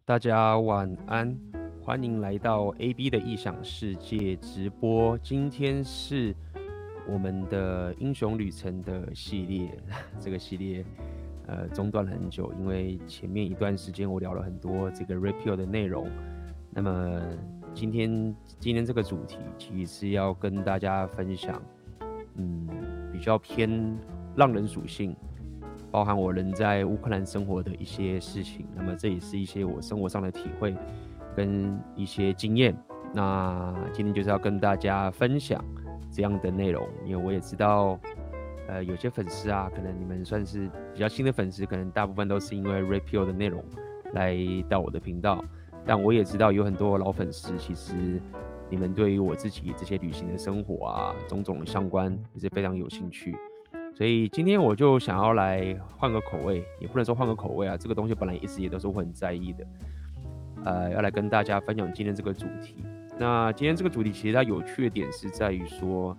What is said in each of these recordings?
大家晚安，欢迎来到 AB 的异想世界直播。今天是我们的英雄旅程的系列，这个系列中断了很久，因为前面一段时间我聊了很多这个 Repeal 的内容。那么今天这个主题其实是要跟大家分享，比较偏浪人属性。包含我人在乌克兰生活的一些事情，那么这也是一些我生活上的体会跟一些经验。那今天就是要跟大家分享这样的内容，因为我也知道，有些粉丝啊，可能你们算是比较新的粉丝，可能大部分都是因为 Repeal 的内容来到我的频道，但我也知道有很多老粉丝，其实你们对于我自己这些旅行的生活啊，种种的相关也是非常有兴趣。所以今天我就想要来换个口味，也不能说换个口味啊，这个东西本来一直也都是我很在意的，要来跟大家分享今天这个主题。那今天这个主题其实它有趣的点是在于说，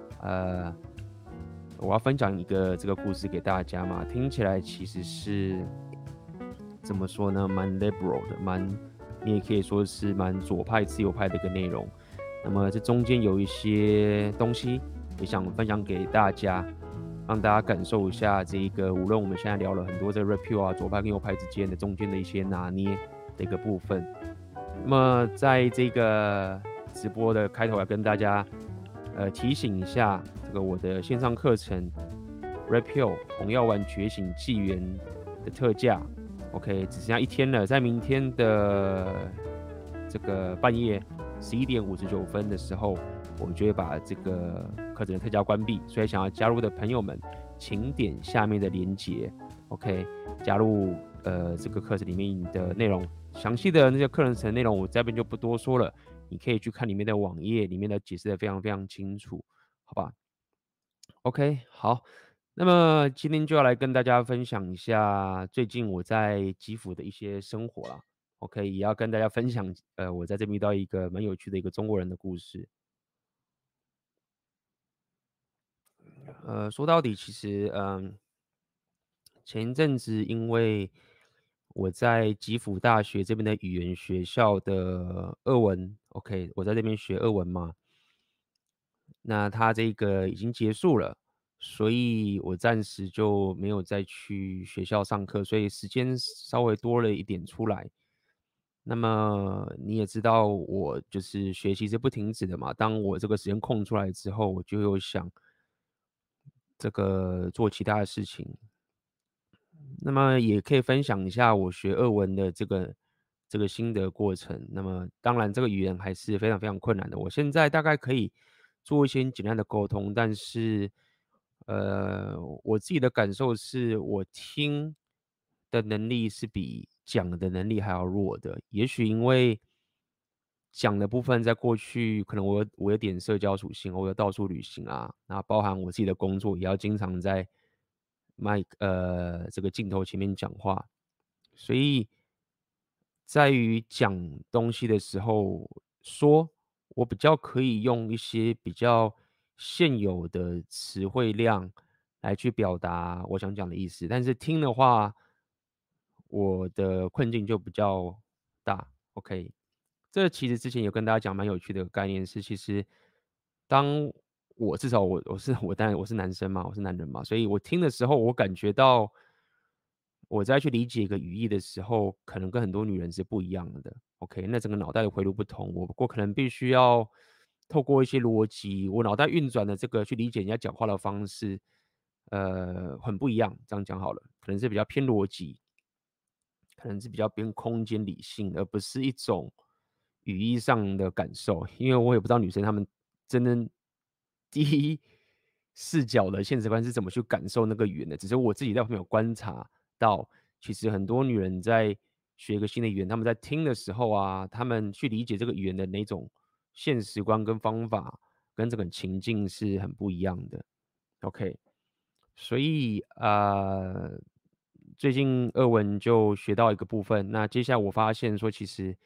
我要分享一个这个故事给大家嘛，听起来其实是怎么说呢，蛮 liberal 的，你也可以说是蛮左派、自由派的一个内容。那么这中间有一些东西也想分享给大家。让大家感受一下这个，无论我们现在聊了很多这个 Repeal 啊，左派跟右派之间的中间的一些拿捏的一个部分。那么在这个直播的开头，要跟大家提醒一下，这个我的线上课程 Repeal 红药丸觉醒纪元的特价 ，OK， 只剩下1天了，在明天的这个半夜11点59分的时候，我们就会把这个课程的特价关闭，所以想要加入的朋友们，请点下面的连结 ，OK， 加入这个课程里面的内容，详细的那些课程内容我这边就不多说了，你可以去看里面的网页，里面的解释的非常非常清楚，好吧 ？OK， 好，那么今天就要来跟大家分享一下最近我在基辅的一些生活啦。OK，也要跟大家分享，我在这边遇到一个蛮有趣的一个中国人的故事。说到底，其实，前一阵子因为我在吉辅大学这边的语言学校的俄文，OK，我在这边学俄文嘛，那它这个已经结束了，所以我暂时就没有再去学校上课，所以时间稍微多了一点出来。那么你也知道，我就是学习是不停止的嘛。当我这个时间空出来之后，我就有想这个做其他的事情。那么也可以分享一下我学俄文的这个心得过程。那么当然，这个语言还是非常非常困难的。我现在大概可以做一些简单的沟通，但是我自己的感受是我听的能力是比讲的能力还要弱的。也许因为讲的部分在过去可能我有点社交属性，我有到处旅行啊，那包含我自己的工作也要经常在这个镜头前面讲话，所以在于讲东西的时候说，我比较可以用一些比较现有的词汇量来去表达我想讲的意思，但是听的话，我的困境就比较大。OK，这其实之前有跟大家讲蛮有趣的概念是，其实当我至少我当然我是男生嘛，我是男人嘛，所以我听的时候，我感觉到我在去理解一个语义的时候，可能跟很多女人是不一样的。OK，那整个脑袋的回路不同，我可能必须要透过一些逻辑，我脑袋运转的这个去理解人家讲话的方式，很不一样。这样讲好了，可能是比较偏逻辑，可能是比较偏空间理性，而不是一种语义上的感受。因为我也不知道女生她们真的第一视角的现实观是怎么去感受那个语言的，只是我自己在旁边有观察到，其实很多女人在学一个新的语言，她们在听的时候啊，她们去理解这个语言的那种现实观跟方法，跟这个情境是很不一样的。OK，所以最近俄文就学到一个部分，那接下来我发现说，其实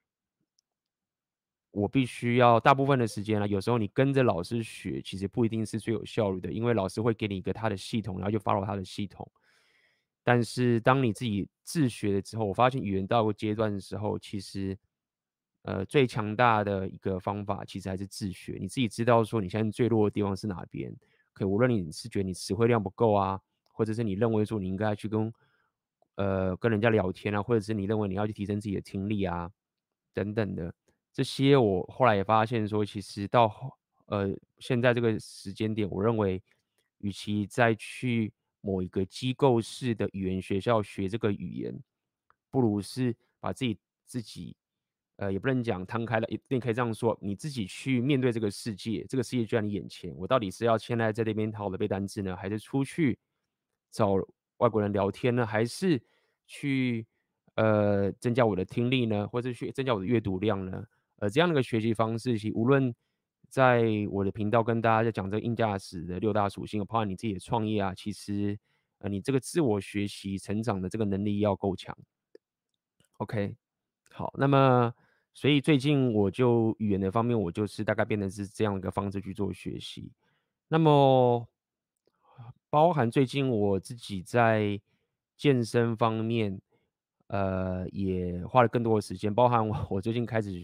我必须要大部分的时间啊，有时候你跟着老师学，其实不一定是最有效率的，因为老师会给你一个他的系统，然后就 follow 他的系统。 但是当你自己自学了之后，我发现语言到个阶段的时候，其实，最强大的一个方法其实还是自学。你自己知道说你现在最弱的地方是哪边，可以无论你是觉得你词汇量不够啊，或者是你认为说你应该去跟人家聊天啊，或者是你认为你要去提升自己的听力啊，等等的。这些我后来也发现说，其实现在这个时间点，我认为与其再去某一个机构式的语言学校学这个语言，不如是把自己也不能讲摊开了，一定可以这样说，你自己去面对这个世界，这个世界就在你眼前，我到底是要现在在这边好好的背单词呢，还是出去找外国人聊天呢，还是去增加我的听力呢，或者去增加我的阅读量呢？这样的一个学习方式，其实无论在我的频道跟大家在讲这个硬价值的6大属性，包含你自己的创业啊，其实你这个自我学习成长的这个能力要够强。OK，好，那么所以最近我就语言的方面，我就是大概变成是这样一个方式去做学习。那么包含最近我自己在健身方面，也花了更多的时间，包含我最近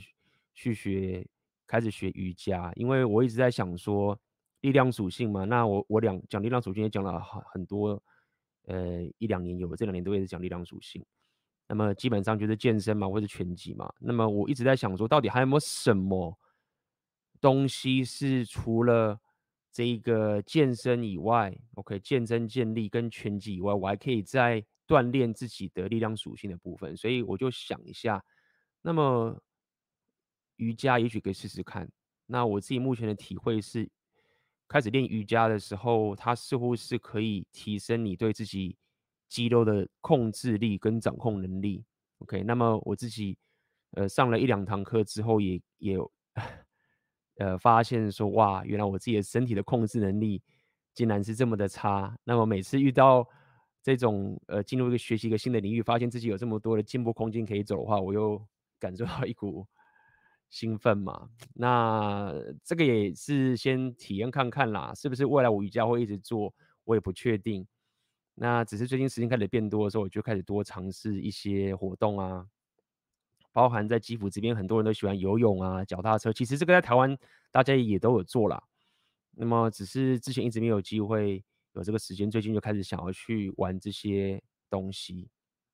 开始学瑜伽，因为我一直在想说力量属性嘛，那我讲力量属性也讲了很多，1、2年有了，这2年都一直讲力量属性。那么基本上就是健身嘛，或是拳击嘛。那么我一直在想说，到底还有没有什么东西是除了这一个健身以外，OK，健身健力跟拳击以外，我还可以再锻炼自己的力量属性的部分。所以我就想一下，那么瑜伽也许可以试试看。那我自己目前的体会是，开始练瑜伽的时候，它似乎是可以提升你对自己肌肉的控制力跟掌控能力。OK，那么我自己上了1、2堂课之后也有发现说，哇，原来我自己的身体的控制能力竟然是这么的差。那么每次遇到这种进入学习一个新的领域，发现自己有这么多的进步空间可以走的话，我又感受到一股兴奋嘛。那这个也是先体验看看啦，是不是未来我瑜伽会一直做，我也不确定。那只是最近时间开始变多的时候，我就开始多尝试一些活动啊，包含在基辅这边很多人都喜欢游泳啊、脚踏车，其实这个在台湾大家也都有做啦。那么只是之前一直没有机会有这个时间，最近就开始想要去玩这些东西。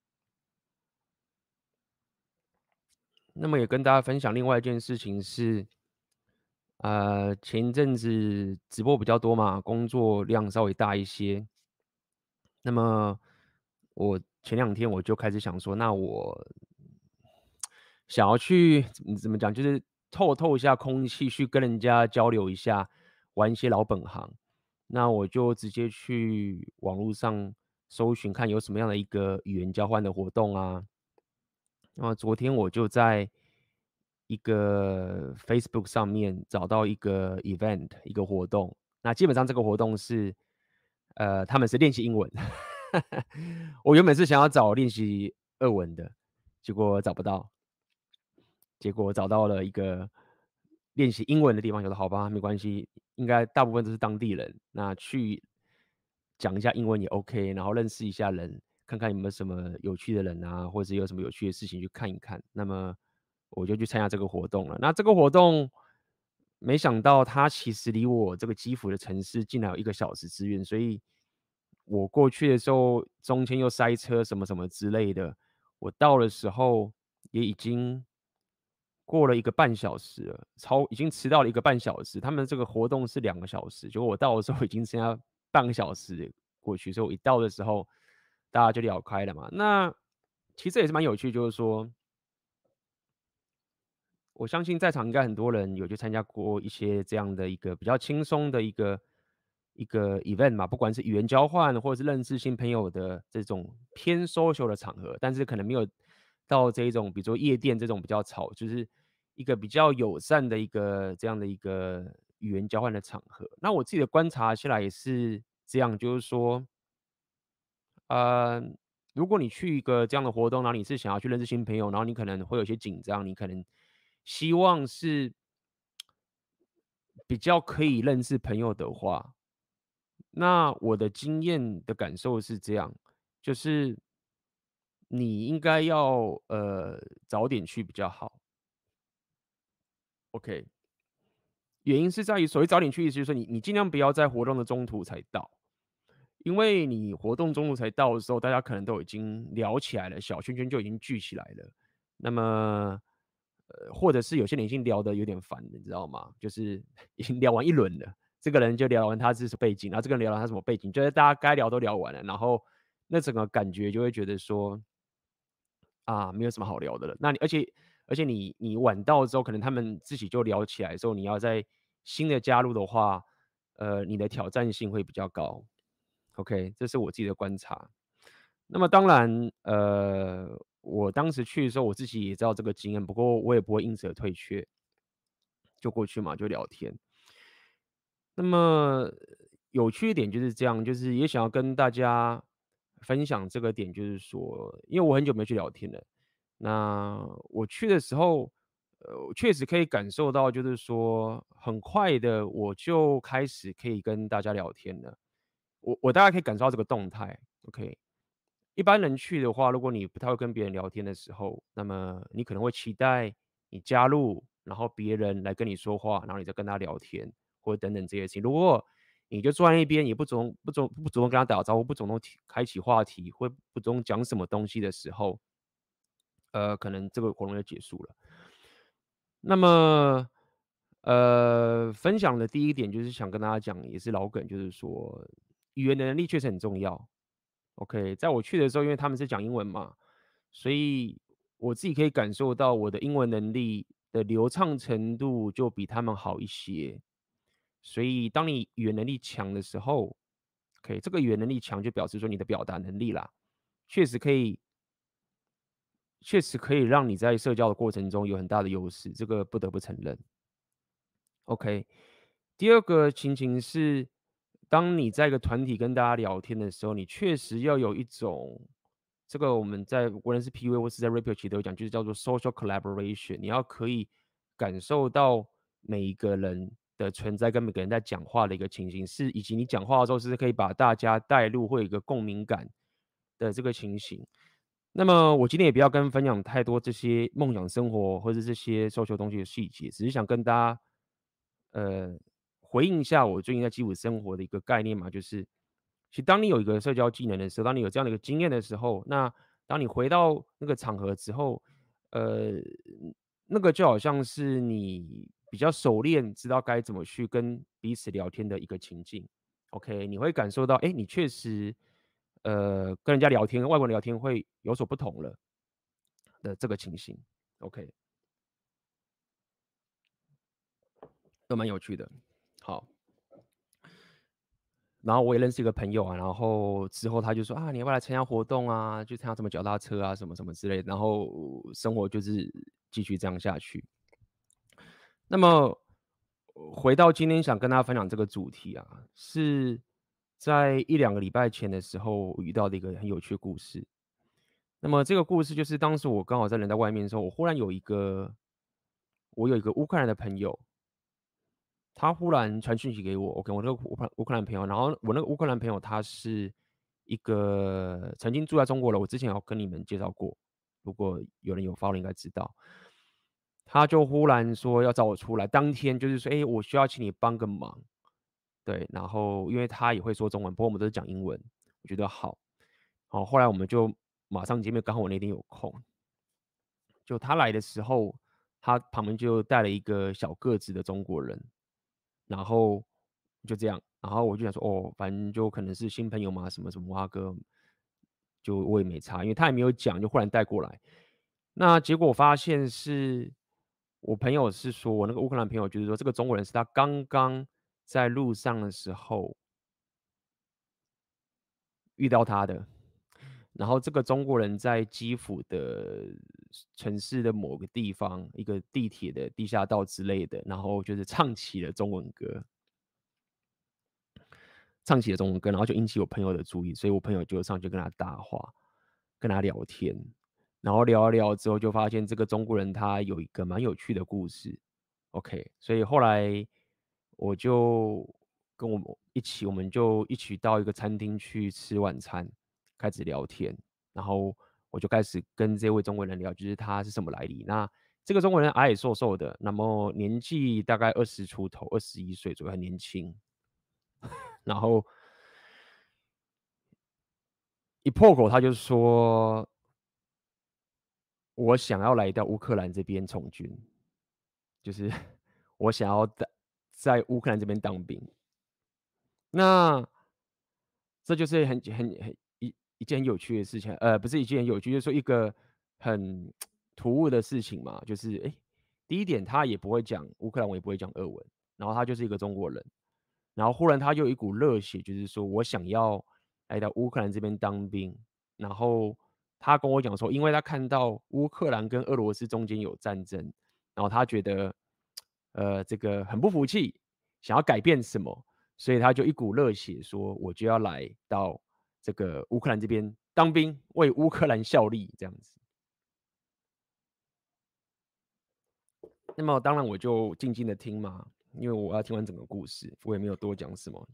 那么也跟大家分享另外一件事情是，前一阵子直播比较多嘛，工作量稍微大一些。那么我前2天我就开始想说，那我想要去怎么讲，就是透一下空气，去跟人家交流一下，玩一些老本行。那我就直接去网络上搜寻，看有什么样的一个语言交换的活动啊。那么昨天我就在一个 Facebook 上面找到一个 event，一个活动。那基本上这个活动是，他们是练习英文。我原本是想要找练习俄文的，结果找不到。结果找到了一个练习英文的地方，想说好吧，没关系，应该大部分都是当地人，那去讲一下英文也 OK，然后认识一下人，看看有没有什么有趣的人啊，或者是有什么有趣的事情去看一看。那么我就去参加这个活动了。那这个活动没想到它其实离我这个基辅的城市竟然有1个小时之远，所以我过去的时候中间又塞车什么什么之类的，我到的时候也已经过了1个半小时了，已经迟到了1个半小时。他们这个活动是2个小时，结果我到的时候已经剩下半个小时过去，所以我一到的时候，大家就聊开了嘛。那其实这也是蛮有趣，就是说，我相信在场应该很多人有去参加过一些这样的一个比较轻松的一个 event 嘛，不管是语言交换或者是认识新朋友的这种偏 social 的场合，但是可能没有到这一种，比如说夜店这种比较吵，就是一个比较友善的这样的一个语言交换的场合。那我自己的观察下来也是这样，就是说，呃，如果你去一个这样的活动，然后你是想要去认识新朋友，然后你可能会有些紧张，你可能希望是比较可以认识朋友的话，那我的经验的感受是这样， 就是你应该要早点去比较好。OK，原因是在于所谓早点去，意思就是说你尽量不要在活动的中途才到，因为你活动中途才到的时候，大家可能都已经聊起来了，小圈圈就已经聚起来了。那么，或者是有些人已经聊得有点烦了，你知道吗？就是已经聊完一轮了，这个人就聊完他是背景，然后这个人聊完他什么背景，就是大家该聊都聊完了，然后那整个感觉就会觉得说，啊，没有什么好聊的了。那而且你晚到之后，可能他们自己就聊起来之后，你要在新的加入的话，你的挑战性会比较高。OK，这是我自己的观察。那么当然，我当时去的时候，我自己也知道这个经验，不过我也不会因此而退却，就过去嘛，就聊天。那么有趣一点就是这样，就是也想要跟大家分享这个点，就是说，因为我很久没去聊天了，那我去的时候，我确实可以感受到，就是说，很快的我就开始可以跟大家聊天了。我大概可以感受到这个动态，OK。一般人去的话，如果你不太会跟别人聊天的时候，那么你可能会期待你加入，然后别人来跟你说话，然后你再跟他聊天，或者等等这些事情。如果你就坐在那边，也不主动跟他打招呼，不主动开启话题，或不主动讲什么东西的时候，可能这个活动就结束了。那么，分享的第一点就是想跟大家讲，也是老梗，就是说语言的能力确实很重要。OK，在我去的时候，因为他们是讲英文嘛，所以我自己可以感受到我的英文能力的流畅程度就比他们好一些。所以当你语言能力强的时候，OK，这个语言能力强就表示说你的表达能力啦，确实可以确实可以让你在社交的过程中有很大的优势，这个不得不承认。OK，第二个情形是，当你在一个团体跟大家聊天的时候，你确实要有一种，这个我们在无论是 PUA 或是在 Rapio 其实都有讲，就是叫做 social collaboration。你要可以感受到每一个人的存在，跟每个人在讲话的一个情形，是以及你讲话的时候是可以把大家带入，会有一个共鸣感的这个情形。那么我今天也不要跟分享太多这些梦想生活或者这些 social 东西的细节，只是想跟大家呃回应一下我最近在基础生活的一个概念嘛，就是其实当你有一个社交技能的时候，当你有这样的一个经验的时候，那当你回到那个场合之后，呃，那个就好像是你比较熟练，知道该怎么去跟彼此聊天的一个情境。OK，你会感受到，哎，你确实，跟人家聊天，跟外国人聊天会有所不同了的这个情形。OK，都蛮有趣的。好，然后我也认识一个朋友啊，然后之后他就说啊，你要不要来参加活动啊？去参加什么脚踏车啊，什么什么之类的。然后生活就是继续这样下去。那么回到今天想跟大家分享这个主题啊，是在一两个礼拜前的时候遇到的一个很有趣的故事。那么这个故事就是当时我刚好在人在外面的时候，我忽然我有一个乌克兰的朋友，他忽然传讯息给我，OK，我那个乌克兰朋友，然后我那个乌克兰朋友他是一个曾经住在中国的，我之前有跟你们介绍过，如果有人有 follow 应该知道。他就忽然说要找我出来，当天就是说，哎，我需要请你帮个忙，对，然后因为他也会说中文，不过我们都是讲英文，我觉得好，好，后来我们就马上见面，刚好我那天有空，就他来的时候，他旁边就带了一个小个子的中国人，然后就这样，然后我就想说，哦，反正就可能是新朋友嘛，什么什么蛙哥，就我也没差，因为他也没有讲，就忽然带过来。那结果发现是我朋友是说，我那个乌克兰朋友就是说，这个中国人是他刚刚在路上的时候遇到他的。然后这个中国人在基辅的城市的某个地方，一个地铁的地下道之类的，然后就是唱起了中文歌，然后就引起我朋友的注意，所以我朋友就上去跟他搭话，跟他聊天，然后聊一聊之后，就发现这个中国人他有一个蛮有趣的故事。OK，所以后来我就跟我们一起，我们就一起到一个餐厅去吃晚餐。 开始聊天，然后我就开始跟这位中国人聊，就是他是什么来历。那这个中国人矮矮瘦瘦的，那么年纪大概20出头21岁左右，很年轻。然后一破口他就说：“我想要来到乌克兰这边从军，就是我想要在乌克兰这边当兵。”那这就是一件很有趣的事情，不是一件很有趣，就是说一个很突兀的事情嘛。就是第一点他也不会讲乌克兰文，也不会讲俄文，然后他就是一个中国人，然后忽然他就有一股热血，就是说我想要来到乌克兰这边当兵。然后他跟我讲说，因为他看到乌克兰跟俄罗斯中间有战争，然后他觉得这个很不服气，想要改变什么，所以他就一股热血说，我就要来到这个乌克兰这边当兵，为乌克兰效力这样子。那么当然我就静静的听嘛，因为我要听完整个故事，我也没有多讲什么。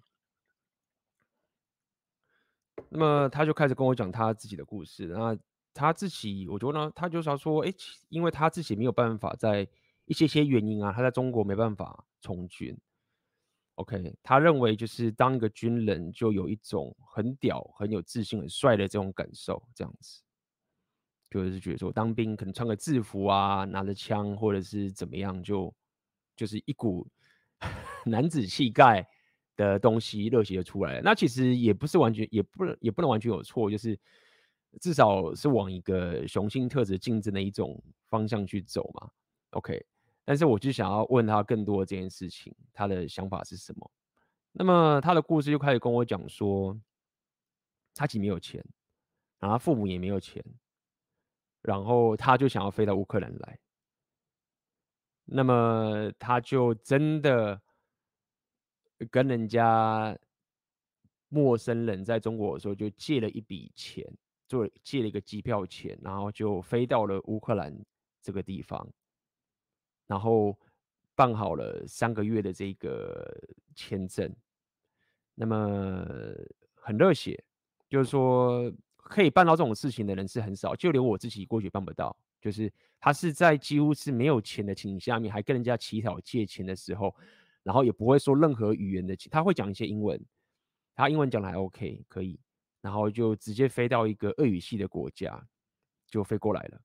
那么他就开始跟我讲他自己的故事。那他自己，我觉得呢，他就想说，因为他自己没有办法在一些原因啊，他在中国没办法从军。OK，他认为就是当一个军人就有一种很屌、很有自信、很帅的这种感受，这样子。就是觉得说当兵可能穿个制服啊，拿着枪或者是怎么样，就是一股男子气概的东西热血就出来了。那其实也不是完全，也不能完全有错，就是至少是往一个雄性特质竞争的一种方向去走嘛。OK，但是我就想要问他更多的这件事情，他的想法是什么？那么他的故事就开始跟我讲说，他其实没有钱，然后他父母也没有钱，然后他就想要飞到乌克兰来。那么他就真的跟人家陌生人在中国的时候就借了一笔钱，借了一个机票钱，然后就飞到了乌克兰这个地方，然后办好了3个月的这个签证。那么很热血，就是说可以办到这种事情的人是很少，就连我自己过去办不到。就是他是在几乎是没有钱的情况下面，还跟人家乞讨借钱的时候，然后也不会说任何语言的，他会讲一些英文，他英文讲的还 OK，可以，然后就直接飞到一个俄语系的国家，就飞过来了。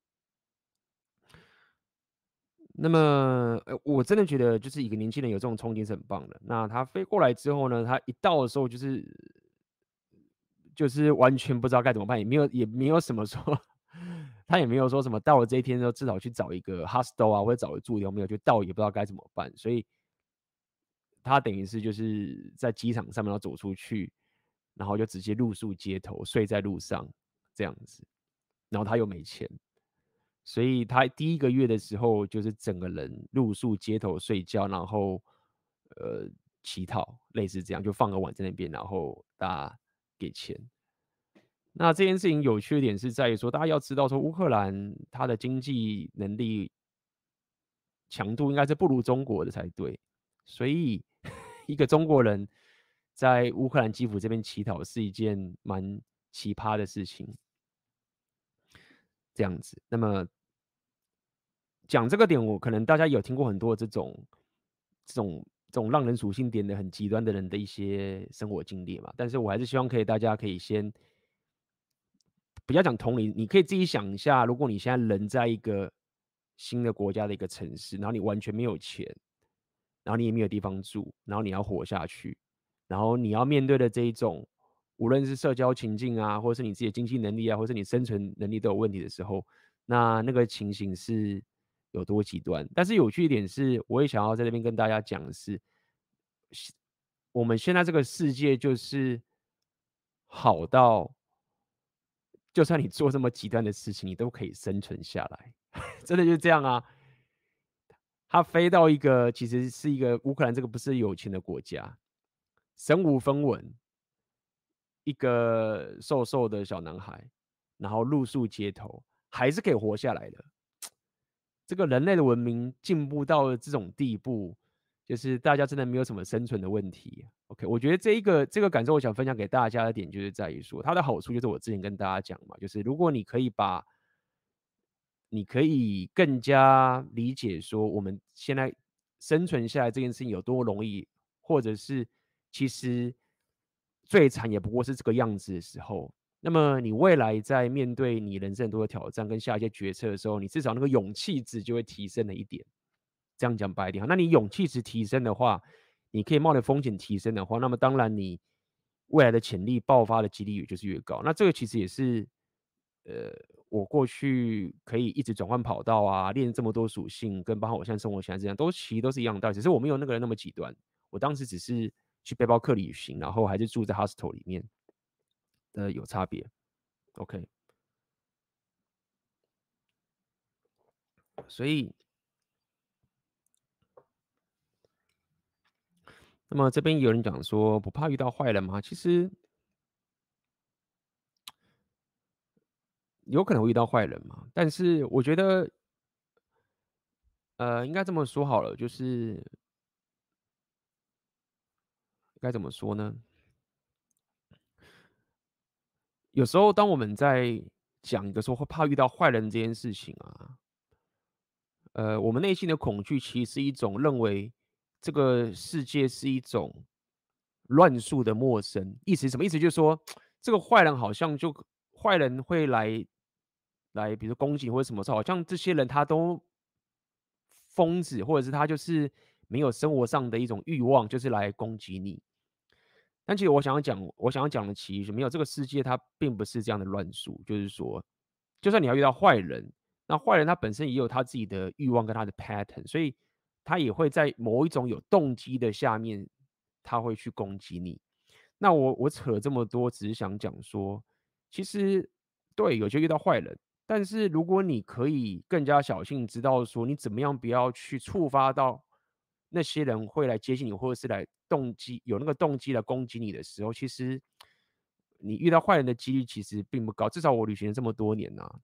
那么，我真的觉得就是一个年轻人有这种冲劲是很棒的。那他飞过来之后呢，他一到的时候就是完全不知道该怎么办，也没有什么说，他也没有说什么到了这一天之后至少去找一个 hostel 啊，或者找个住地方，没有，就到也不知道该怎么办。所以他等于是就是在机场上面要走出去，然后就直接露宿街头，睡在路上这样子。然后他又没钱，所以他第一个月的时候就是整个人露宿街头睡觉，然后呃乞讨，类似这样，就放个碗在那边，然后大家给钱。那这件事情有趣的点是在于说，大家要知道说，乌克兰它的经济能力强度应该是不如中国的才对，所以一个中国人在乌克兰基辅这边乞讨是一件蛮奇葩的事情，这样子。那么讲这个点，我可能大家有听过很多这种让人属性点的很极端的人的一些生活经历嘛，但是我还是希望大家可以先不要讲同理，你可以自己想一下，如果你现在人在一个新的国家的一个城市，然后你完全没有钱，然后你也没有地方住，然后你要活下去，然后你要面对的这一种，无论是社交情境啊，或者是你自己的经济能力啊，或者是你生存能力都有问题的时候，那个情形是有多极端。但是有趣一点是，我也想要在这边跟大家讲的是，我们现在这个世界就是好到，就算你做这么极端的事情，你都可以生存下来，真的就是这样啊。他飞到一个其实是一个乌克兰这个不是有钱的国家，身无分文，一个瘦瘦的小男孩，然后露宿街头，还是可以活下来的。这个人类的文明进步到了这种地步， 就是大家真的没有什么生存的问题。OK，我觉得这个感受，我想分享给大家的点就是在于说，它的好处就是我之前跟大家讲嘛，就是如果你可以更加理解说我们现在生存下来这件事情有多容易，或者是其实最惨也不过是这个样子的时候，那么你未来在面对你人生很多的挑战跟下一些决策的时候，你至少那个勇气值就会提升了一点。这样讲白一点，那你勇气值提升的话，你可以冒的风险提升的话，那么当然你未来的潜力爆发的几率也就是越高。那这个其实也是，呃，我过去可以一直转换跑道啊，练这么多属性，跟包括我现在生活起来这样，其实都是一样的道理，只是我没有那个人那么极端。我当时只是去背包客旅行，然后还是住在 hostel 里面，有差别。OK，所以那么这边有人讲说不怕遇到坏人吗？其实有可能会遇到坏人嘛，但是我觉得，应该这么说好了，就是该怎么说呢？有时候当我们在讲一个说会怕遇到坏人这件事情啊，我们内心的恐惧其实是一种认为这个世界是一种乱数的陌生。意思是什么？意思就是说，这个坏人好像就坏人会来，比如说攻击你或者什么时候，好像这些人他都疯子，或者是他就是没有生活上的一种欲望，就是来攻击你。但其实我想要讲的其实没有这个世界，它并不是这样的乱数。就是说，就算你要遇到坏人，那坏人他本身也有他自己的欲望跟他的 pattern，所以他也会在某一种有动机的下面，他会去攻击你。那我扯了这么多，只是想讲说，其实对，有些遇到坏人，但是如果你可以更加小心，知道说你怎么样不要去触发到那些人会来接近你，或者是有那个动机来攻击你的时候，其实你遇到坏人的几率其实并不高。至少我旅行了这么多年呐、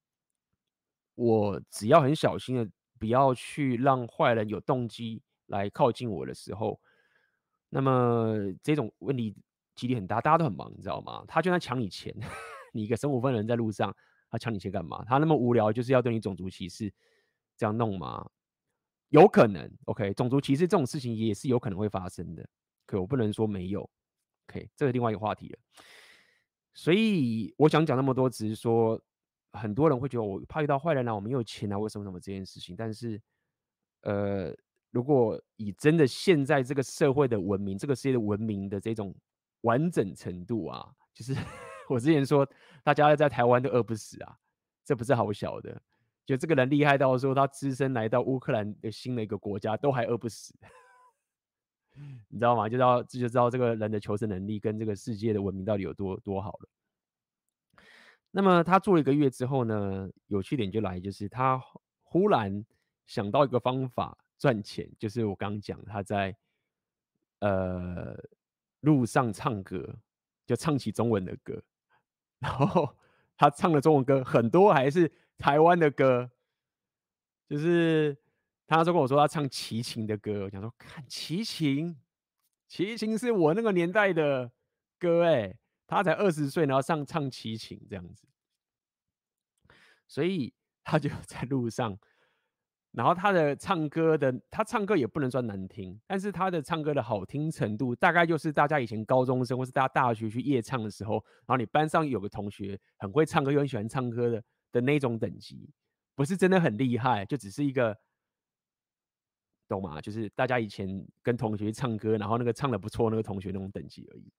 我只要很小心的，不要去让坏人有动机来靠近我的时候，那么这种问题几率很大，大家都很忙，你知道吗？他就算抢你钱，你一个身无分文的人在路上，他抢你钱干嘛？他那么无聊，就是要对你种族歧视，这样弄吗？有可能，OK，种族歧视这种事情也是有可能会发生的，可我不能说没有，OK，这是另外一个话题了。所以我想讲那么多，只是说很多人会觉得我怕遇到坏人啊，我没有钱啊，为什么什么这件事情。但是，呃，如果以真的现在这个社会的文明，这个世界的文明的这种完整程度啊，就是我之前说，大家在台湾都饿不死啊，这不是好小的。就这个人厉害到说，他只身来到乌克兰的新的一个国家，都还饿不死，你知道吗？这就知道这个人的求生能力跟这个世界的文明到底有多好了。那么他做了1个月之后呢，有趣点就来，就是他忽然想到一个方法赚钱，就是我刚刚讲他在呃路上唱歌，就唱起中文的歌，然后他唱的中文歌很多还是台湾的歌，就是他那时候跟我说他唱齐秦的歌，我想说看齐秦，齐秦是我那个年代的歌他才20岁，然后唱齐秦这样子。所以他就在路上，然后他唱歌也不能算难听，但是他的唱歌的好听程度，大概就是大家以前高中生或是大家大学去夜唱的时候，然后你班上有个同学很会唱歌又很喜欢唱歌的那种等级，不是真的很厉害，就只是一个懂吗？就是大家以前跟同学唱歌，然后那个唱的不错那个同学那种等级而已。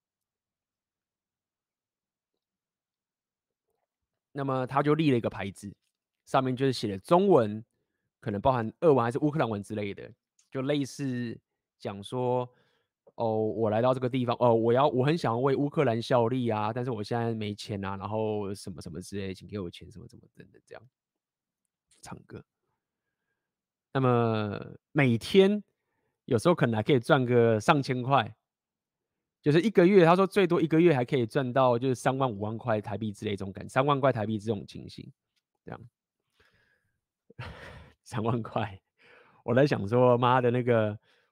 那么他就立了一个牌子，上面就是写的中文，可能包含俄文还是乌克兰文之类的，就类似讲说，哦，我来到这个地方，哦，我很想要为乌克兰效力啊，但是我现在没钱啊，然后什么什么之类，请给我钱，什么什么等等，这样唱歌。那么每天有时候可能还可以赚个上千块，就是一个月，他说最多一个月还可以赚到就是3万5万块台币之类这种感觉，3万块台币这种情形，这样3万块，我在想说，妈的那个，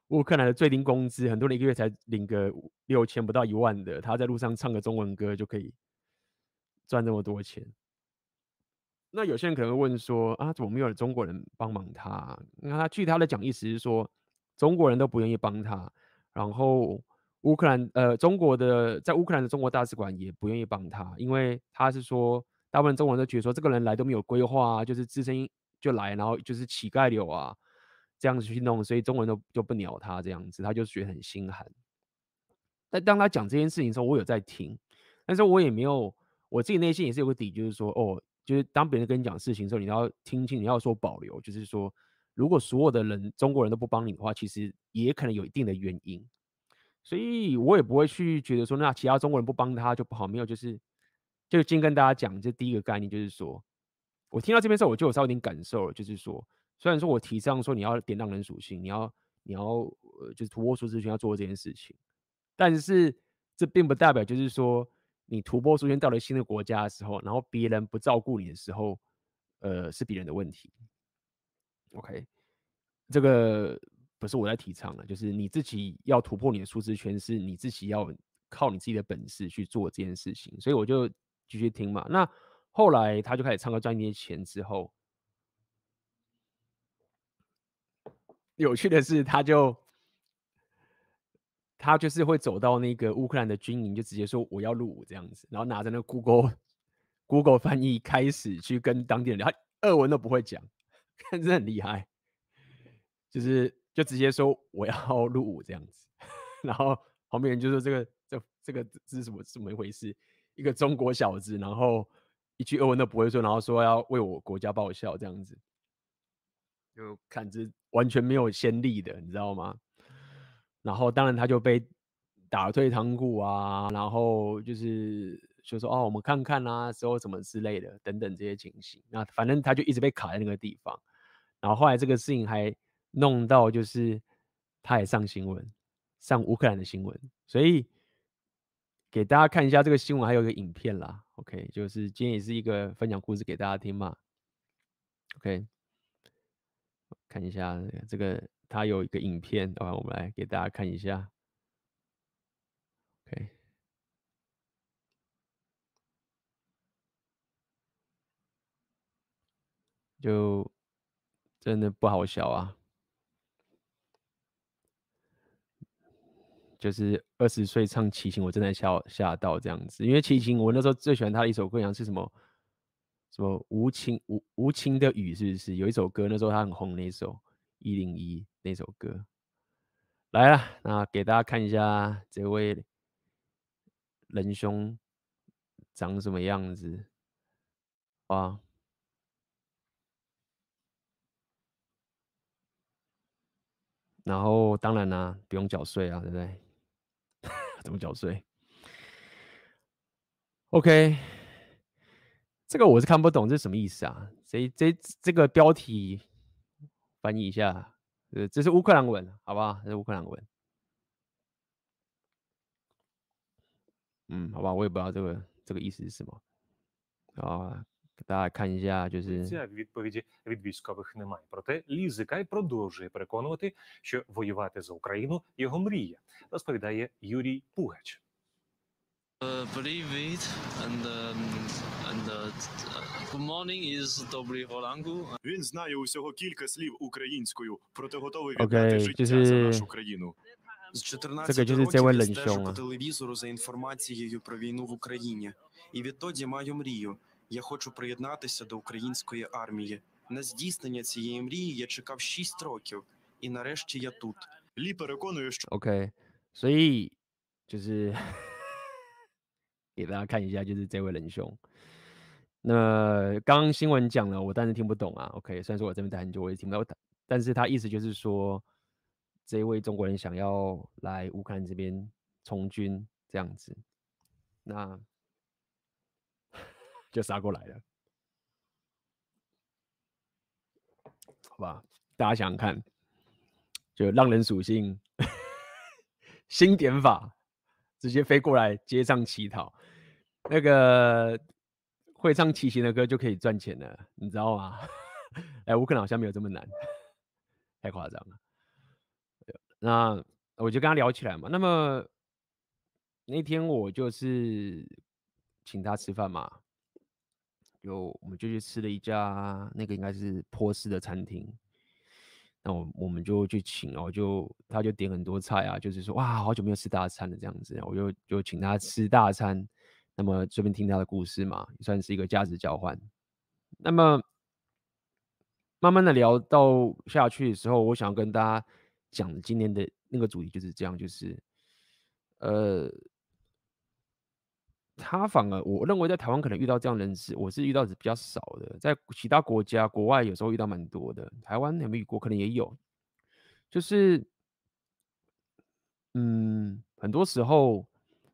乌克兰的最低工资，很多人一个月才领个6000不到1万的，他在路上唱个中文歌就可以赚那么多钱。那有些人可能会问说：“啊，怎么没有中国人帮忙他啊？”那据他的讲意思是说，中国人都不愿意帮他，然后中国的在乌克兰的中国大使馆也不愿意帮他，因为他是说，大部分中国人都觉得说这个人来都没有规划啊，就是只身就来，然后就是乞丐流啊，这样子去弄，所以中国人都不鸟他这样子，他就觉得很心寒。但当他讲这件事情的时候，我有在听，但是我也没有，我自己内心也是有个底，就是说，哦，就是当别人跟你讲事情的时候，你要听清，你要说保留，就是说，如果所有的人中国人都不帮你的话，其实也可能有一定的原因，所以我也不会去觉得说，那其他中国人不帮他就不好，没有，就先跟大家讲，这第一个概念就是说，我听到这边时候我就有稍微有点感受了，就是说，虽然说我提倡说你要典当人属性，你要就是突破舒适圈要做这件事情。但是这并不代表就是说，你突破出圈到了新的国家的时候，然后别人不照顾你的时候，是别人的问题。OK，这个不是我在提倡的，就是你自己要突破你的舒适圈，是你自己要靠你自己的本事去做这件事情。所以我就继续听嘛。那后来他就开始唱歌赚一些钱之后，有趣的是，他就是会走到那个乌克兰的军营，就直接说我要入伍这样子，然后拿着那个 Google 翻译开始去跟当地人聊，他俄文都不会讲，看真的很厉害，就直接说我要入伍这样子，然后旁边人就说这个是怎么一回事？一个中国小子，然后一句俄文都不会说，然后说要为我国家报效这样子，就看这完全没有先例的，你知道吗？然后当然他就被打退堂鼓啊，然后就说哦，我们看看啊，之后什么之类的等等这些情形。那反正他就一直被卡在那个地方。然后后来这个事情还弄到就是他也上新闻，上乌克兰的新闻，所以给大家看一下这个新闻，还有一个影片啦。OK，就是今天也是一个分享故事给大家听嘛。OK，看一下这个，他有一个影片，我们来给大家看一下。OK，就真的不好笑啊，就是20岁唱齐秦，我真的吓到这样子，因为齐秦我那时候最喜欢他的一首歌，好像是什么无情的雨，是不是？有一首歌那时候他很红，那首101那首歌。来了，那给大家看一下这位仁兄长什么样子啊？然后当然啦，不用缴税啊，对不对？怎么缴税？OK，这个我是看不懂，这是什么意思啊？这个标题翻译一下，这是乌克兰文，好不好？这是乌克兰文，好吧，我也不知道这个意思是什么啊，给大家看一下，就是 Відповіді від військових немає. Проте Лі Зикай продовжує переконувати, що воювати за Україну його мрія, розповідає Юрій Пугач. Believe it and good morning is добрий ранку. Він знає усього кілька слів українською, проте готовий віддати OK，就 життя за 是 нашу країну. З 这个 14 就是这位 років я 仁 стежу 兄 по 啊， телевізору за інформацією про війну в Україні. І відтоді маю мрію. Я хочу приєднатися до української армії. На здійснення цієї мрії я чекав 6 років. І нарешті я тут. Лі переконує, що OK，所以就是给大家看一下，就是这位仁兄。那刚刚新闻讲了，我当然听不懂啊。OK，虽然说我这边待很久，我也听不到，但是他意思就是说，这位中国人想要来乌克兰这边从军这样子，那就杀过来了，好吧？大家想想看，就浪人属性新点法，直接飞过来接上乞讨，那个会唱齐秦的歌就可以赚钱了，你知道吗？哎，乌克兰好像没有这么难，太夸张了。 那我就跟他聊起来嘛。那么那天我就是请他吃饭嘛，我们就去吃了一家那个应该是波斯的餐厅。那我们就去请，然后他就点很多菜啊，就是说哇，好久没有吃大餐了这样子，我就请他吃大餐，那么顺便听他的故事嘛，也算是一个价值交换。那么慢慢的聊到下去的时候，我想要跟大家讲今天的那个主题就是这样，就是他反而我认为在台湾可能遇到这样的人士，我是遇到的比较少的，在其他国家国外有时候遇到蛮多的，台湾有没有遇过？可能也有，就是很多时候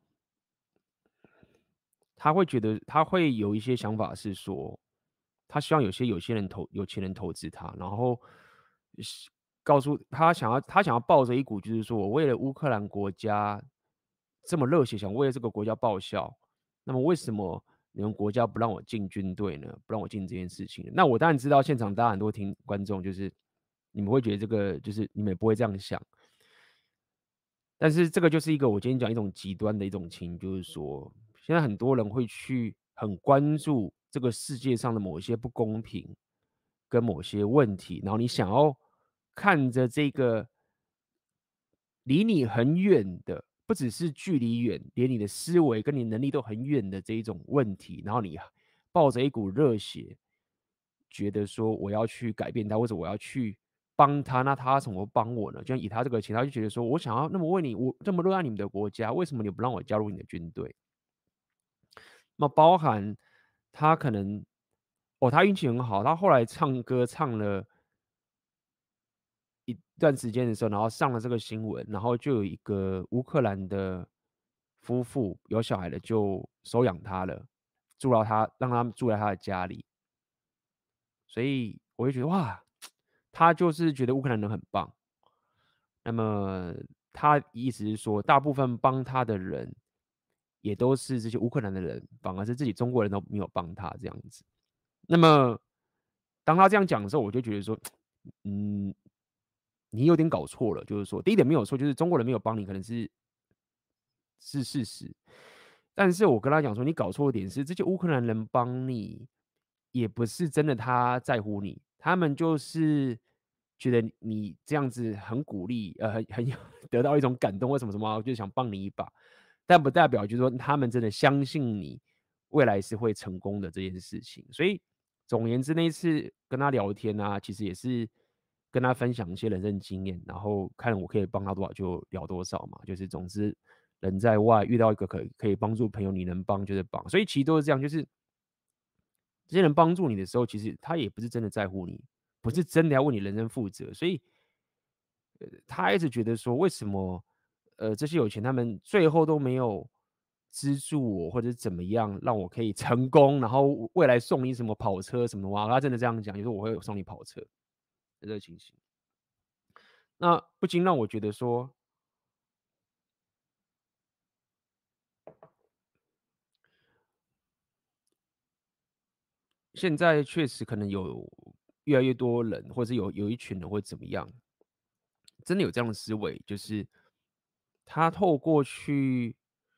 他会觉得他会有一些想法是说，他希望有些有钱人投资他，然后是告诉他想要抱着一股就是说我为了乌克兰国家这么热血，想为了这个国家报效，那么为什么你们国家不让我进军队呢？不让我进这件事情呢？那我当然知道现场大家很多观众就是你们会觉得这个就是你们也不会这样想。但是这个就是一个我今天讲一种极端的一种情，就是说，现在很多人会去很关注这个世界上的某一些不公平跟某些问题，然后你想要看着这个离你很远的，不只是距离远，连你的思维跟你能力都很远的这一种问题，然后你抱着一股热血，觉得说我要去改变它，或者我要去帮他，那他怎么帮我呢？就像以他这个情，他就觉得说，我想要那么为你，我这么热爱你们的国家，为什么你不让我加入你的军队？那包含他可能，他运气很好，他后来唱歌唱了一段时间的时候，然后上了这个新闻，然后就有一个乌克兰的夫妇有小孩的就收养他了，让他们住在他的家里，所以我就觉得哇，他就是觉得乌克兰人很棒。那么他意思是说，大部分帮他的人也都是这些乌克兰的人，反而是自己中国人都没有帮他这样子。那么当他这样讲的时候，我就觉得说，嗯，你有点搞错了。就是说，第一点没有错，就是中国人没有帮你，可能是事实。但是我跟他讲说，你搞错的点是，这些乌克兰人帮你，也不是真的他在乎你，他们就是觉得你这样子很鼓励，很有得到一种感动或什么什么，就想帮你一把，但不代表就是说他们真的相信你未来是会成功的这件事情。所以总而言之，那一次跟他聊天啊，其实也是跟他分享一些人生经验，然后看我可以帮他多少就聊多少嘛。就是总之人在外遇到一个可以帮助朋友，你能帮就是帮。所以其实都是这样，就是这些人帮助你的时候，其实他也不是真的在乎你，不是真的要为你人生负责。所以他一直觉得说，为什么这些有钱他们最后都没有资助我，或者怎么样让我可以成功，然后未来送你什么跑车什么的哇，他真的这样讲，就是我会送你跑车的这个情形，那不禁让我觉得说，现在确实可能有越来越多人，或者有一群人会怎么样，真的有这样的思维，就是他透过去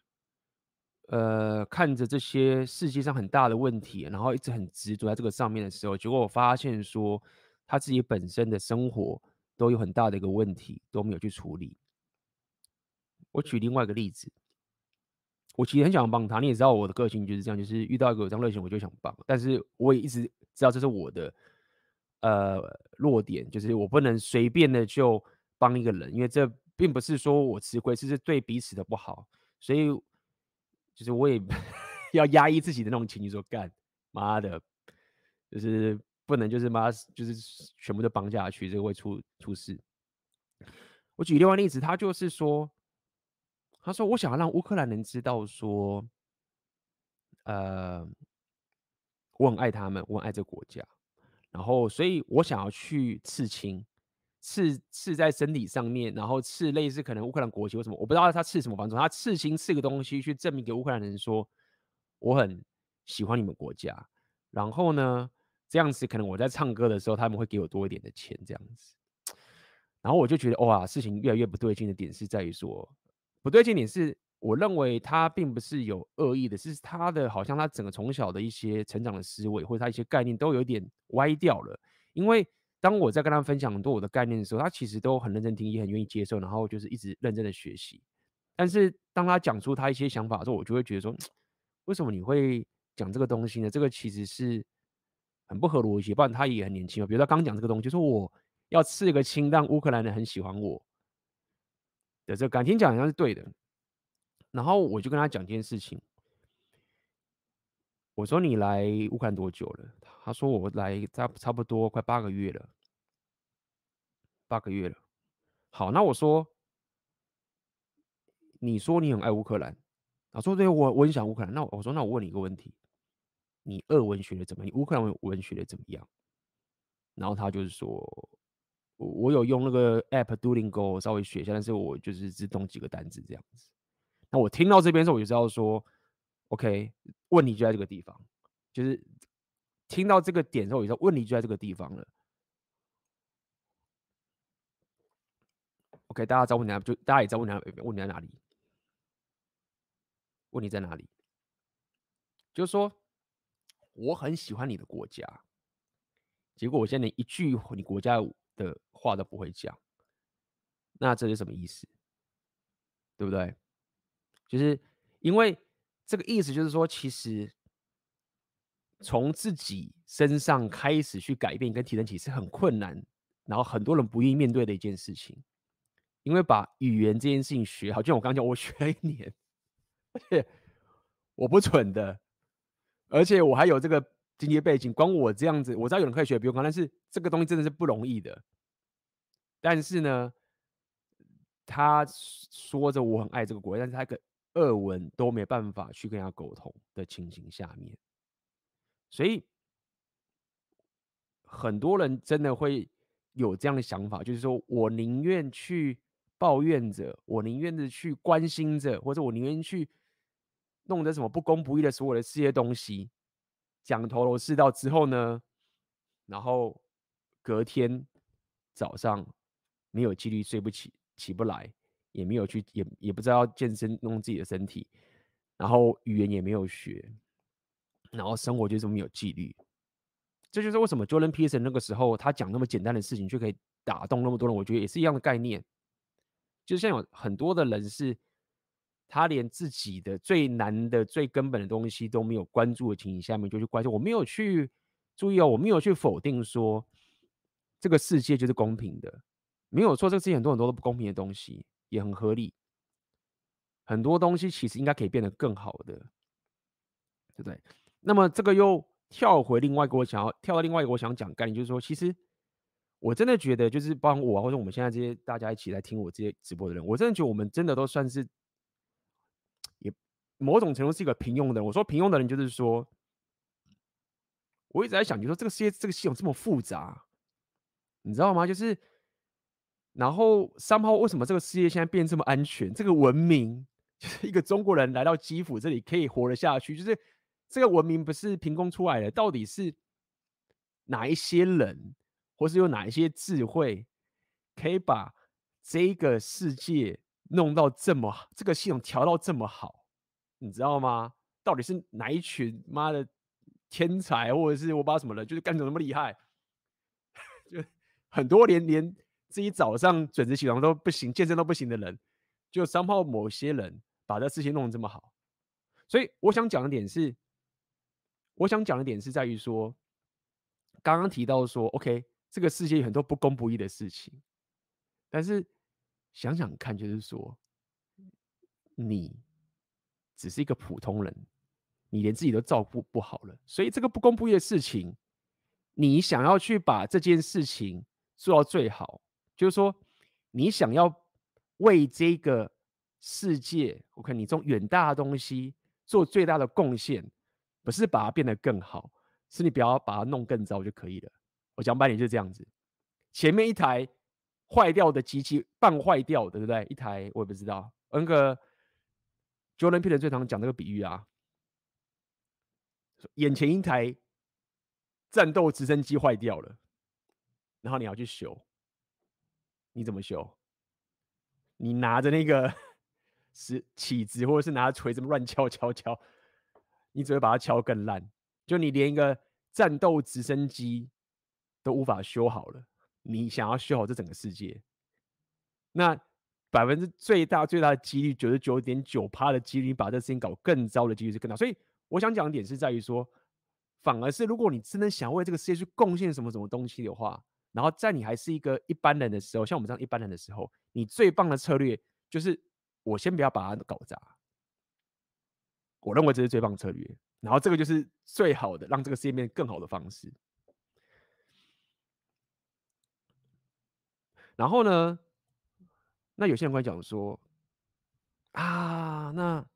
看着这些世界上很大的问题，然后一直很执着在这个上面的时候，结果我发现说，他自己本身的生活都有很大的一个问题，都没有去处理。我举另外一个例子，我其实很想帮他，你也知道我的个性就是这样，就是遇到一个有这样热情，我就想帮，但是我也一直知道这是我的弱点，就是我不能随便的就帮一个人，因为这并不是说我吃亏，是对彼此的不好，所以就是我也要压抑自己的那种情绪，说干妈的，就是不能就是就是全部都帮下去，这个会出事。我举另外例子，他就是说，他说我想要让乌克兰人知道说，呃，我很爱他们，我很爱这个国家，然后所以我想要去刺青，刺在身体上面，然后刺类似可能乌克兰国旗或什么，我不知道他刺什么，反正他刺青刺个东西去证明给乌克兰人说，我很喜欢你们国家，然后呢，这样子可能我在唱歌的时候他们会给我多一点的钱，这样子。 然后我就觉得哇，事情越来越不对劲的点是在于说，不对劲点是我认为他并不是有恶意的，是他的好像他整个从小的一些成长的思维或者他一些概念都有点歪掉了。因为当我在跟他分享很多我的概念的时候，他其实都很认真听，也很愿意接受，然后就是一直认真的学习。但是当他讲出他一些想法的时候，我就会觉得说，为什么你会讲这个东西呢？这个其实是很不合逻辑，不然他也很年轻嘛。比如他刚讲这个东西，就说我要刺个青，让乌克兰人很喜欢我的这个感情讲好像是对的。然后我就跟他讲这件事情，我说你来乌克兰多久了？他说我来差不多快8个月了，8个月了。好，那我说你说你很爱乌克兰，他说对我很想乌克兰。那我说那我问你一个问题，你俄文学的怎么样？你乌克兰文学的怎么样？然后他就是说，我有用那个 app Duolingo 稍微学一下，但是我就是只懂几个单字这样子。那我听到这边的时候，我就知道说 ，OK， 问题就在这个地方，就是听到这个点的时候，我就知道问题就在这个地方了。OK， 大家知道问题就大家也知道问题在哪里？问题在哪里？就是说，我很喜欢你的国家，结果我现在连一句你国家的话都不会讲，那这是什么意思？对不对？就是因为这个意思就是说，其实从自己身上开始去改变跟提升起是很困难，然后很多人不愿意面对的一件事情。因为把语言这件事情学好，就像我刚刚讲，我学了1年，而且我不蠢的，而且我还有这个经济背景。光我这样子，我知道有人可以学得比我高，但是这个东西真的是不容易的。但是呢，他说着我很爱这个国家，但是他个俄文都没办法去跟他沟通的情形下面，所以很多人真的会有这样的想法，就是说我宁愿去抱怨着，我宁愿的去关心着，或者我宁愿去弄得什么不公不义的所有的这些东西，讲头头是道之后呢，然后隔天早上没有纪律，睡不起不来，也没有去也不知道健身弄自己的身体，然后语言也没有学，然后生活就这么没有纪律。这就是为什么 Jordan Peterson 那个时候他讲那么简单的事情，就可以打动那么多人。我觉得也是一样的概念，就像有很多的人是，他连自己的最难的、最根本的东西都没有关注的情形下面，就去关注。我没有去注意哦，我没有去否定说这个世界就是公平的，没有错。这个世界很多都不公平的东西，也很合理。很多东西其实应该可以变得更好的，对不对？那么这个又跳到另外一个我想讲的概念，就是说，其实我真的觉得，就是包括我或者我们现在这些大家一起来听我这些直播的人，我真的觉得我们真的都算是，也某种程度是一个平庸的人。我说平庸的人，就是说，我一直在想，就是说这个世界这个系统这么复杂，你知道吗？就是，然后somehow为什么这个世界现在变这么安全？这个文明，就是一个中国人来到基辅这里可以活得下去，就是这个文明不是凭空出来的，到底是哪一些人，或是有哪一些智慧，可以把这个世界弄到这个系统调到这么好，你知道吗？到底是哪一群妈的天才，或者是我不知道什么人，就是干怎么那么厉害？就很多连自己早上准时起床都不行，健身都不行的人，就somehow某些人把这事情弄得这么好。所以我想讲的点是在于说，刚刚提到说 ，OK， 这个世界有很多不公不义的事情，但是想想看，就是说，你只是一个普通人，你连自己都照顾不好了，所以这个不公不义的事情，你想要去把这件事情做到最好，就是说，你想要为这个世界，OK， 你这种远大的东西做最大的贡献，不是把它变得更好，是你不要把它弄更糟就可以了。我讲白点就是这样子。前面一台坏掉的机器，半坏掉的，对不对？一台我也不知道，那个 Jordan Peterson 最常讲这个比喻啊，眼前一台战斗直升机坏掉了，然后你要去修， 你怎么修？你拿着那个起子，或者是拿着锤子乱敲，你只会把它敲更烂。就你连一个战斗直升机都无法修好了，你想要修好这整个世界，那最大的几率，99.9%的几率，你把这事情搞更糟的几率是更大。所以我想讲的点是在于说，反而是如果你真的想为这个世界去贡献什么东西的话，然后在你还是一个一般人的时候，像我们这样一般人的时候，你最棒的策略就是我先不要把它搞砸。我认为这是最棒的策略，然后这个就是最好的让这个世界变得更好的方式。然后呢，那有些人会讲说，啊，那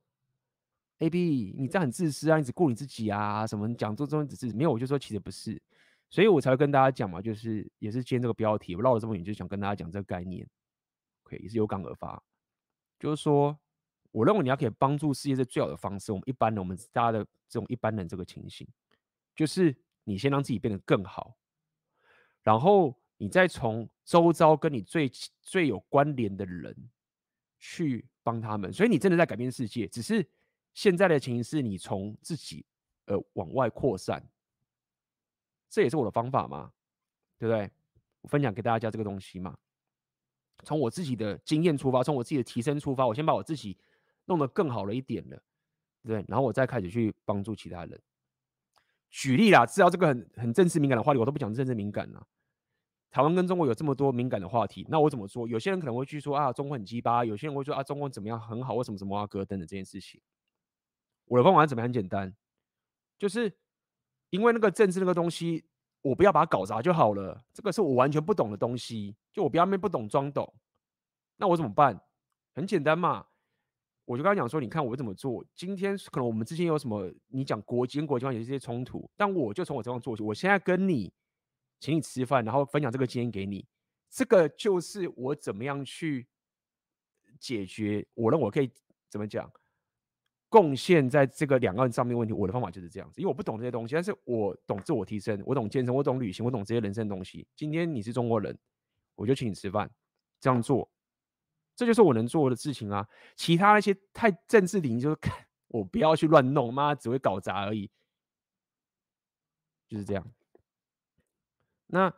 AB 你这样很自私啊，你只顾你自己啊，什么你讲这东西只是没有，我就说其实不是，所以我才会跟大家讲嘛，就是也是今天这个标题，我绕了这么远，就想跟大家讲这个概念，OK， 也是有感而发，就是说，我认为你要可以帮助世界是最好的方式，我们一般人，我们大家的这种一般人这个情形，就是你先让自己变得更好，然后你再从周遭跟你最有关联的人去帮他们，所以你真的在改变世界，只是现在的情形是你从自己往外扩散，这也是我的方法嘛，对不对？我分享给大家这个东西嘛，从我自己的经验出发，从我自己的提升出发，我先把我自己弄得更好了一点了，对不对？然后我再开始去帮助其他人。举例啦，知道这个很政治敏感的话题，我都不讲政治敏感啦。台湾跟中国有这么多敏感的话题，那我怎么做？有些人可能会去说啊，中国很鸡巴；有些人会说啊，中国怎么样很好，为什么啊哥等等这件事情。我的方法怎么很简单，就是因为那个政治那个东西，我不要把它搞砸就好了。这个是我完全不懂的东西，就我不要不懂装懂。那我怎么办？很简单嘛，我就跟他讲说，你看我怎么做。今天可能我们之间有什么，你讲国际跟国际间有一些冲突，但我就从我这样做起。我现在跟你，请你吃饭，然后分享这个经验给你，这个就是我怎么样去解决。我认为我可以怎么讲，贡献在这个两岸上面的问题。我的方法就是这样子，因为我不懂这些东西，但是我懂自我提升，我懂健身，我懂旅行，我懂这些人生的东西。今天你是中国人，我就请你吃饭，这样做。这就是我能做的事情啊！其他那些太政治领域，就是看我不要去乱弄，妈只会搞砸而已，就是这样。那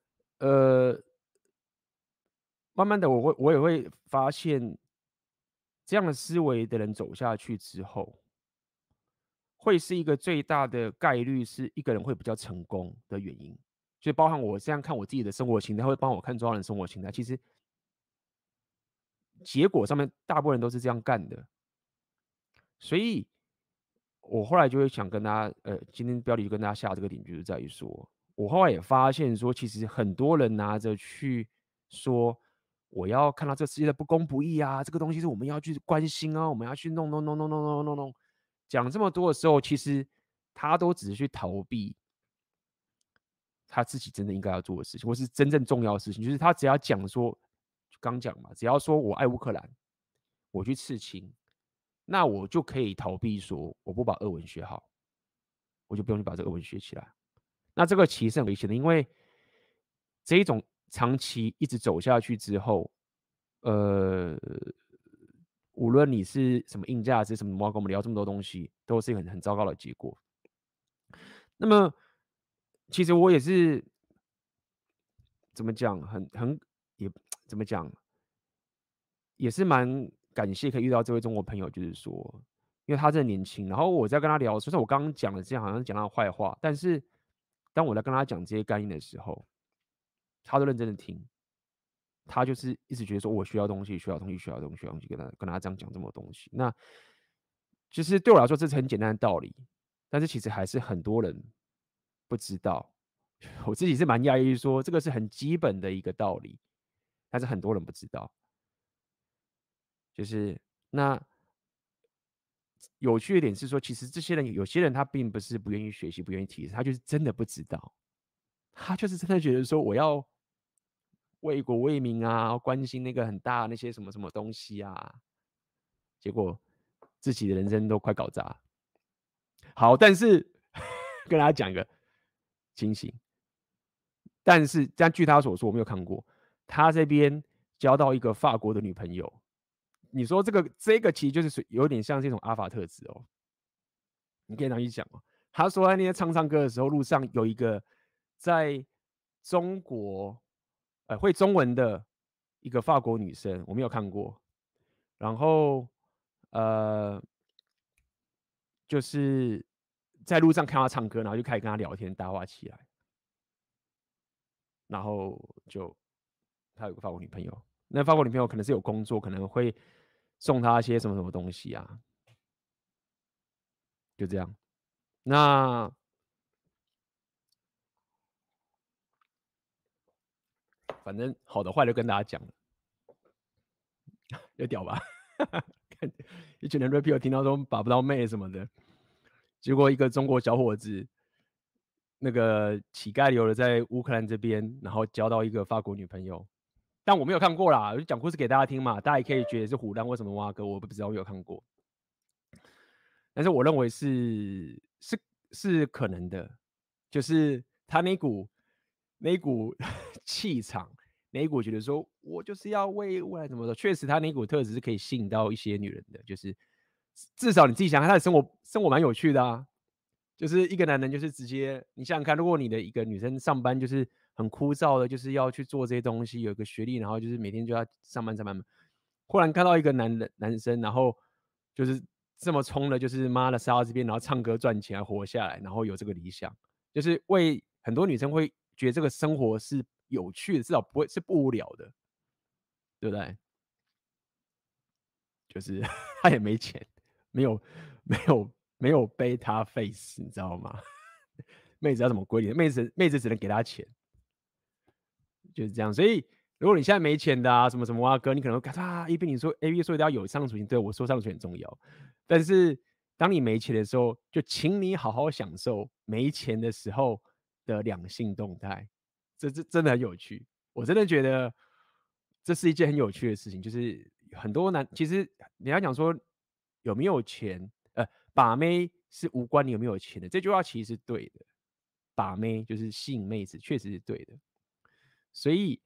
慢慢的我也会发现，这样的思维的人走下去之后，会是一个最大的概率是一个人会比较成功的原因。所以包含我这样看我自己的生活形态，会帮我看周遭人生活形态，其实结果上面大部分人都是这样干的。所以我后来就会想跟大家，今天标题就跟大家下这个点，就是在于说，我后来也发现说，其实很多人拿着去说，我要看到这世界的不公不义啊，这个东西是我们要去关心啊，我们要去弄，讲这么多的时候，其实他都只是去逃避他自己真的应该要做的事情，或是真正重要的事情，就是他只要讲说，刚讲嘛，只要说我爱乌克兰，我去刺青。那我就可以逃避说，我不把俄文学好，我就不用去把这个俄文学起来。那这个其实很危险的，因为这一种长期一直走下去之后，无论你是什么硬价值什么，跟我们聊这么多东西，都是很糟糕的结果。那么，其实我也是怎么讲，也怎么讲，也是蛮感谢可以遇到这位中国朋友，就是说，因为他真的年轻，然后我在跟他聊，虽然我刚刚讲的这样好像讲他的坏话，但是当我在跟他讲这些概念的时候，他都认真的听，他就是一直觉得说我需要东西，跟他这样讲这么多东西。那其实对我来说这是很简单的道理，但是其实还是很多人不知道。我自己是蛮讶异，说这个是很基本的一个道理，但是很多人不知道。就是那有趣的点是说，其实这些人有些人他并不是不愿意学习、不愿意提升，他就是真的不知道，他就是真的觉得说我要为国为民啊，关心那个很大那些什么什么东西啊，结果自己的人生都快搞砸。好，但是跟大家讲一个情形，但是据他所说，我没有看过，他这边交到一个法国的女朋友。你说这个其实就是有点像这种阿法特质哦。你可以拿去讲哦。他说他那天唱歌的时候，路上有一个在中国会中文的一个法国女生，我没有看过。然后就是在路上看他唱歌，然后就开始跟他聊天搭话起来。然后就他有个法国女朋友，那法国女朋友可能是有工作，可能会送他一些什么什么东西啊，就这样。那反正好的坏的跟大家讲了，有屌吧？一群人 repeat 听到说把不到妹什么的，结果一个中国小伙子，那个乞丐流了在乌克兰这边，然后交到一个法国女朋友。但我没有看过啦，我就讲故事给大家听嘛，大家也可以觉得是唬烂或什么挖哥，我不知道，我没有看过。但是我认为是可能的，就是他那股气场，那一股觉得说我就是要为未来怎么说，确实他那股特质是可以吸引到一些女人的，就是至少你自己想想他的生活蛮有趣的啊。就是一个男人就是直接，你想想看，如果你的一个女生上班就是很枯燥的，就是要去做这些东西，有一个学历，然后就是每天就要上班，忽然看到一个男生，然后就是这么冲的，就是妈的杀到这边，然后唱歌赚钱活下来，然后有这个理想，就是为很多女生会觉得这个生活是有趣的，至少不会是不无聊的，对不对？就是他也没钱，没有背他 face， 你知道吗？妹子要怎么归你？妹子只能给他钱，就是这样。所以如果你现在没钱的啊，什么什么啊哥，你可能会啊，A B 你说 A B 说一定要有上属性，对我说上属性很重要。但是当你没钱的时候，就请你好好享受没钱的时候的两性动态，这真的很有趣。我真的觉得这是一件很有趣的事情，就是很多其实你要讲说有没有钱，把妹是无关你有没有钱的，这句话其实是对的。把妹就是吸引妹子，确实是对的。所以，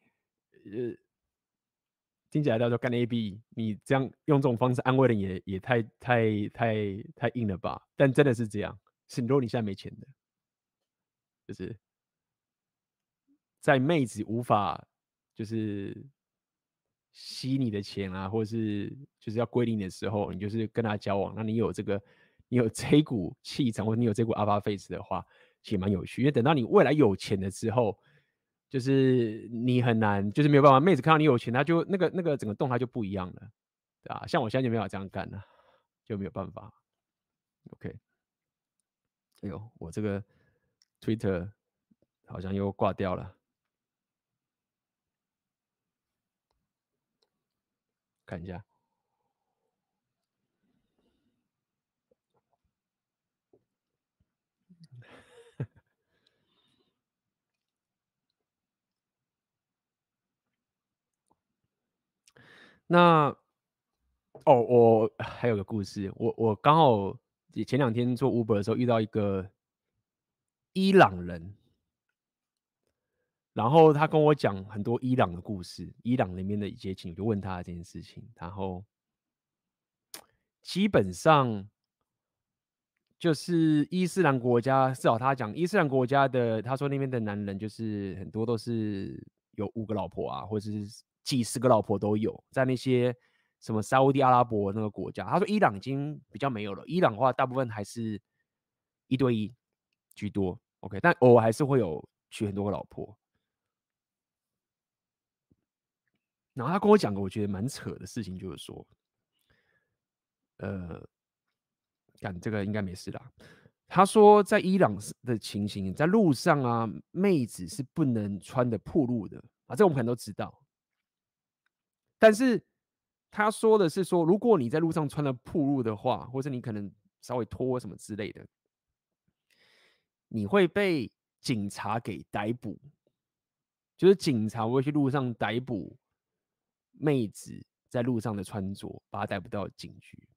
听起来叫做干 AB，你这样用这种方式安慰人也太硬了吧？但真的是这样，是如果你现在没钱的，就是在妹子无法就是吸你的钱啊，或者是就是要归零的时候，你就是跟他交往，那你有这一股气场，或者你有这股阿巴 face 的话，其实蛮有趣。因为等到你未来有钱了之后，就是你很难，就是没有办法，妹子看到你有钱，她就那个整个动态就不一样了，对吧？像我现在就没法这样干了，就没有办法。OK，哎呦，我这个 Twitter 好像又挂掉了，看一下。那我还有个故事，我刚好前2天做 Uber 的时候遇到一个伊朗人，然后他跟我讲很多伊朗的故事，伊朗那边的一些情，就问他这件事情，然后基本上就是伊斯兰国家，至少他讲伊斯兰国家的，他说那边的男人就是很多都是有5个老婆啊，或者是几十个老婆都有，在那些什么沙烏地阿拉伯那个国家，他说伊朗已经比较没有了，伊朗的话大部分还是1对1居多 ，OK， 但偶尔还是会有娶很多个老婆。然后他跟我讲个我觉得蛮扯的事情，就是说，干这个应该没事啦。他说，在伊朗的情形，在路上啊，妹子是不能穿的暴露的啊，这我们可能都知道。但是他说的是说，如果你在路上穿的暴露的话，或者你可能稍微脱什么之类的，你会被警察给逮捕。就是警察会去路上逮捕妹子在路上的穿着，把她逮捕到警局。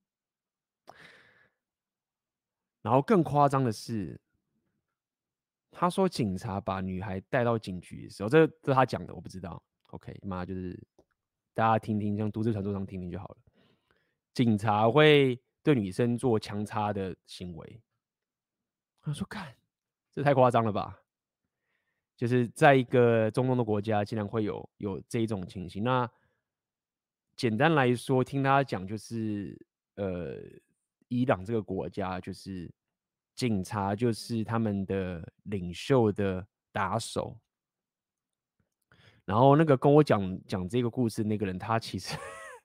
然后更夸张的是， 他说警察把女孩带到警局的时候，这是他讲的，我不知道。OK， 妈就是大家听听，像都市传说上听听就好了。警察会对女生做强插的行为，他说：“看，这太夸张了吧？”就是在一个中东的国家，竟然会有这一种情形。那简单来说，听他讲就是伊朗这个国家就是警察就是他们的领袖的打手。然后那个跟我讲这个故事那个人，他其实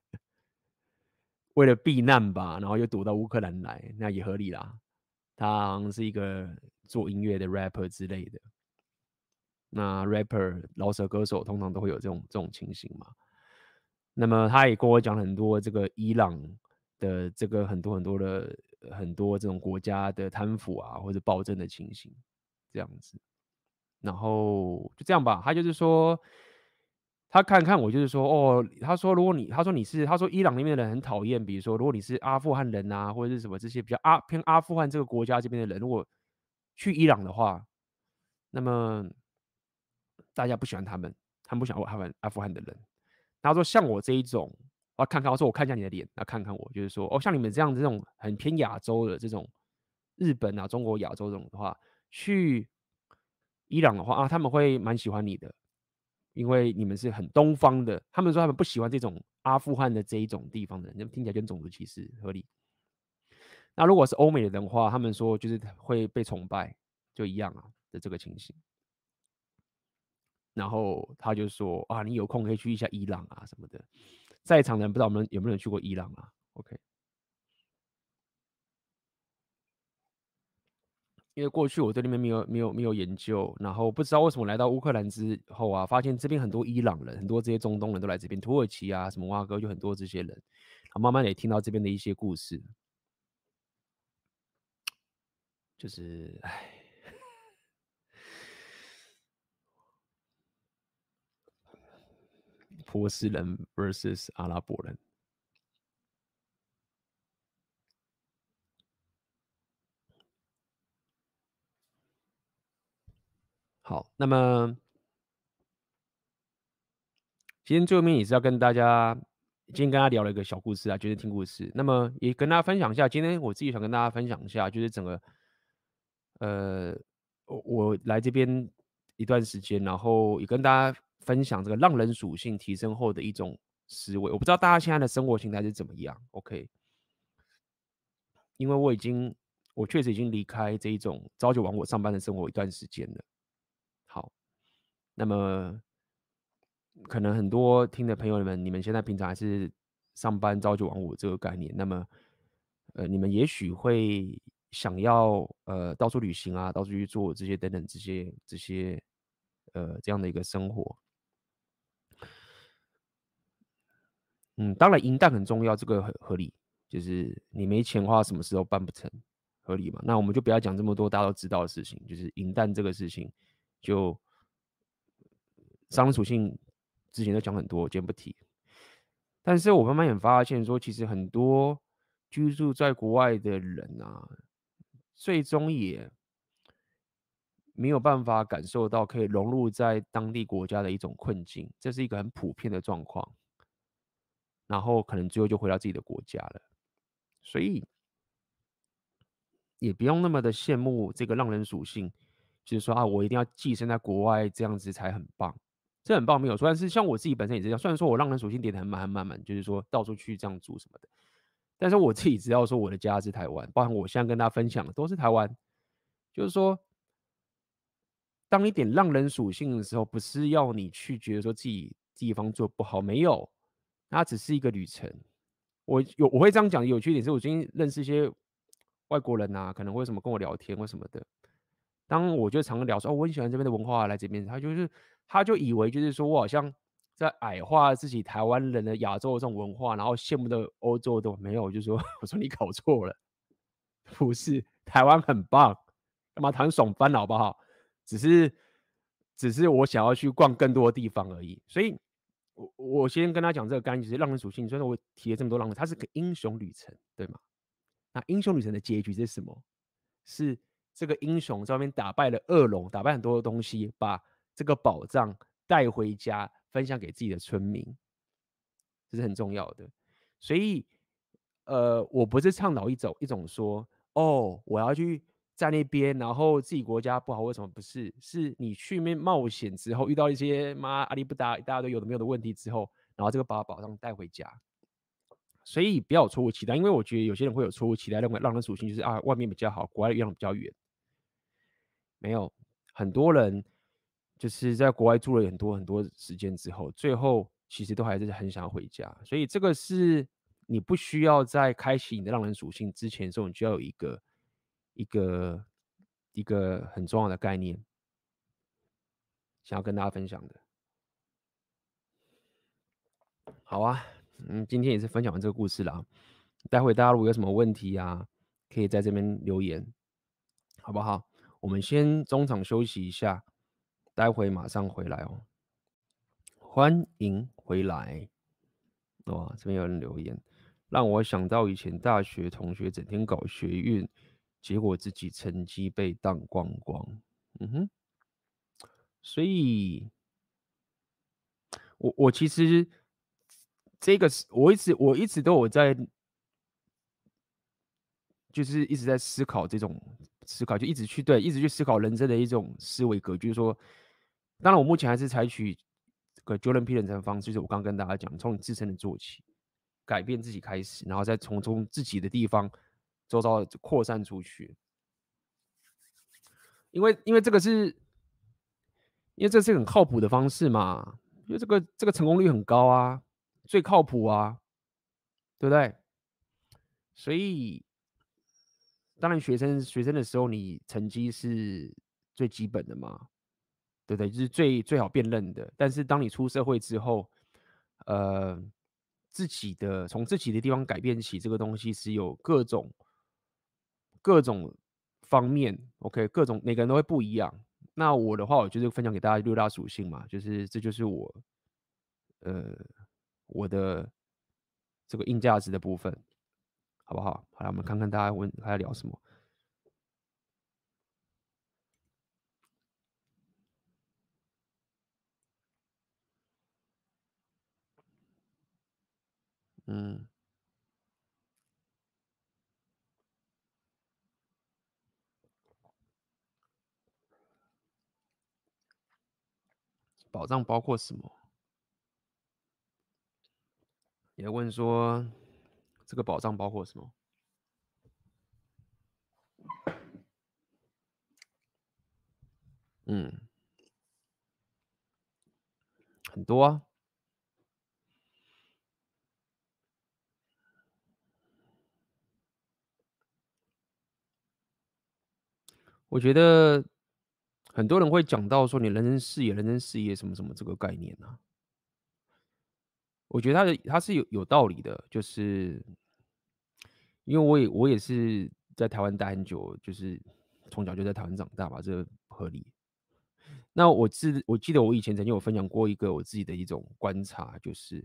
为了避难吧，然后又躲到乌克兰来，那也合理啦。他好像是一个做音乐的 rapper 之类的。那 rapper 饶舌歌手通常都会有这种情形嘛。那么他也跟我讲很多这个伊朗的这个很多这种国家的贪腐啊或者暴政的情形，这样子。然后就这样吧，他就是说，他看看我就是说，哦，他说如果他说伊朗那边的人很讨厌，比如说如果你是阿富汗人啊，或者是什么这些比较偏阿富汗这个国家这边的人，如果去伊朗的话，那么大家不喜欢他们不喜欢阿富汗的人。他说像我这一种，我看看，我说我看一下你的脸，那看看我，就是说，哦，像你们这样这种很偏亚洲的这种日本啊、中国、亚洲这种的话，去伊朗的话啊，他们会蛮喜欢你的，因为你们是很东方的。他们说他们不喜欢这种阿富汗的这一种地方的人，听起来跟种族歧视合理。那如果是欧美的人的话，他们说就是会被崇拜，就一样啊的这个情形。然后他就说啊，你有空可以去一下伊朗啊什么的。在场的人不知道有没有人去过伊朗啊 ？OK， 因为过去我对那边没有研究，然后不知道为什么来到乌克兰之后啊，发现这边很多伊朗人，很多这些中东人都来这边，土耳其啊什么哇哥就很多这些人，然后慢慢也听到这边的一些故事，就是唉。波斯人 versus 阿拉伯人。好，那么今天最后面也是要跟大家，今天跟大家聊了一个小故事啊，就是听故事。那么也跟大家分享一下，今天我自己想跟大家分享一下，就是整个我来这边一段时间，然后也跟大家分享这个浪人属性提升后的一种思维。我不知道大家现在的生活形态是怎么样 ，OK？因为我确实已经离开这一种朝九晚五上班的生活一段时间了。好，那么可能很多听的朋友们，你们现在平常还是上班朝九晚五这个概念，那么你们也许会想要到处旅行啊，到处去做这些等等这些这样的一个生活。当然银弹很重要，这个很合理，就是你没钱的话，什么事都办不成，合理嘛？那我们就不要讲这么多大家都知道的事情，就是银弹这个事情，就商人属性之前都讲很多，我今天不提。但是我慢慢也发现说，其实很多居住在国外的人啊，最终也没有办法感受到可以融入在当地国家的一种困境，这是一个很普遍的状况。然后可能最后就回到自己的国家了，所以也不用那么的羡慕这个浪人属性，就是说啊，我一定要寄生在国外这样子才很棒，这很棒没有错。但是像我自己本身也是这样，虽然说我浪人属性点的很满，就是说到处去这样住什么的，但是我自己知道说我的家是台湾，包含我现在跟大家分享的都是台湾，就是说，当你点浪人属性的时候，不是要你去觉得说自己地方做不好，没有，它只是一个旅程。我会这样讲，有趣一点是我最近认识一些外国人啊，可能为什么跟我聊天或什么的，当我就常聊说哦，我很喜欢这边的文化，来这边，他就以为就是说我好像在矮化自己台湾人的亚洲的这种文化，然后羡慕的欧洲的没有，就是说我说你搞错了，不是台湾很棒，干嘛谈爽翻了好不好？只是我想要去逛更多的地方而已，所以。我先跟他讲这个概念，就是浪人属性。虽然我提了这么多浪人，它是个英雄旅程，对吗？那英雄旅程的结局是什么？是这个英雄在外面打败了恶龙，打败很多的东西，把这个宝藏带回家，分享给自己的村民，这是很重要的。所以，我不是倡导一种说，哦，我要去在那边，然后自己国家不好，为什么不是？是你去面冒险之后，遇到一些阿里不达一大堆有的没有的问题之后，然后这个把宝藏带回家。所以不要有错误期待，因为我觉得有些人会有错误期待，认为浪人属性就是外面比较好，国外的月亮比较圆。没有，很多人就是在国外住了很多时间之后，最后其实都还是很想要回家。所以这个是你不需要在开启你的浪人属性之前的时候，你就要有一个很重要的概念，想要跟大家分享的。好啊，今天也是分享完这个故事啦。待会大家如果有什么问题啊，可以在这边留言，好不好？我们先中场休息一下，待会马上回来哦。欢迎回来。哇，这边有人留言，让我想到以前大学同学整天搞学运，结果自己成绩被当光光。所以我其实这个是我一直都有在，就是一直在思考这种思考，就一直去思考人生的一种思维格局。就是说，当然我目前还是采取这个 Jordan Peterson 的方式，就是我刚刚跟大家讲，从你自身的做起，改变自己开始，然后再从自己的地方周遭扩散出去。因为这个是，因为这是很靠谱的方式嘛，因为这个成功率很高啊，最靠谱啊，对不对？所以当然学生的时候，你成绩是最基本的嘛，对不对？就是最好辨认的。但是当你出社会之后，从自己的地方改变起，这个东西是有各种方面 ，OK， 每个人都会不一样。那我的话，我就是分享给大家6大属性嘛，这就是我的这个硬价值的部分，好不好？好，我们看看大家还要聊什么。保障包括什么？也问说这个保障包括什么？很多啊。我觉得很多人会讲到说你人生视野什么什么这个概念啊，我觉得它是有道理的，就是因为我也是在台湾待很久，就是从小就在台湾长大吧，这不合理。那我记得我以前曾经有分享过一个我自己的一种观察，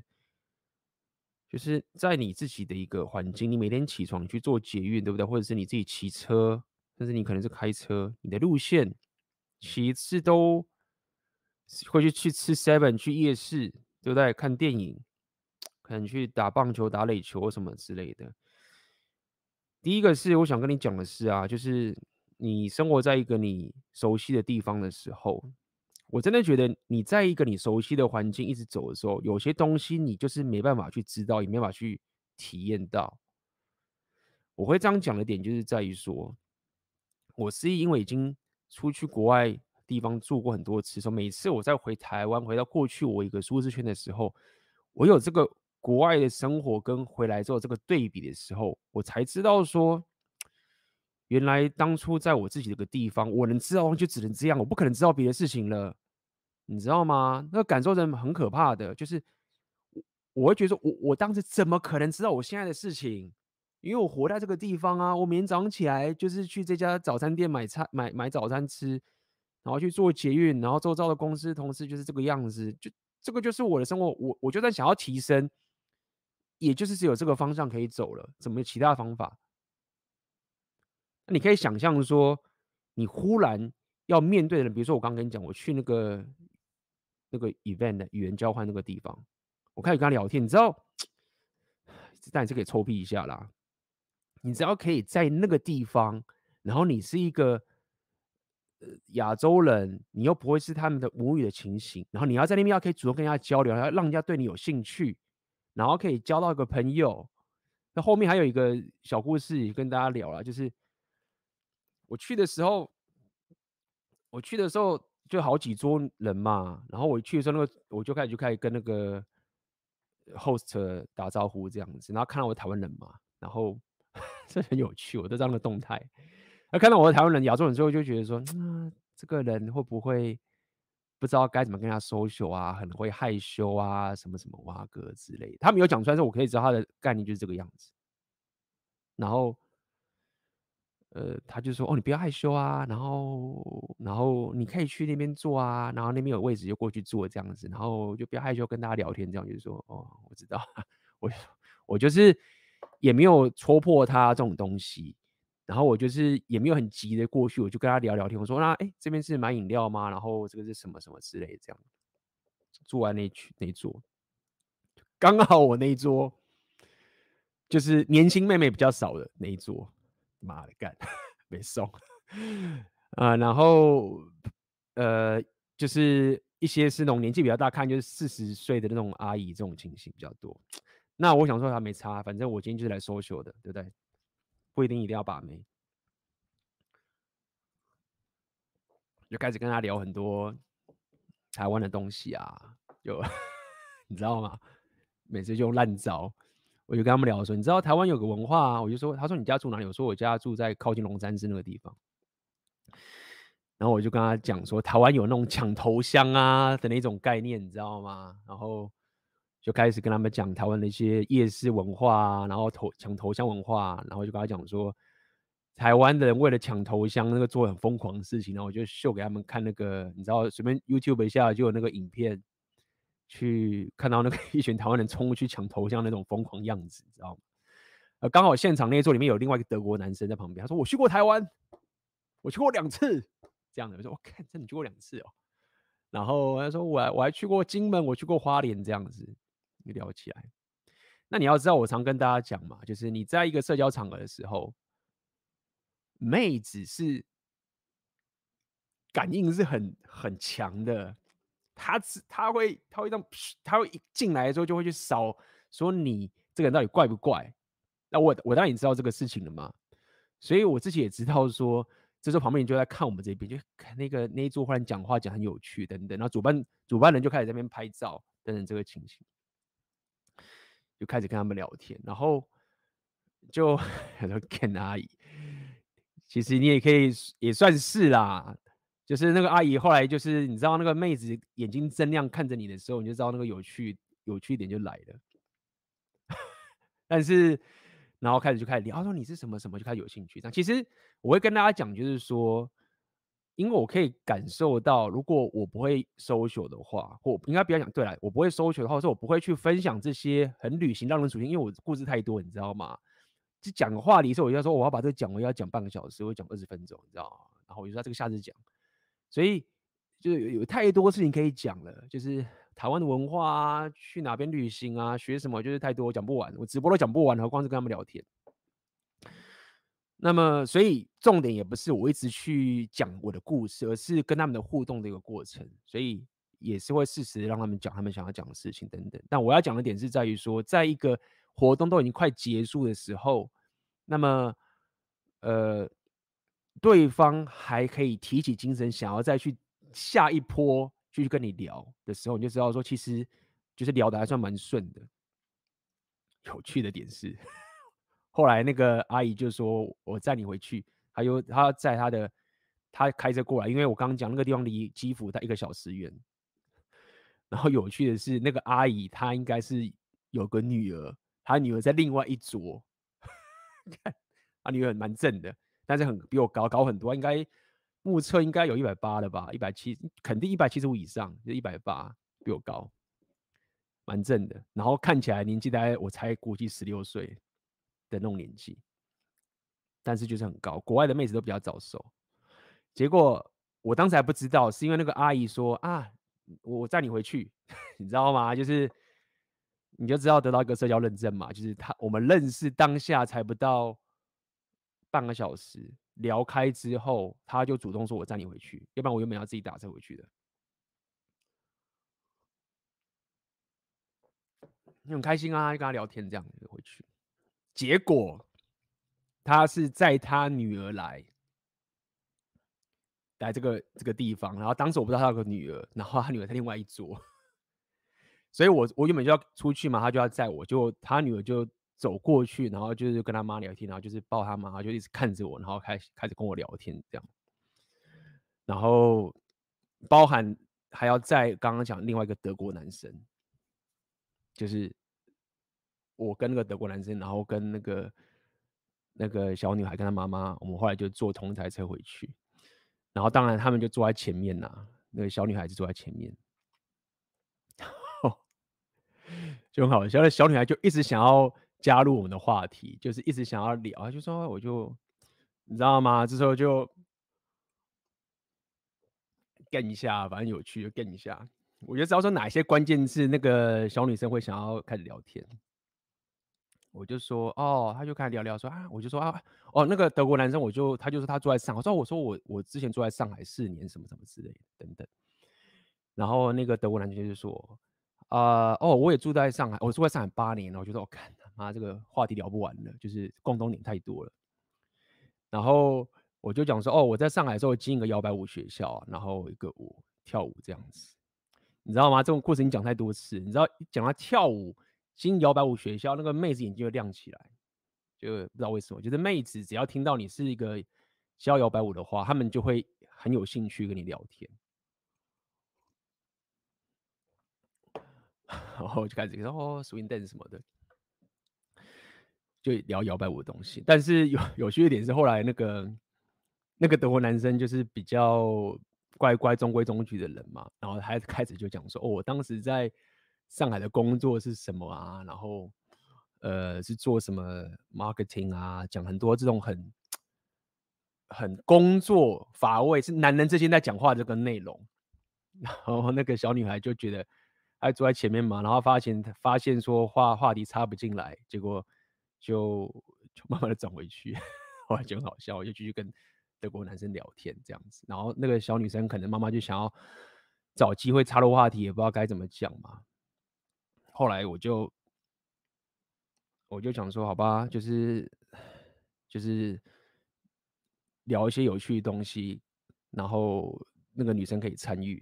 就是在你自己的一个环境，你每天起床去做捷运，对不对？或者是你自己骑车，甚至你可能是开车，你的路线其实都会去吃 Seven 去夜市，对不对？看电影，可能去打棒球、打垒球什么之类的。第一个是我想跟你讲的是啊，就是你生活在一个你熟悉的地方的时候，我真的觉得你在一个你熟悉的环境一直走的时候，有些东西你就是没办法去知道，也没办法去体验到。我会这样讲的点就是在于说，我是因为已经出去国外地方住过很多次，说每次我再回台湾，回到过去我一个舒适圈的时候，我有这个国外的生活跟回来之后这个对比的时候，我才知道说，原来当初在我自己的个地方，我能知道就只能这样，我不可能知道别的事情了，你知道吗？那个感受真的很可怕的，就是我会觉得说，我当时怎么可能知道我现在的事情？因为我活在这个地方啊，我每天早上起来就是去这家早餐店买早餐吃，然后去做捷运，然后周遭的公司同事就是这个样子，就这个就是我的生活。我就算想要提升，也就是只有这个方向可以走了，怎么其他方法？那你可以想象说， 你忽然要面对的人，比如说我刚跟你讲，我去那个 event 的语言交换那个地方，我开始跟他聊天，你知道，但是可以臭屁一下啦。你只要可以在那个地方，然后你是一个亚洲人，你又不会是他们的母语的情形，然后你要在那边要可以主动跟人家交流，要让人家对你有兴趣，然后可以交到一个朋友。那后面还有一个小故事跟大家聊啦，就是我去的时候就好几桌人嘛，然后我去的时候，我就开始跟那个 host 打招呼这样子，然后看到我台湾人嘛，然后这很有趣，我都知道那个动态。那看到我的台湾人、亚洲人之后，就觉得说，这个人会不会不知道该怎么跟他 social 啊，很会害羞啊，什么什么蛙哥之类的。他没有讲出来，之后我可以知道他的概念就是这个样子。然后，他就说，你不要害羞啊，然后你可以去那边坐啊，然后那边有位置就过去坐这样子，然后就不要害羞跟大家聊天，这样就是说，我知道，我就是也没有戳破他这种东西。然后我就是也没有很急的过去，我就跟他聊聊天。我说这边是买饮料吗？然后这个是什么什么之类的，这样。坐完那一桌，刚好我那一桌就是年轻妹妹比较少的那一桌，妈的干，没送然后就是一些是那种年纪比较大，看就是40岁的那种阿姨，这种情形比较多。那我想说他没差，反正我今天就是来 social 的，对不对？不一定要把妹。就开始跟他聊很多台湾的东西啊，就你知道吗？每次就用烂招，我就跟他们聊说，你知道台湾有个文化啊？我就说，他说你家住哪里？我说我家住在靠近龙山寺那个地方。然后我就跟他讲说，台湾有那种抢头香啊的那种概念，你知道吗？然后就开始跟他们讲台湾的一些夜市文化啊，然后抢头香文化，然后就跟他讲说，台湾的人为了抢头香，那个做很疯狂的事情，然后我就秀给他们看那个，你知道，随便 YouTube 一下就有那个影片，去看到那个一群台湾人冲去抢头香那种疯狂样子，你知道吗？刚好现场那一桌里面有另外一个德国男生在旁边，他说我去过台湾，我去过2次，这样的。我说我看真的去过2次哦。然后他说我还去过金门，我去过花莲，这样子就聊起来。那你要知道，我常跟大家讲嘛，就是你在一个社交场合的时候，妹子是感应是很强的，她会让她会一进来的时候就会去扫，说你这个人到底怪不怪？那我当然也知道这个事情了嘛，所以我自己也知道说，这时候旁边人就在看我们这边，就看那一桌忽然讲话讲很有趣等等，然后主办人就开始在那边拍照等等这个情形，就开始跟他们聊天，然后就说 Ken 阿姨。其实你也可以也算是啦，就是那个阿姨后来就是你知道那个妹子眼睛睁亮看着你的时候，你就知道那个有趣点就来了。但是然后就开始聊，他说你是什么什么，就开始有兴趣。其实我会跟大家讲，就是说，因为我可以感受到，如果我不会 social 的话，或应该不要讲对了，我不会 social 的话，说我不会去分享这些很旅行让人属性，因为我故事太多，你知道吗？就讲个话题的时候，我就要说我要把这个讲，我要讲半个小时，我讲20分钟，你知道吗？然后我就说这个下次讲，所以就有太多事情可以讲了，就是台湾的文化啊，去哪边旅行啊，学什么，就是太多讲不完，我直播都讲不完，何况是跟他们聊天。那么，所以重点也不是我一直去讲我的故事，而是跟他们的互动的一个过程，所以也是会适时让他们讲他们想要讲的事情等等。但我要讲的点是在于说，在一个活动都已经快结束的时候，那么对方还可以提起精神，想要再去下一波继续跟你聊的时候，你就知道说，其实就是聊得还算蛮顺的。有趣的点是，后来那个阿姨就说：“我载你回去。”她载她开车过来，因为我刚刚讲那个地方离基辅在1个小时远。然后有趣的是，那个阿姨她应该是有个女儿，她女儿在另外一桌。她女儿蛮正的，但是比我高很多，应该目测应该有180了吧，170，肯定175以上，就180，比我高，蛮正的。然后看起来年纪大概我猜估计16岁的那种年纪，但是就是很高。国外的妹子都比较早熟。 结果我当时还不知道，是因为那个阿姨说啊，我载你回去，你知道吗？就是你就知道得到一个社交认证嘛，就是我们认识当下才不到半个小时，聊开之后，他就主动说我载你回去，要不然我原本要自己打车回去的。很开心啊，就跟他聊天这样回去。结果他是载他女儿来这个地方，然后当时我不知道他有个女儿，然后他女儿在另外一桌，所以我原本就要出去嘛，他就要载我，就他女儿就走过去，然后就是跟他妈聊天，然后就是抱他妈，就一直看着我，然后开始跟我聊天这样，然后包含还要载刚刚讲另外一个德国男生，就是我跟那个德国男生，然后跟那个小女孩跟她妈妈，我们后来就坐同一台车回去。然后当然他们就坐在前面呐，那个小女孩子坐在前面，就很好笑。那小女孩就一直想要加入我们的话题，就是一直想要聊，就说我就你知道吗？这时候就跟一下，反正有趣就跟一下。我就知道说哪些关键字那个小女生会想要开始聊天。我就说哦，他就开始聊说啊，我就说啊，哦，那个德国男生，他就说他住在上海，我说我之前住在上海4年，什么之类的等等。然后那个德国男生就说哦，我也住在上海，我住在上海8年了。我觉得我看他妈这个话题聊不完了，就是共同点太多了。然后我就讲说哦，我在上海的时候经营个摇摆舞学校，然后一个舞跳舞这样子，你知道吗？这种故事你讲太多次，你知道讲到跳舞。新摇摆舞学校，那个妹子眼睛就亮起来，就不知道为什么，就是妹子只要听到你是一个教摇摆舞的话，他们就会很有兴趣跟你聊天。然后就开始说哦 ，swing dance 什么的，就聊摇摆舞的东西。但是有趣一点是，后来那个德国男生就是比较乖乖、中规中矩的人嘛，然后还开始就讲说，哦，我当时在上海的工作是什么啊？然后是做什么 marketing 啊？讲很多这种很工作乏味，是男人之间在讲话这个内容。然后那个小女孩就觉得，她坐在前面嘛，然后发现说话题插不进来，结果就慢慢的转回去，后来就很好笑，我就继续跟德国男生聊天这样子。然后那个小女生可能妈妈就想要找机会插入话题，也不知道该怎么讲嘛。后来我就想说，好吧，就是聊一些有趣的东西，然后那个女生可以参与。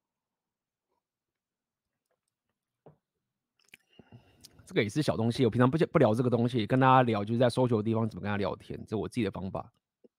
这个也是小东西，我平常不聊这个东西，跟大家聊就是在social的地方怎么跟他聊天，这是我自己的方法。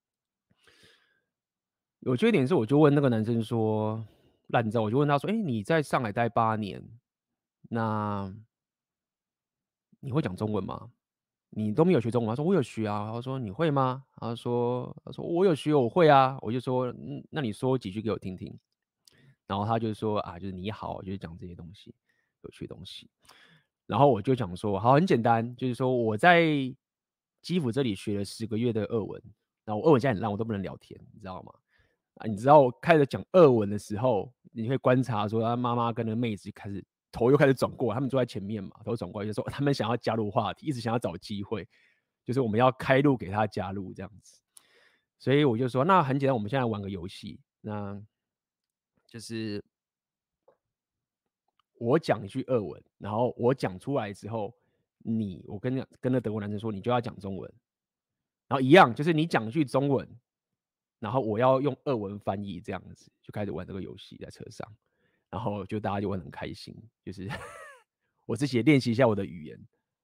有趣一点是，我就问那个男生说，烂照，我就问他说，你在上海待8年，那你会讲中文吗？你都没有学中文？他说我有学啊。他说你会吗？他说我有学，我会啊。我就说那你说几句给我听听。然后他就说啊，就是你好，就是讲这些东西，有趣的东西。然后我就讲说，好，很简单，就是说我在基辅这里学了10个月的俄文，然后我俄文现在很烂，我都不能聊天，你知道吗？你知道我开始讲俄文的时候，你会观察说，他妈妈跟那个妹子头又开始转过来，他们坐在前面嘛，头转过来就说他们想要加入话题，一直想要找机会，就是我们要开路给他加入这样子。所以我就说，那很简单，我们现在玩个游戏，那就是我讲一句俄文，然后我讲出来之后，我跟那德国男生说，你就要讲中文，然后一样，就是你讲一句中文，然后我要用俄文翻译，这样子就开始玩这个游戏在车上，然后就大家就玩得很开心，就是我自己也练习一下我的语言。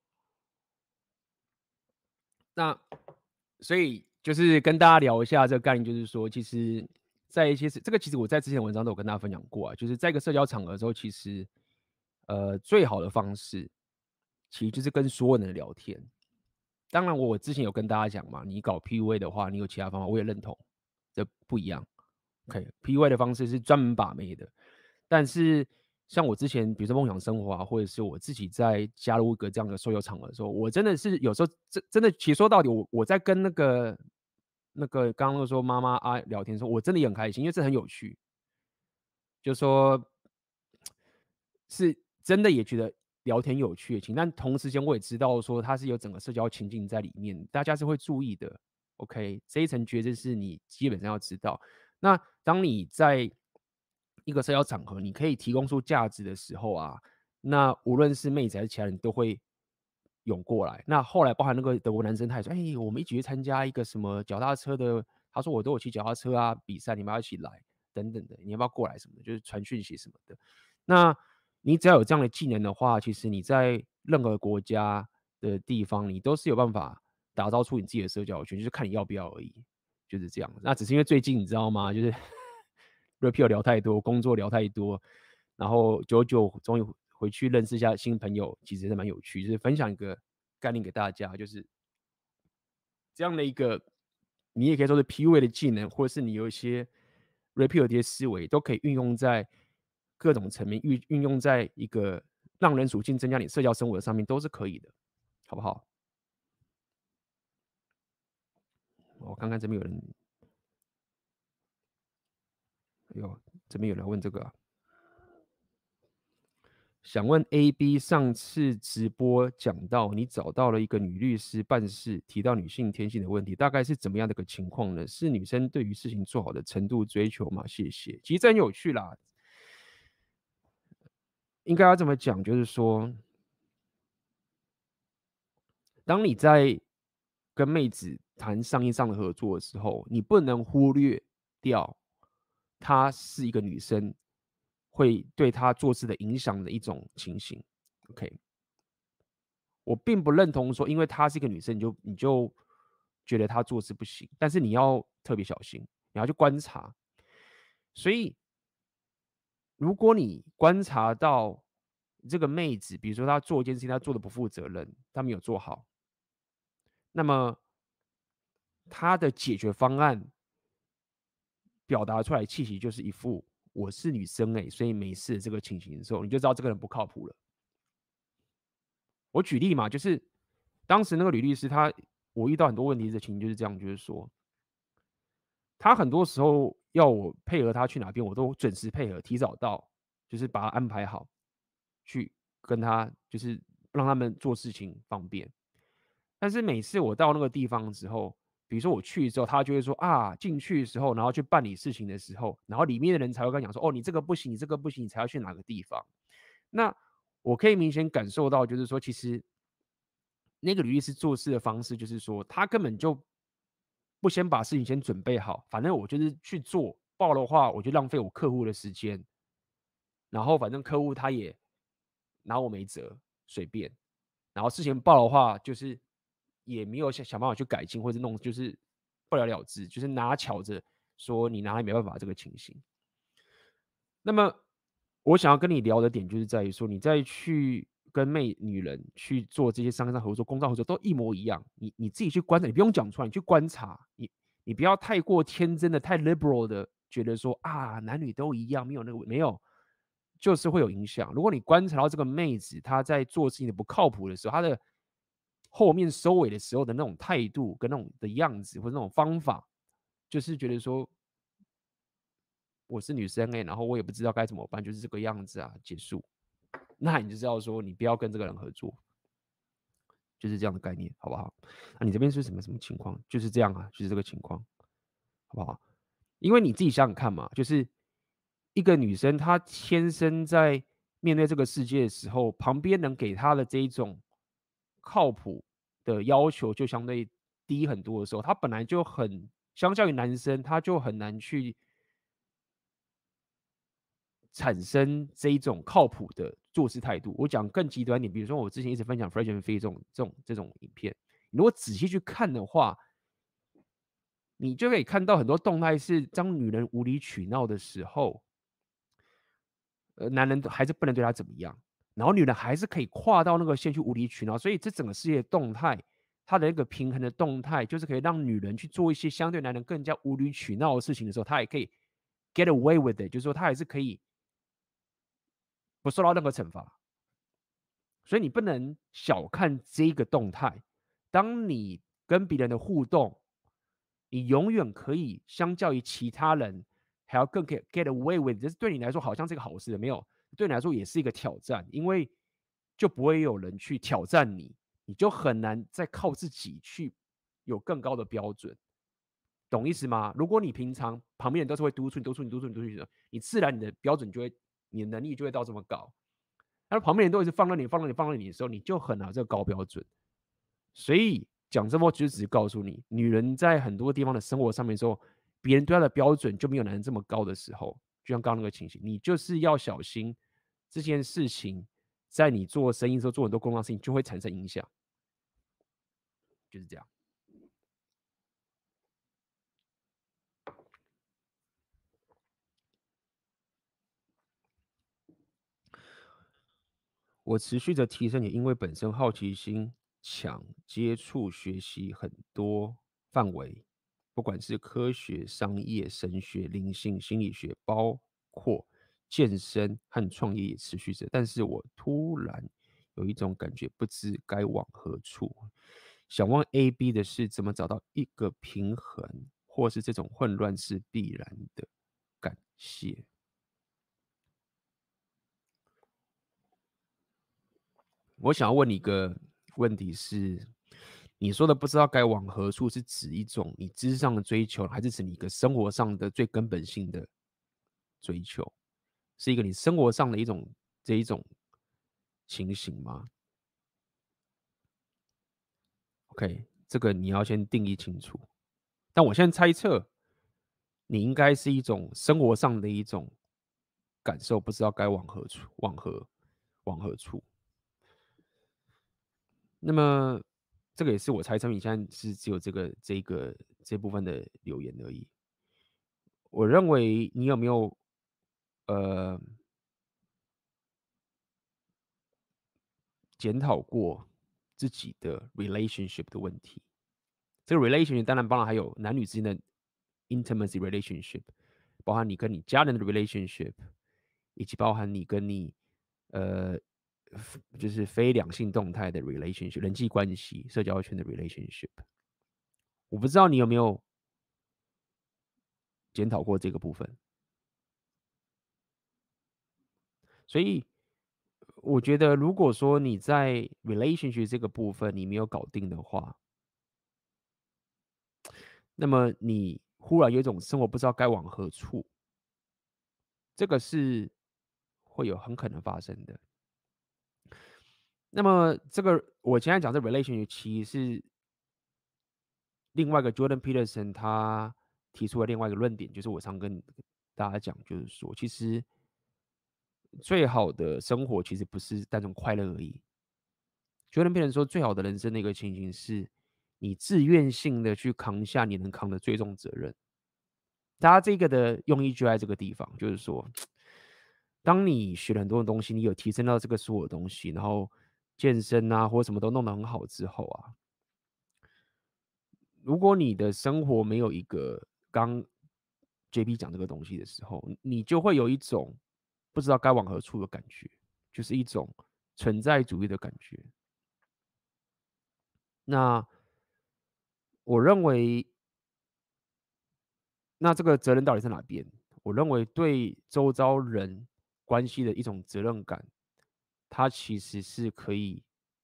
那所以就是跟大家聊一下这个概念，就是说，其实在一些这个其实我在之前的文章都有跟大家分享过啊，就是在一个社交场合的时候，其实最好的方式其实就是跟所有人聊天。当然我之前有跟大家讲嘛，你搞 PUA 的话，你有其他方法，我也认同，这不一样。PUA 的方式是专门把妹的，但是像我之前，比如说梦想生活啊，或者是我自己在加入一个这样的社交场合的时候，我真的是有时候真的，其实说到底，我在跟那那个刚刚说妈妈啊聊天说，我真的也很开心，因为这很有趣，就说是真的也觉得聊天有趣的情，但同时间我也知道说它是有整个社交情境在里面，大家是会注意的。OK， 这一层觉知是你基本上要知道。那当你在一个社交场合，你可以提供出价值的时候啊，那无论是妹子还是其他人都会涌过来。那后来包含那个德国男生，他也说：“哎、我们一起去参加一个什么脚踏车的。”他说：“我都有骑脚踏车啊，比赛，你们要一起来等等的，你要不要过来什么的？就是传讯息什么的。”那你只要有这样的技能的话，其实你在任何国家的地方，你都是有办法打造出你自己的社交圈，就是看你要不要而已，就是这样。那只是因为最近你知道吗？就是 repeal 聊太多，工作聊太多，然后久终于回去认识一下新朋友，其实是蛮有趣，就是分享一个概念给大家，就是这样的一个，你也可以说是 PUA 的技能，或者是你有一些 repeal 的这些思维，都可以运用在各种层面，运用在一个让人属性增加你社交生活的上面，都是可以的，好不好？我看看这边有人，哎呦，这边有人问这个啊。想问 AB 上次直播讲到你找到了一个女律师办事，提到女性天性的问题，大概是怎么样的一个情况呢？是女生对于事情做好的程度追求吗？谢谢。其实这很有趣啦，应该要这么讲，就是说，当你在跟妹子谈商业上的合作的时候，你不能忽略掉她是一个女生，会对她做事的影响的一种情形。OK，我并不认同说，因为她是一个女生，你就觉得她做事不行，但是你要特别小心，你要去观察。所以，如果你观察到这个妹子，比如说她做一件事情，她做的不负责任，她没有做好，那么她的解决方案表达出来气息就是一副我是女生所以没事这个情形的时候，你就知道这个人不靠谱了。我举例嘛，就是当时那个吕律师我遇到很多问题的情形就是这样，就是说他很多时候要我配合他去哪边，我都准时配合，提早到，就是把他安排好，去跟他就是让他们做事情方便。但是每次我到那个地方之后，比如说我去之后，他就会说啊，进去的时候，然后去办理事情的时候，然后里面的人才会跟他讲说，哦，你这个不行，你这个不行，你才要去哪个地方。那我可以明显感受到，就是说，其实那个吕律师做事的方式，就是说，他根本就不先把事情先准备好，反正我就是去做，报的话我就浪费我客户的时间，然后反正客户他也拿我没辙，随便。然后事情报的话，就是也没有想办法去改进或者弄，就是不了了之，就是拿巧着说你哪里没办法这个情形。那么我想要跟你聊的点就是在于说，你再去跟女人去做这些商业上合作、工作合作都一模一样。你自己去观察，你不用讲出来，你去观察，你不要太过天真的、太 liberal 的觉得说啊，男女都一样，没有那个没有，就是会有影响。如果你观察到这个妹子她在做事情的不靠谱的时候，她的后面收尾的时候的那种态度跟那种的样子或者那种方法，就是觉得说我是女生然后我也不知道该怎么办，就是这个样子啊，结束。那你就知道说你不要跟这个人合作，就是这样的概念，好不好？那你这边是什么情况？就是这样啊，就是这个情况，好不好？因为你自己想想看嘛，就是一个女生她天生在面对这个世界的时候，旁边人给她的这一种靠谱的要求就相对低很多的时候，她本来就相较于男生，她就很难去产生这一种靠谱的做事态度。我讲更极端点，比如说我之前一直分享 Fresh and Free 这种影片，如果仔细去看的话，你就可以看到很多动态是当女人无理取闹的时候，男人还是不能对她怎么样，然后女人还是可以跨到那个线去无理取闹。所以这整个世界的动态，它的一个平衡的动态，就是可以让女人去做一些相对男人更加无理取闹的事情的时候，她也可以 get away with it，就是说她还是可以不受到任何惩罚。所以你不能小看这个动态。当你跟别人的互动， 你永远可以相较于其他人还要更 get away with， 这是对你来说好像是个好事，没有，对你来说也是一个挑战，因为就不会有人去挑战你，你就很难再靠自己去有更高的标准，懂意思吗？如果你平常旁边人都是会督促你的，你自然你的标准就会，你的能力就会到这么高。那旁边人都是放任你的时候，你就很难有这个高标准。所以讲这么就只是告诉你，女人在很多地方的生活上面的时候，别人对她的标准就没有男人这么高的时候，就像刚刚那个情形，你就是要小心这件事情，在你做生意的时候做很多工作的事情就会产生影响，就是这样。我持续的提升，也因为本身好奇心强，接触学习很多范围，不管是科学、商业、神学、灵性、心理学，包括健身和创业也持续着。但是我突然有一种感觉，不知该往何处。想问 AB 的是，怎么找到一个平衡，或是这种混乱是必然的？感谢。我想要问你一个问题是，你说的不知道该往何处，是指一种你知识上的追求，还是指你一个生活上的最根本性的追求？是一个你生活上的这一种情形吗 ？OK， 这个你要先定义清楚。但我现在猜测，你应该是一种生活上的一种感受，不知道该往何处。那么这个也是我猜测，你现在是只有这部分的留言而已。我认为你有没有检讨过自己的 relationship 的问题？这个 relationship 当然还有男女之间的 intimacy relationship， 包含你跟你家人的 relationship， 以及包含你跟你就是非两性动态的 relationship， 人际关系、社交圈的 relationship。我不知道你有没有检讨过这个部分。所以我觉得，如果说你在 relationship 这个部分你没有搞定的话，那么你忽然有一种生活不知道该往何处，这个是会有很可能发生的。那么这个我现在讲这 relationship 其实是另外一个 Jordan Peterson 他提出了另外一个论点，就是我常跟大家讲，就是说其实最好的生活其实不是单纯快乐而已。Jordan Peterson 说，最好的人生的一个情形是，你自愿性的去扛下你能扛的最重责任。大家这个的用意就在这个地方，就是说，当你学了很多的东西，你有提升到这个所有的东西，然后健身啊或什么都弄得很好之后啊，如果你的生活没有一个刚 JP 讲这个东西的时候，你就会有一种不知道该往何处的感觉，就是一种存在主义的感觉。那我认为，那这个责任到底在哪边？我认为对周遭人关系的一种责任感，它其实是可以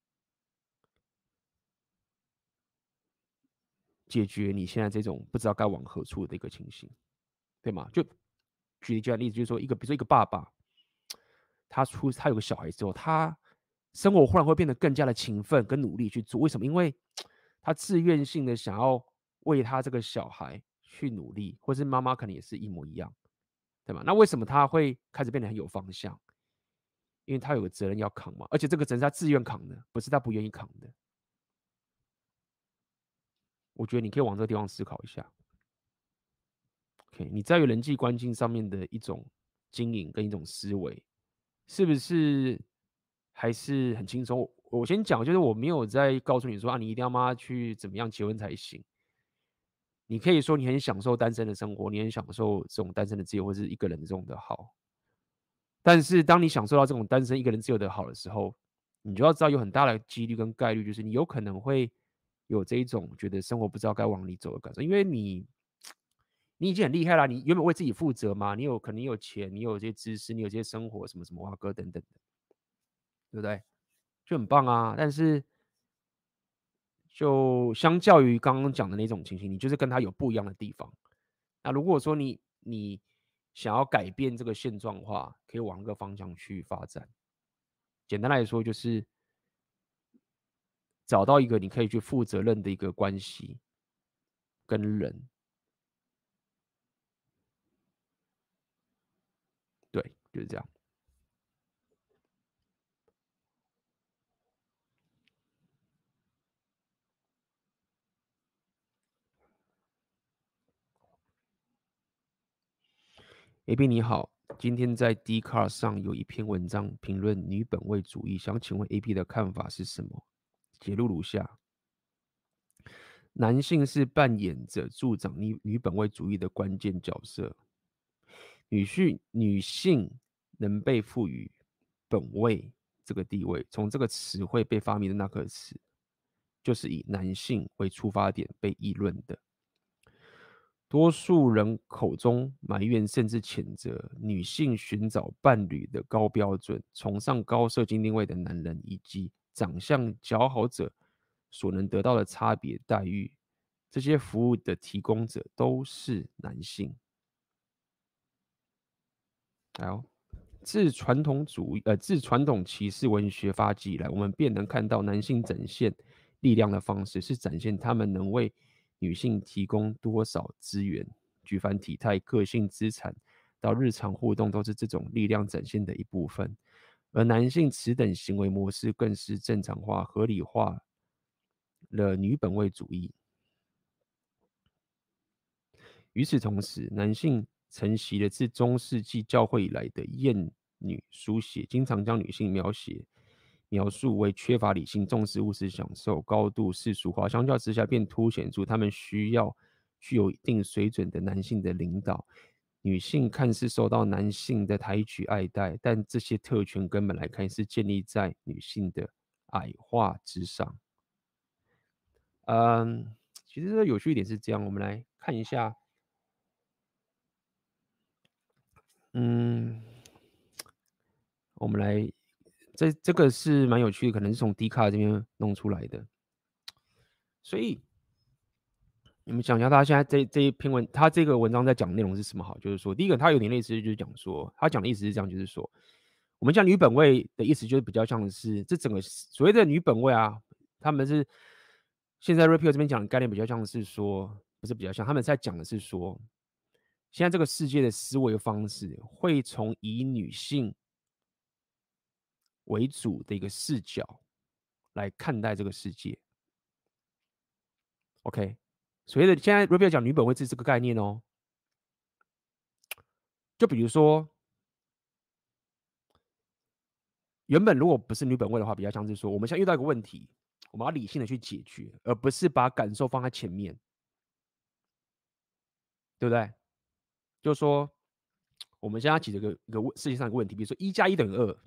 解决你现在这种不知道该往何处的一个情形，对吗？就举个例子，就是说比如说一个爸爸，他有个小孩之后，他生活忽然会变得更加的勤奋跟努力去做。为什么？因为他自愿性的想要为他这个小孩去努力，或是妈妈可能也是一模一样，对吗？那为什么他会开始变得很有方向？因为他有个责任要扛嘛，而且这个责任是他自愿扛的，不是他不愿意扛的。我觉得你可以往这个地方思考一下。OK， 你在于人际关系上面的一种经营跟一种思维，是不是还是很轻松？我先讲，就是我没有在告诉你说啊，你一定要妈去怎么样结婚才行。你可以说你很享受单身的生活，你很享受这种单身的自由，或是一个人的这种的好。但是当你享受到这种单身一个人自由的好的时候，你就要知道有很大的几率跟概率，就是你有可能会有这一种觉得生活不知道该往哪里走的感受，因为你已经很厉害了，你原本为自己负责嘛，你可能有钱，你有这些知识，你有这些生活什么什么哇哥等等的，对不对？就很棒啊。但是就相较于刚刚讲的那种情形，你就是跟他有不一样的地方。那如果说你想要改变这个现状的话，可以往那个方向去发展。简单来说，就是找到一个你可以去负责任的一个关系跟人。对，就是这样。AB 你好，今天在 Dcard 上有一篇文章评论女本位主义，想请问 AB 的看法是什么？解录如下：男性是扮演着助长女本位主义的关键角色，女性能被赋予本位这个地位，从这个词汇被发明的那刻起，就是以男性为出发点被议论的。多数人口中埋怨甚至谴责女性寻找伴侣的高标准，崇尚高社经定位的男人，以及长相姣好者所能得到的差别待遇。这些服务的提供者都是男性。好，自传统骑士文学发迹以来，我们便能看到男性展现力量的方式是展现他们能为女性提供多少资源，举凡体态、个性、资产到日常互动，都是这种力量展现的一部分。而男性此等行为模式更是正常化、合理化了女本位主义。与此同时，男性承袭了自中世纪教会以来的厌女书写，经常将女性描述为缺乏理性、重视物质享受、高度世俗化，相较之下便凸显出他们需要具有一定水准的男性的领导。女性看似受到男性的抬举爱戴，但这些特权根本来看是建立在女性的矮化之上。其实这有趣一点是这样，我们来看一下。我们来，这个是蛮有趣的，可能是从 Dcard 这边弄出来的。所以你们想一下，他现在这一篇他这个文章在讲的内容是什么？好，就是说，第一个他有点类似，就是讲说，他讲的意思是这样，就是说，我们讲女本位的意思，就是比较像是这整个所谓的女本位啊，他们是现在 Repeal 这边讲的概念比较像是说，不是比较像，他们在讲的是说，现在这个世界的思维方式会从以女性为主的一个视角来看待这个世界。OK， 所谓的现在 Repeal 讲女本位是这个概念哦。就比如说，原本如果不是女本位的话，比较像是说，我们现在遇到一个问题，我们要理性的去解决，而不是把感受放在前面，对不对？就是说，我们现在解决一个世界上一个问题，比如说1+1等于2，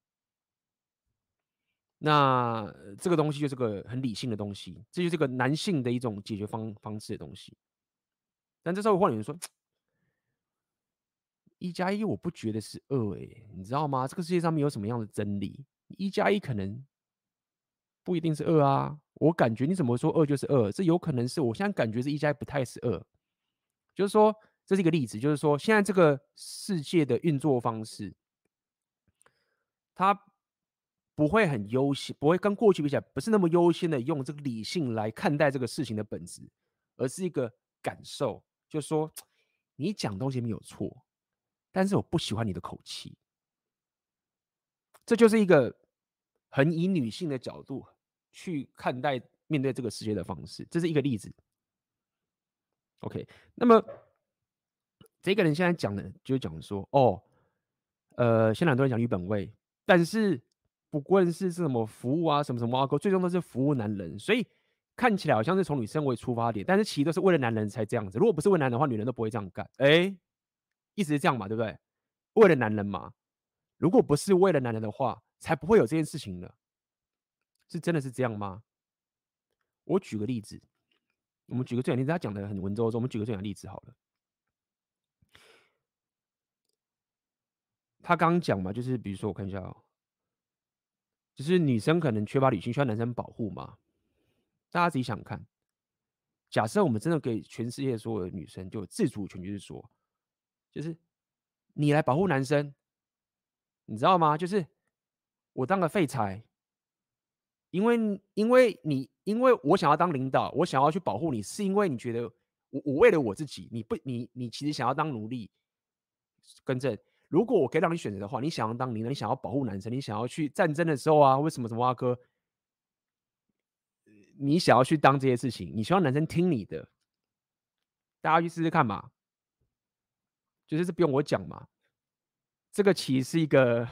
那这个东西就是个很理性的东西，这就是个男性的一种解决方式的东西。但这时候换有人说，1+1我不觉得是2，你知道吗？这个世界上没有什么样的真理，1+1可能不一定是2啊。我感觉你怎么说2就是2？这有可能是我现在感觉是1+1不太是2。就是说，这是一个例子，就是说现在这个世界的运作方式，它不会很优先，不会跟过去比起来，不是那么优先的用这个理性来看待这个事情的本质，而是一个感受，就是说你讲东西没有错，但是我不喜欢你的口气。这就是一个很以女性的角度去看待面对这个世界的方式，这是一个例子。OK， 那么这个人现在讲的就是讲说，现在很多人讲女本位，但是不论是什么服务啊，什么什么最终都是服务男人，所以看起来好像是从女生为出发点，但是其实都是为了男人才这样子。如果不是为男人的话，女人都不会这样干。意思是这样嘛，对不对？为了男人嘛，如果不是为了男人的话，才不会有这件事情呢。是真的是这样吗？ 我举个例子，我们举个最简单例子，他讲的很文绉绉，我们举个最简单例子好了。他刚刚讲嘛，就是比如说我看一下就是女生可能缺乏理性，需要男生保护嘛。大家自己想看，假设我们真的给全世界所有的女生就有自主权，就是你来保护男生，你知道吗？就是我当个废柴，因为我想要当领导，我想要去保护你，是因为你觉得我为了我自己，你其实想要当奴隶。更正，如果我可以让你选择的话，你想要当领导，你想要保护男生，你想要去战争的时候啊，为什么什么啊哥，你想要去当这些事情，你希望男生听你的，大家去试试看嘛。就是这不用我讲嘛。这个其实是一个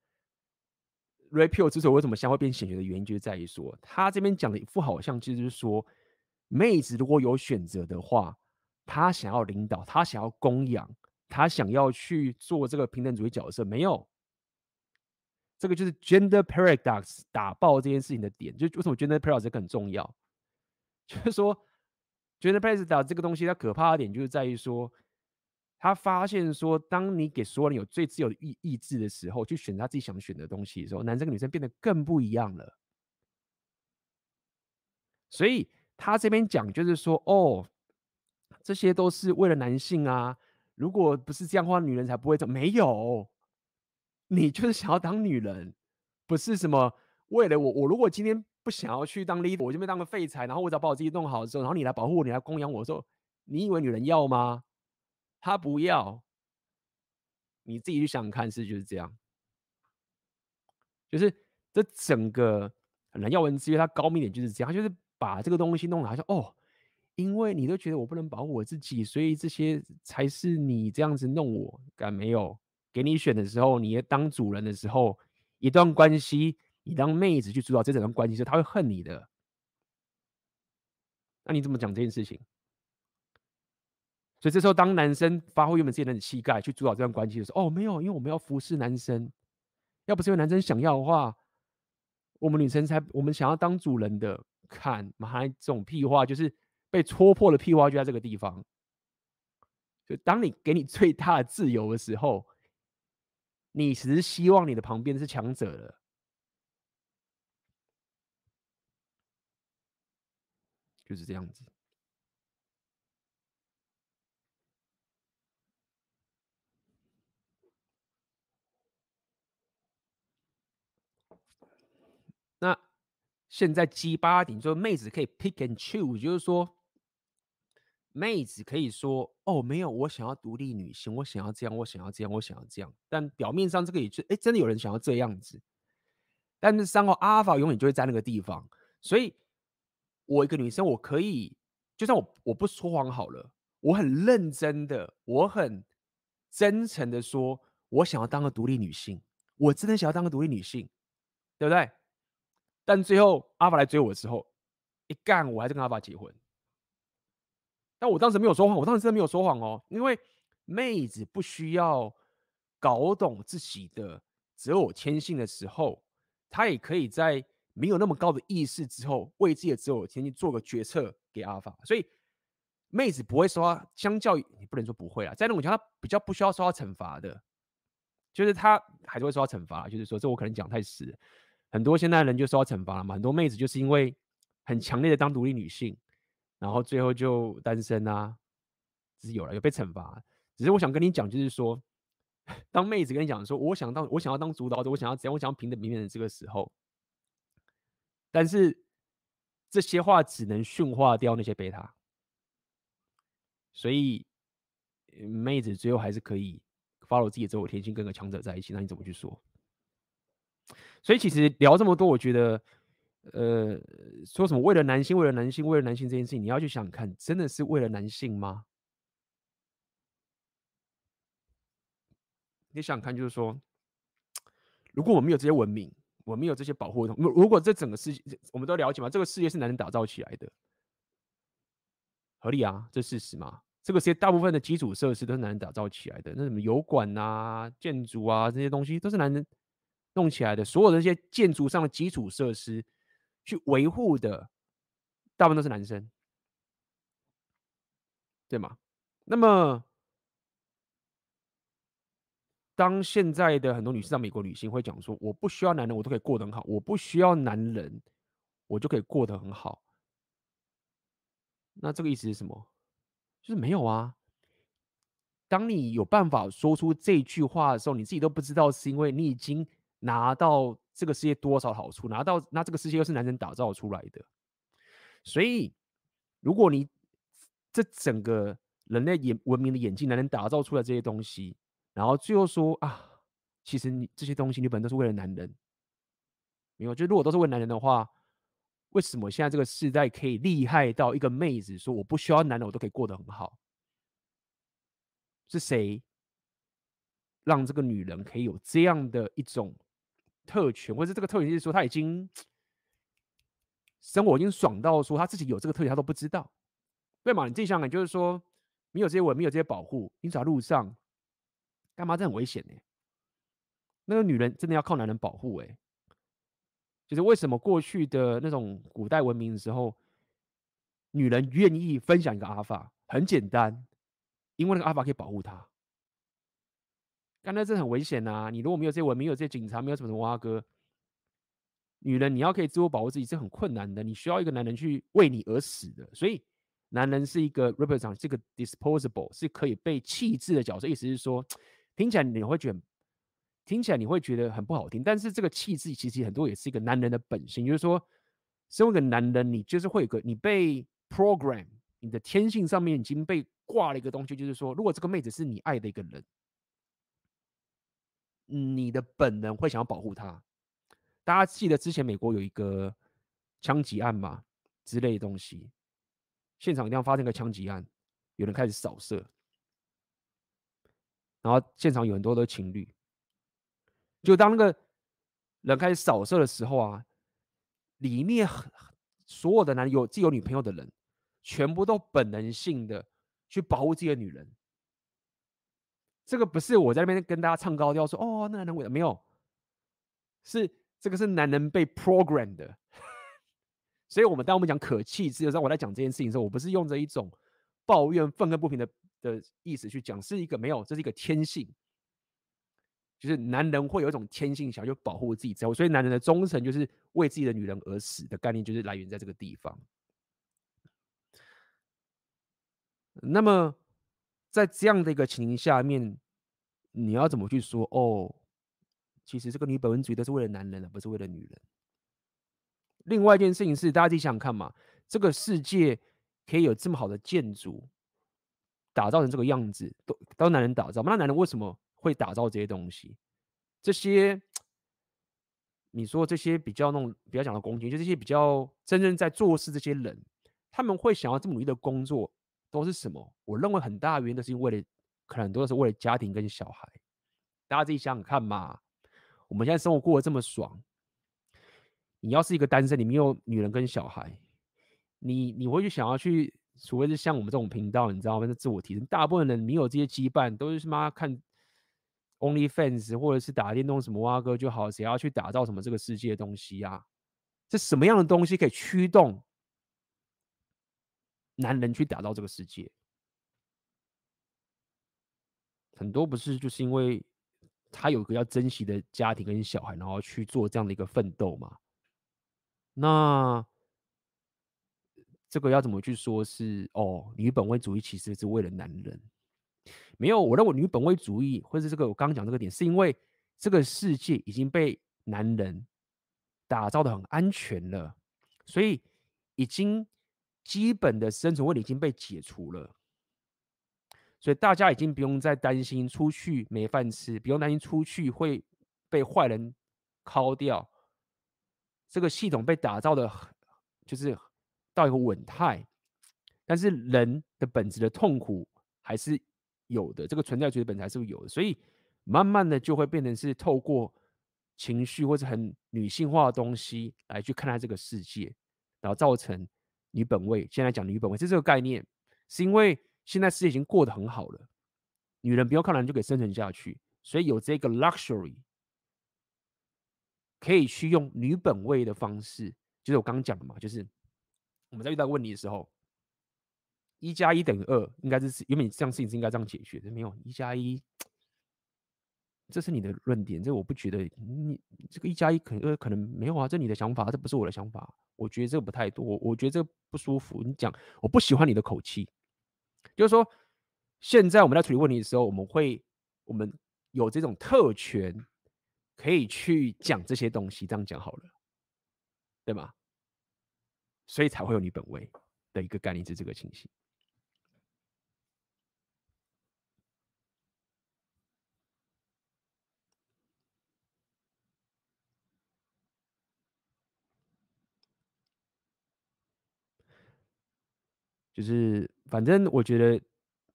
Repeal 之所以为什么现在会变显学的原因，就是在于说，他这边讲的一副好像就是说，妹子如果有选择的话，她想要领导，她想要供养，她想要去做这个平等主义角色，没有。这个就是 gender paradox 打爆这件事情的点，就为什么 gender paradox 很重要？就是说 gender paradox 这个东西，它可怕的点就是在于说，他发现说，当你给所有人有最自由的意志的时候，去选择他自己想选的东西的时候，男生跟女生变得更不一样了。所以他这边讲就是说，哦，这些都是为了男性啊，如果不是这样的话，女人才不会这么。没有，你就是想要当女人，不是什么为了我如果今天不想要去当 leader， 我这边当个废柴，然后我只要把我自己弄好之后，然后你来保护我，你来供养我的时候，你以为女人要吗？她不要。你自己去想想看，就是这样。就是这整个蓝耀文之约，它高明点就是这样，他就是把这个东西弄得好像哦，因为你都觉得我不能保护我自己，所以这些才是你这样子弄我。敢没有给你选的时候，你当主人的时候，一段关系，你当妹子去主导这整段关系的时候，他会恨你的。那你怎么讲这件事情？所以这时候，当男生发挥原本自己的气概去主导这段关系的时候，哦，没有，因为我们要服侍男生，要不是因为男生想要的话，我们女生我们想要当主人的。看，妈，这种屁话就是被戳破的屁话，就在这个地方。就当你给你最大的自由的时候，你只是希望你的旁边是强者的，就是这样子。那现在G8点，就是妹子可以 pick and choose， 就是说，妹子可以说哦，没有，我想要独立女性，我想要这样，我想要这样，我想要这样。但表面上这个也就，真的有人想要这样子。但是3号阿尔法永远就会在那个地方，所以我一个女生，我可以，就算我不说谎好了，我很认真的，我很真诚的说，我想要当个独立女性，我真的想要当个独立女性，对不对？但最后阿法来追我的时候，一干我还是跟阿法结婚。但我当时没有说谎，我当时真的没有说谎哦，因为妹子不需要搞懂自己的择偶天性的时候，她也可以在没有那么高的意识之后，为自己的择偶天性做个决策给阿法。所以妹子不会受到，相较于你不能说不会啊，在那种情况下，她比较不需要受到惩罚的，就是她还是会受到惩罚。就是说，这我可能讲太死了，很多现代人就受到惩罚了嘛，很多妹子就是因为很强烈的当独立女性。然后最后就单身啊，只是有被惩罚。只是我想跟你讲，就是说，当妹子跟你讲说，我想要当主导者，我想要怎样，我想要平等的这个时候，但是这些话只能驯化掉那些贝塔，所以妹子最后还是可以 follow 自己的择偶天性，跟个强者在一起。那你怎么去说？所以其实聊这么多，我觉得。说什么为了男性，为了男性，为了男性这件事情，你要去想想看，真的是为了男性吗？你想想看，就是说，如果我们有这些文明，我们有这些保护，如果这整个世界我们都了解嘛，这个世界是男人打造起来的，合理啊，这是事实嘛。这个世界大部分的基础设施都是男人打造起来的，那什么油管啊、建筑啊这些东西都是男人弄起来的，所有的这些建筑上的基础设施。去维护的大部分都是男生，对吗？那么，当现在的很多女士到美国旅行，会讲说：“我不需要男人，我都可以过得很好；我不需要男人，我就可以过得很好。”那这个意思是什么？就是没有啊。当你有办法说出这句话的时候，你自己都不知道，是因为你已经拿到这个世界多少好处，那这个世界又是男人打造出来的。所以，如果你这整个人类文明的演进，男人打造出来这些东西，然后最后说啊，其实你这些东西你本来都是为了男人，没有？就如果都是为了男人的话，为什么现在这个时代可以厉害到一个妹子说我不需要男人，我都可以过得很好？是谁让这个女人可以有这样的一种特权，或者这个特权是说她已经生活已经爽到说她自己有这个特权，她都不知道，对吗？你自己想想，就是说没有这些文，没有这些保护，你走在路上干嘛？这很危险呢。那个女人真的要靠男人保护哎。就是为什么过去的那种古代文明的时候，女人愿意分享一个阿尔法，很简单，因为那个阿尔法可以保护她。刚才这很危险呐、你如果没有这些文明，没有这些警察，没有什么蛙哥，女人你要可以自我保护自己是很困难的，你需要一个男人去为你而死的。所以，男人是一个 represent， 是一个 disposable， 是可以被弃置的角色。意思是说，听起来你会觉得很不好听，但是这个弃置其实很多也是一个男人的本性，就是说，身为一个男人，你就是会有个你被 program， 你的天性上面已经被挂了一个东西，就是说，如果这个妹子是你爱的一个人。你的本能会想要保护他。大家记得之前美国有一个枪击案嘛之类的东西，现场一定要发生一个枪击案，有人开始扫射，然后现场有很多的情侣，就当那个人开始扫射的时候啊，里面所有的男人自己有女朋友的人，全部都本能性的去保护自己的女人。这个不是我在那边跟大家唱高调说哦，那男人没有，这个是男人被 program 的。所以当我们讲可弃之，让我在讲这件事情的时候，我不是用着一种抱怨、愤恨不平的意思去讲，是一个没有，这是一个天性，就是男人会有一种天性想要保护自己之后，所以男人的忠诚就是为自己的女人而死的概念，就是来源在这个地方。那么在这样的一个情形下面，你要怎么去说哦？其实这个女本位主义都是为了男人，而不是为了女人。另外一件事情是，大家自己想想看嘛，这个世界可以有这么好的建筑，打造成这个样子，都男人打造。那男人为什么会打造这些东西？这些你说这些比较不要讲到攻击，就这些比较真正在做事这些人，他们会想要这么努力的工作，都是什么？我认为很大的原因都是为了，可能很多都是为了家庭跟小孩。大家自己想想看嘛，我们现在生活过得这么爽。你要是一个单身，你没有女人跟小孩，你会去想要去，除非是像我们这种频道，你知道吗？是自我提升。大部分人你有这些羁绊，都是妈看 OnlyFans 或者是打电动什么蛙哥就好，谁要去打造什么这个世界的东西啊？这什么样的东西可以驱动男人去打造这个世界？很多不是就是因为他有个要珍惜的家庭跟小孩，然后去做这样的一个奋斗嘛？那这个要怎么去说是哦？女本位主义其实是为了男人，没有。我认为女本位主义，或者这个我刚刚讲这个点，是因为这个世界已经被男人打造的很安全了，所以已经基本的生存问题已经被解除了，所以大家已经不用再担心出去没饭吃，不用担心出去会被坏人敲掉。这个系统被打造的，就是到一个稳态，但是人的本质的痛苦还是有的，这个存在主义的本质还是有的，所以慢慢的就会变成是透过情绪或者很女性化的东西来去看待这个世界，然后造成女本位。现在讲女本位是这个概念，是因为现在世界已经过得很好了，女人不用靠男人就可以生存下去，所以有这个 luxury。可以去用女本位的方式，就是我刚刚讲的嘛，就是我们在遇到问题的时候，1+1等于2，应该是原本这样事情是应该这样解决的，没有1+1，这是你的论点，这我不觉得你这个1+1可能没有啊，这是你的想法，这不是我的想法，我觉得这个不太多，我觉得这个不舒服。你讲我不喜欢你的口气，就是说现在我们在处理问题的时候，我们有这种特权，可以去讲这些东西，这样讲好了，对吗？所以才会有你本位的一个概念是这个情形。就是反正我觉得，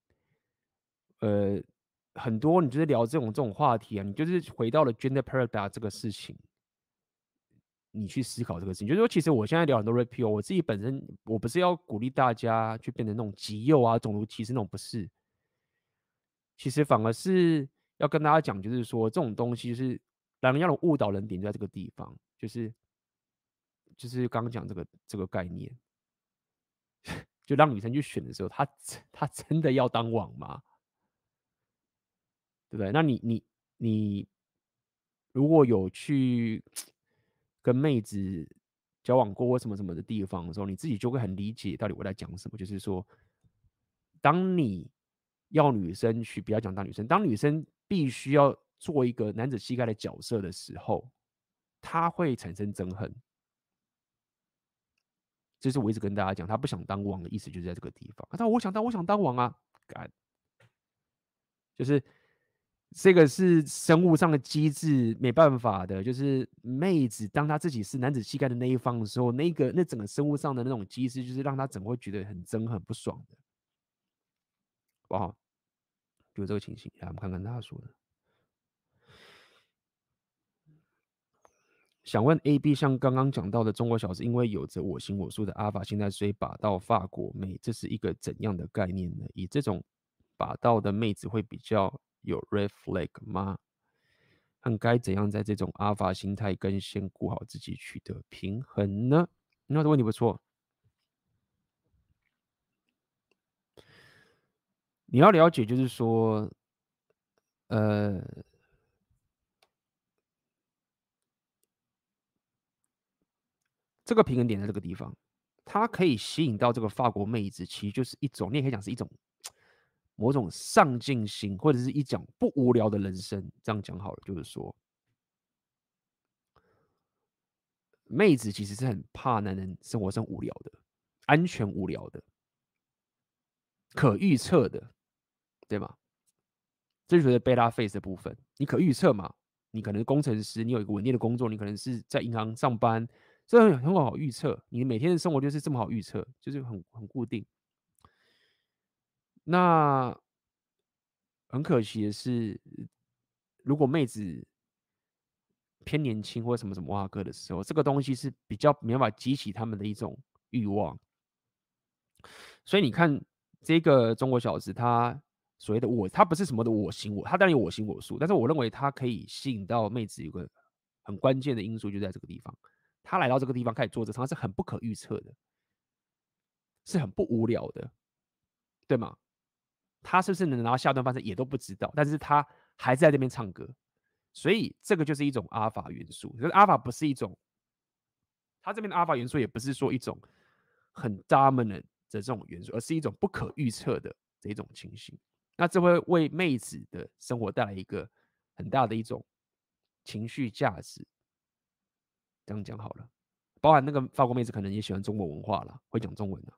很多你就是聊这种话题啊，你就是回到了 gender paradox 这个事情，你去思考这个事情。就是说，其实我现在聊很多 repeal，我自己本身我不是要鼓励大家去变成那种极右啊、种族歧视那种，不是。其实反而是要跟大家讲，就是说这种东西就是让人家的误导人点就在这个地方，就是刚刚讲这个概念。就让女生去选的时候，她真的要当王吗？对不对？那你如果有去跟妹子交往过或什么什么的地方的时候，你自己就会很理解到底我在讲什么。就是说，当你要女生去，不要讲当女生，当女生必须要做一个男子气概的角色的时候，她会产生憎恨。这是我一直跟大家讲，他不想当王的意思就是在这个地方。他说我想当王啊，干，就是这个是生物上的机制，没办法的。就是妹子当她自己是男子气概的那一方的时候，那整个生物上的那种机制，就是让她整个会觉得很憎恨、不爽的，好不好？就这个情形，来我们看看他说的。想问 AB， 像刚刚讲到的中国小子，因为有着我行我素的阿法心态，所以把到法国妹，这是一个怎样的概念呢？以这种把到的妹子会比较有 red flag 吗？和该怎样在这种阿法心态跟先顾好自己取得平衡呢？那这问题不错。你要了解，就是说，这个平衡点在这个地方，它可以吸引到这个法国妹子，其实就是一种，你也可以讲是一种某种上进心，或者是一种不无聊的人生。这样讲好了，就是说，妹子其实是很怕男人生活上无聊的、安全无聊的、可预测的，对吗？这就是beta face 的部分，你可预测嘛？你可能工程师，你有一个稳定的工作，你可能是在银行上班，这很好预测。你每天的生活就是这么好预测，就是很固定。那很可惜的是，如果妹子偏年轻或什么哇哥的时候，这个东西是比较没办法激起他们的一种欲望。所以你看这个中国小子，他所谓的他不是什么的我行我，他当然有我行我素，但是我认为他可以吸引到妹子有个很关键的因素就在这个地方。他来到这个地方开始做这场，是很不可预测的，是很不无聊的，对吗？他是不是能拿到下顿饭也都不知道，但是他还在这边唱歌，所以这个就是一种阿法元素。可是阿法不是一种，他这边的阿法元素也不是说一种很 dominant 的这种元素，而是一种不可预测的这种情形。那这会为妹子的生活带来一个很大的一种情绪价值。这样讲好了，包含那个法国妹子可能也喜欢中国文化啦，会讲中文啦。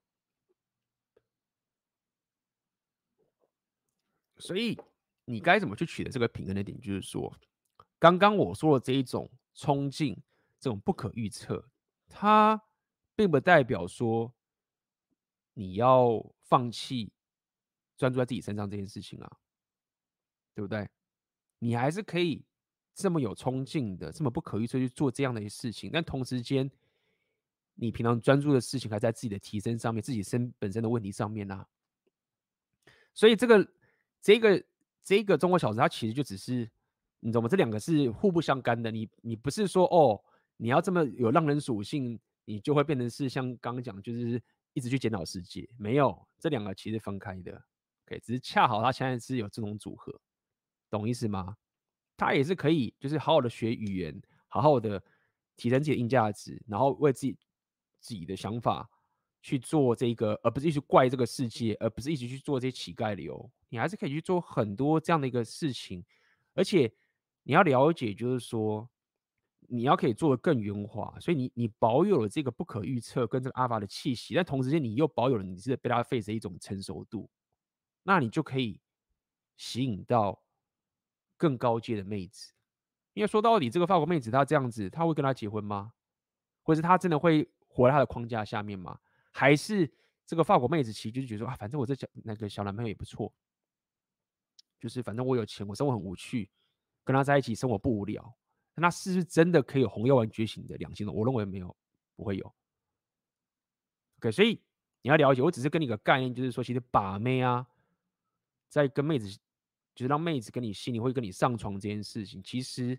所以你该怎么去取得这个平衡的点，就是说，刚刚我说的这一种冲劲，这种不可预测，它并不代表说你要放弃专注在自己身上这件事情啊，对不对？你还是可以这么有冲劲的，这么不可预测去做这样的一些事情，但同时间，你平常专注的事情还在自己的提升上面，自己本身的问题上面啊。所以这个中国小子，他其实就只是，你懂吗？这两个是互不相干的。你不是说哦，你要这么有让人属性， 你就会变成是像刚刚讲，就是一直去检讨世界。没有，这两个其实分开的。OK，只是恰好他现在是有这种组合，懂意思吗？他也是可以，就是好好的学语言，好好的提升自己的硬价值，然后为自己的想法去做这个，而不是一直怪这个世界，而不是一直去做这些乞丐流。你还是可以去做很多这样的一个事情，而且你要了解，就是说你要可以做得更圆滑，所以你保有了这个不可预测跟这个阿法的气息，但同时间你又保有了你是贝拉 face 的一种成熟度，那你就可以吸引到更高阶的妹子。因为说到底，这个法国妹子她这样子，她会跟他结婚吗？或是她真的会活在他的框架下面吗？还是这个法国妹子其实就是觉得说啊，反正我这那个小男朋友也不错，就是反正我有钱，我生活很无趣，跟他在一起生活不无聊。那是不是真的可以有红药丸觉醒的两性呢？我认为没有，不会有。OK，所以你要了解，我只是跟你一个概念，就是说，其实把妹啊，在跟妹子，就是让妹子跟你心里会跟你上床这件事情，其实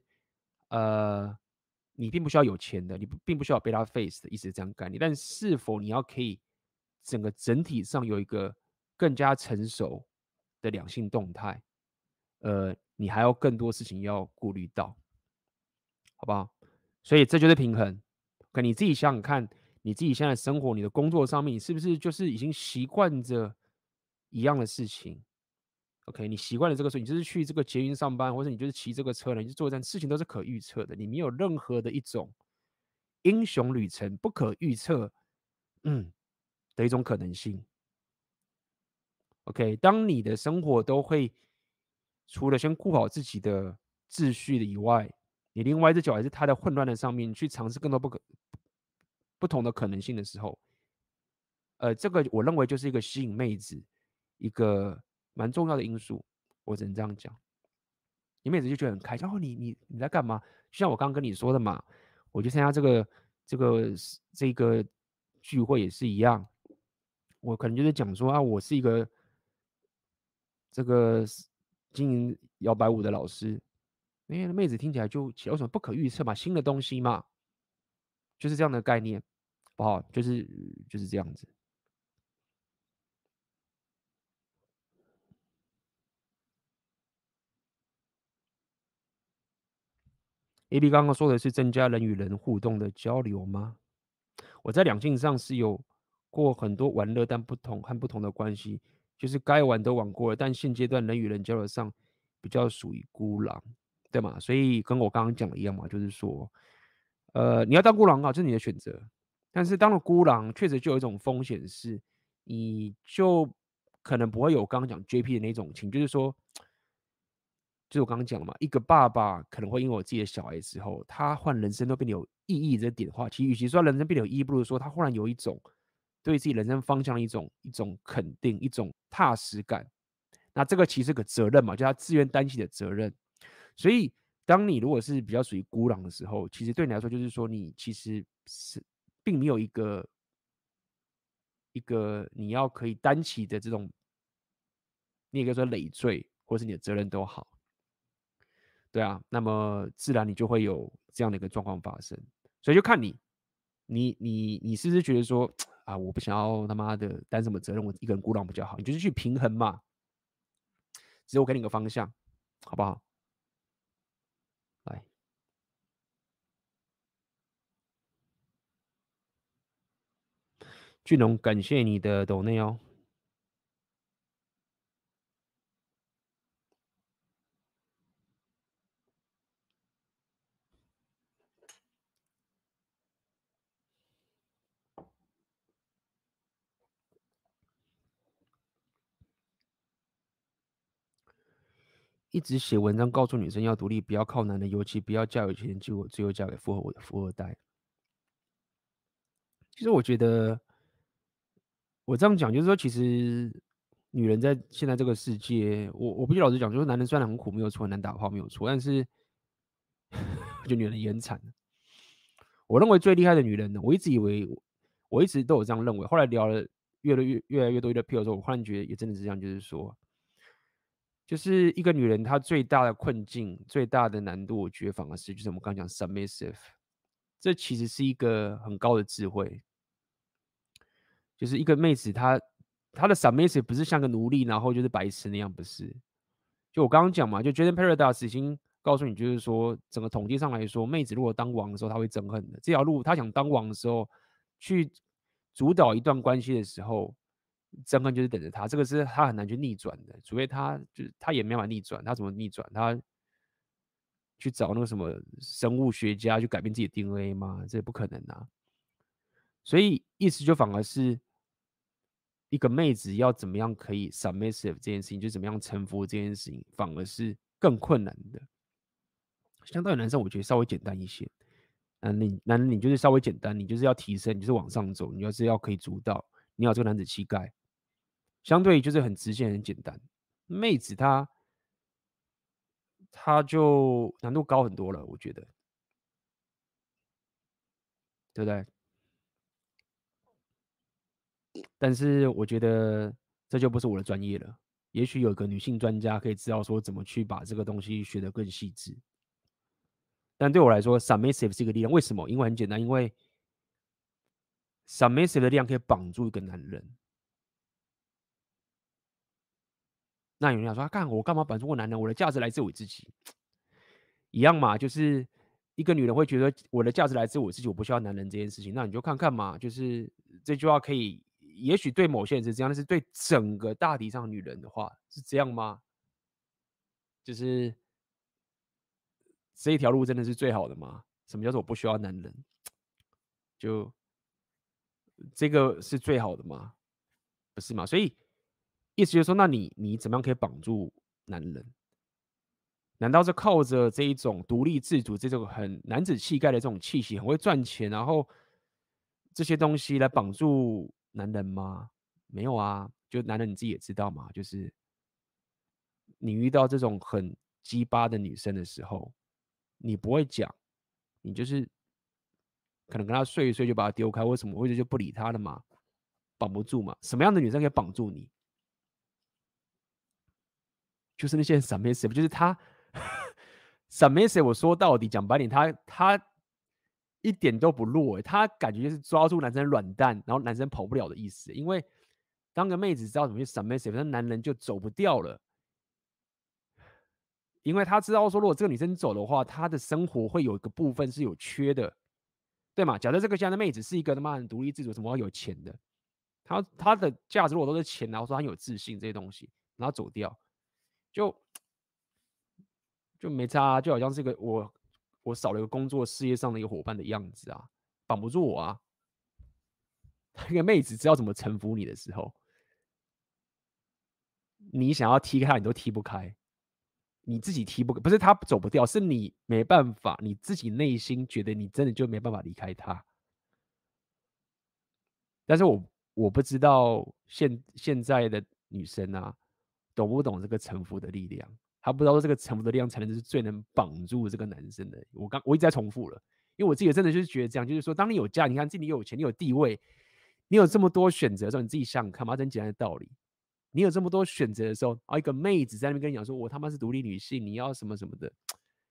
你并不需要有钱的，你并不需要贝拉 face 的意思是这样概念，但是否你要可以整体上有一个更加成熟的两性动态，你还要更多事情要顾虑到，好不好？所以这就是平衡。可你自己想想看，你自己现在生活、你的工作上面，你是不是就是已经习惯着一样的事情？OK，你习惯了这个时候，你就是去这个捷运上班，或者你就是骑这个车了，你就做这样事情都是可预测的，你没有任何的一种英雄旅程不可预测，的一种可能性。OK，当你的生活都会除了先顾好自己的秩序的以外，你另外一只脚还是踏在混乱的上面，去尝试更多不同的可能性的时候，这个我认为就是一个吸引妹子一个蛮重要的因素，我只能这样讲。你妹子就觉得很开心，哦，你在干嘛？就像我刚刚跟你说的嘛，我去参加这个聚会也是一样，我可能就是讲说啊，我是一个这个经营摇摆舞的老师，妹子听起来就有什么不可预测嘛，新的东西嘛，就是这样的概念，好不好？就是这样子。AB 刚刚说的是增加人与人互动的交流吗？我在两性上是有过很多玩乐但不同的关系，就是该玩都玩过了，但现阶段人与人交流上比较属于孤狼，对吗？所以跟我刚刚讲的一样嘛，就是说，你要当孤狼啊，这是你的选择，但是当了孤狼，确实就有一种风险是，你就可能不会有刚刚讲 JP 的那种情，就是说。就是我刚刚讲了嘛，一个爸爸可能会因为我自己的小孩之后，他换人生都变得有意义这点的话，其实与其说人生变得有意义，不如说他忽然有一种对自己人生方向的一种肯定，一种踏实感。那这个其实是个责任嘛，就他自愿担起的责任。所以，当你如果是比较属于孤狼的时候，其实对你来说就是说，你其实是并没有一个你要可以担起的这种，你也可以说累赘，或是你的责任都好。对啊，那么自然你就会有这样的一个状况发生，所以就看你是不是觉得说啊，我不想要他妈的担什么责任，我一个人孤狼比较好，你就是去平衡嘛。只是我给你个方向，好不好？来，俊龙，感谢你的抖内哦。一直写文章告诉女生要独立，不要靠男人，尤其不要嫁有钱人，结果最后嫁给富二代。其实我觉得，我这样讲就是说，其实女人在现在这个世界，我必须老实讲，就是男人虽然很苦没有错，很难打炮没有错，但是就女人也很惨。我认为最厉害的女人呢，我一直以为，我一直都有这样认为，后来聊了越来越多的朋友之后，我忽然觉得也真的是这样，就是说，就是一个女人她最大的困境、最大的难度，我觉得反而是就是我们刚刚讲 submissive 这其实是一个很高的智慧，就是一个妹子她的 submissive 不是像个奴隶，然后就是白痴那样，不是。就我刚刚讲嘛，就 Jordan Paradise 已经告诉你，就是说整个统计上来说，妹子如果当王的时候，她会憎恨的。这条路，她想当王的时候，去主导一段关系的时候，憎恨就是等着她。这个是她很难去逆转的，除非她就是她也没办法逆转。她怎么逆转？她去找那个什么生物学家去改变自己的 DNA 吗？这也不可能啊。所以意思就反而是一个妹子要怎么样可以 submissive 这件事情，就怎么样臣服这件事情，反而是更困难的。相对于男生，我觉得稍微简单一些。男人你就是稍微简单，你就是要提升，你就是往上走，你就是要可以主导，你要有这个男子气概。相对就是很直线、很简单。妹子她就难度高很多了，我觉得，对不对？但是我觉得这就不是我的专业了。也许有个女性专家可以知道说怎么去把这个东西学得更细致。但对我来说 ，submissive 是一个力量。为什么？因为很简单，因为 submissive 的力量可以绑住一个男人。那有人想说，干我干嘛绑住我男人？我的价值来自我自己，一样嘛，就是一个女人会觉得我的价值来自我自己，我不需要男人这件事情。那你就看看嘛，就是这句话可以，也许对某些人是这样，但是对整个大体上女人的话是这样吗？就是这一条路真的是最好的吗？什么叫做我不需要男人？就这个是最好的吗？不是嘛？所以意思就是说，那你怎么样可以绑住男人？难道是靠着这一种独立自主、这种很男子气概的这种气息，很会赚钱，然后这些东西来绑住男人吗？没有啊，就男人你自己也知道嘛，就是你遇到这种很鸡巴的女生的时候，你不会讲，你就是可能跟她睡一睡就把她丢开，为什么？或者就不理她了嘛，绑不住嘛。什么样的女生可以绑住你？就是那些 submissive， 就是他submissive。我说到底，讲白点，他一点都不弱，他感觉就是抓住男生软蛋，然后男生跑不了的意思。因为当个妹子知道怎么去 submissive， 那男人就走不掉了。因为他知道说，如果这个女生走的话，她的生活会有一个部分是有缺的，对嘛？假设这个现在的妹子是一个他妈很独立自主，什么有钱的，她的价值如果都是钱，然后说她有自信这些东西，然后走掉，就没差啊，就好像是个我少了一个工作事业上的一个伙伴的样子啊，绑不住我啊。那个妹子知道怎么臣服你的时候，你想要踢开她，你都踢不开，你自己踢不，不是她走不掉，是你没办法，你自己内心觉得你真的就没办法离开她。但是我不知道现在的女生啊，懂不懂这个臣服的力量？她不知道这个臣服的力量才能是最能绑住这个男生的。我一直在重复了，因为我自己真的就是觉得这样，就是说，当你有家，你看自己有钱，你有地位，你有这么多选择的时候，你自己想想看嘛，很简单的道理。你有这么多选择的时候，然后一个妹子在那边跟你讲说：“我他妈是独立女性，你要什么什么的。”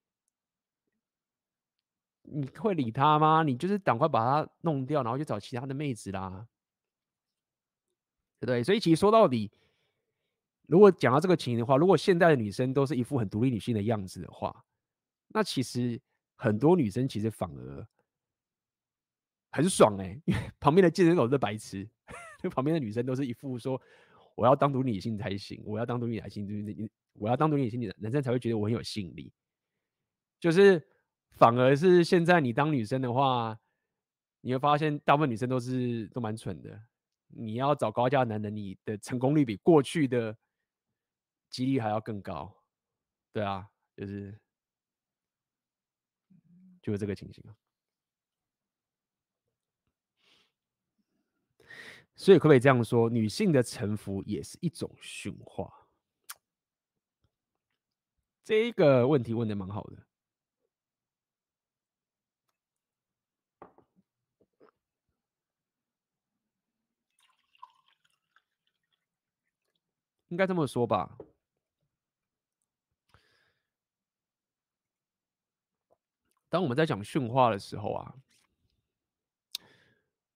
你会理她吗？你就是赶快把她弄掉，然后去找其他的妹子啦。对不对？所以其实说到底，如果讲到这个情形的话，如果现在的女生都是一副很独立女性的样子的话，那其实很多女生其实反而很爽因为旁边的健身狗是白痴，旁边的女生都是一副说我要当独立女性才行，我要当独立女性，我要当独立女性，男生才会觉得我很有吸引力。就是反而是现在你当女生的话，你会发现大部分女生都蛮蠢的。你要找高价男人，你的成功率比过去的几率还要更高。对啊，就是这个情形啊。所以可不可以这样说，女性的臣服也是一种驯化？这一个问题问得蛮好的。应该这么说吧。当我们在讲驯化的时候啊，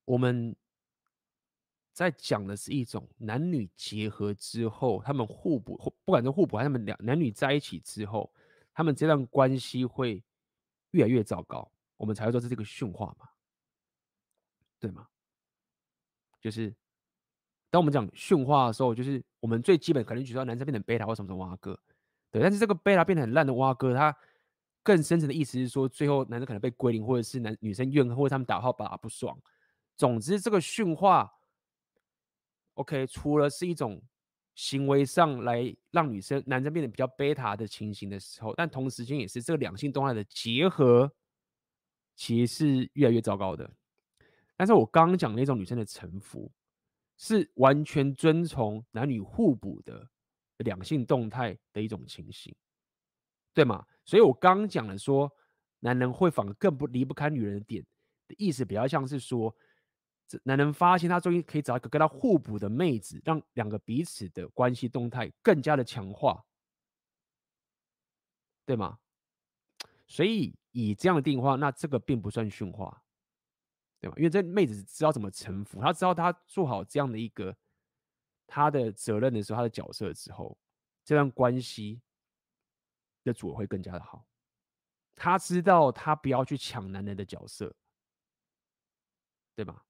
我们在讲的是一种男女结合之后，他们互补，不管是互补还是他们男女在一起之后，他们这段关系会越来越糟糕，我们才会说这是一个驯化嘛，对吗？就是当我们讲驯化的时候，就是我们最基本可能举到男生变成贝塔或什么什么蛙哥，对，但是这个贝塔变得很烂的蛙哥，他更深层的意思是说，最后男生可能被归零，或者是女生怨恨，或者他们打炮打不爽。总之，这个驯化 ，OK， 除了是一种行为上来让男生变得比较贝塔的情形的时候，但同时间也是这个两性动态的结合，其实是越来越糟糕的。但是我刚刚讲那种女生的臣服，是完全遵从男女互补的两性动态的一种情形，对吗？所以我刚刚讲了说，男人会反而更离不开女人的点的意思，比较像是说，男人发现他终于可以找一个跟他互补的妹子，让两个彼此的关系动态更加的强化，对吗？所以以这样的定义的话，那这个并不算驯化，对吧？因为这妹子知道怎么臣服，她知道她做好这样的一个她的责任的时候，她的角色之后，这段关系的组合会更加的好。她知道她不要去抢男人的角色，对吧？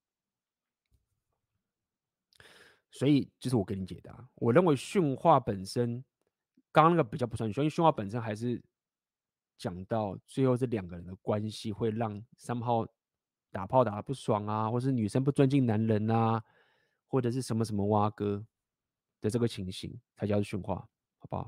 所以就是我给你解答，我认为驯化本身，刚刚那个比较不算驯化，因为驯化本身还是讲到最后这两个人的关系会让somehow打炮打得不爽啊，或是女生不尊敬男人啊，或者是什么什么蛙哥的这个情形，才叫做驯化，好不好？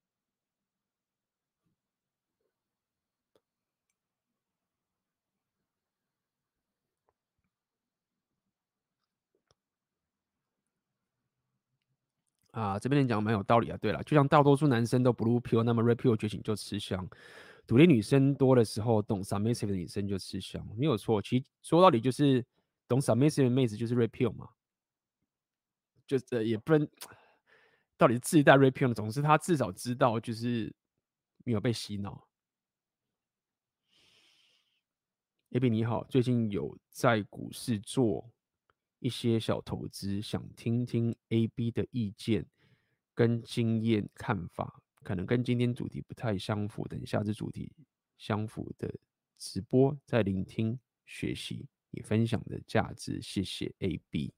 啊，这边讲蛮有道理啊。对了，就像大多数男生都 blue pill，那么 red pill 觉醒就吃香。独立女生多的时候，懂 submissive 的女生就吃香，没有错。其实说到底就是懂 submissive 的妹子就是 red pill 嘛，就是也不能到底是自带 red pill 呢，总之他至少知道就是没有被洗脑。AB 你好，最近有在股市做一些小投资，想听听 AB 的意见跟经验看法，可能跟今天主题不太相符，等下次主题相符的直播再聆听学习你分享的价值，谢谢 AB。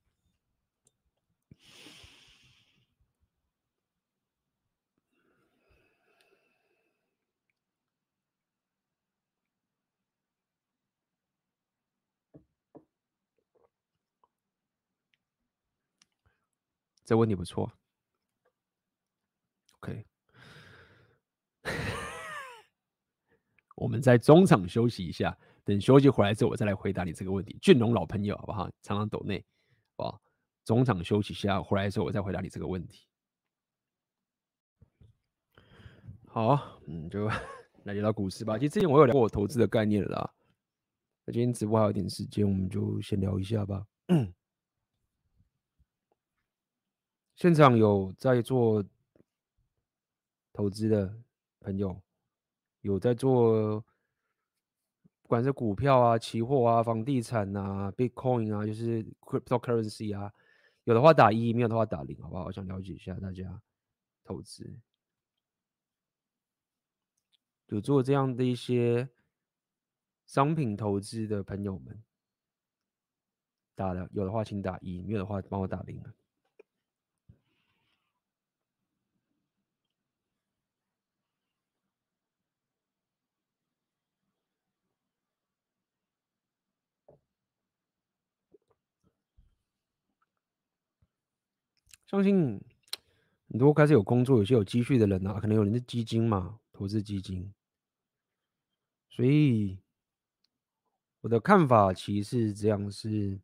这问题不错 ，OK， 我们在中场休息一下，等休息回来之后，我再来回答你这个问题。俊龙老朋友，好不好？常常抖内，好不好？中场休息一下，回来之后我再回答你这个问题。好，就来聊聊股市吧。其实之前我有聊过我投资的概念了啦。那今天直播还有点时间，我们就先聊一下吧。现场有在做投资的朋友，有在做，不管是股票啊、期货啊、房地产啊、Bitcoin 啊，就是 cryptocurrency 啊，有的话打1，没有的话打0，好不好？我想了解一下大家投资有做这样的一些商品投资的朋友们，打了有的话请打1，没有的话帮我打0。相信很多开始有工作、有些有积蓄的人啊，可能有人是基金嘛，投资基金。所以我的看法其实是这样，是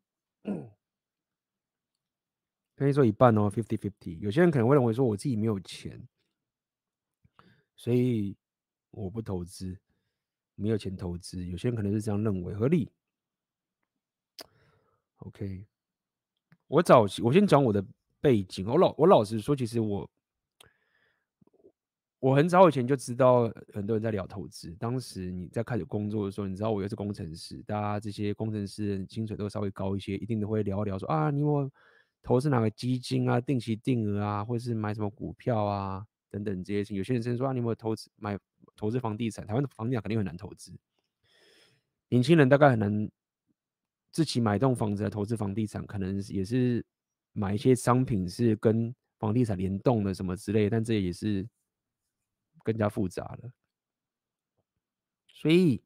可以说一半哦，50-50。有些人可能会认为说我自己没有钱，所以我不投资，没有钱投资。有些人可能是这样认为，合理。OK， 我先讲我的背景。我老实说，其实我很早以前就知道很多人在聊投资。当时你在开始工作的时候，你知道我又是工程师，大家这些工程师的薪水都稍微高一些，一定都会聊一聊说啊，你有没有投资哪个基金啊、定期定额啊，或是买什么股票啊等等这些事情。有些人甚至说啊，你有没有投资房地产？台湾的房地产肯定很难投资，年轻人大概很难自己买栋房子来投资房地产，可能也是买一些商品是跟房地产联动的什么之类的，但这也是更加复杂了。所以，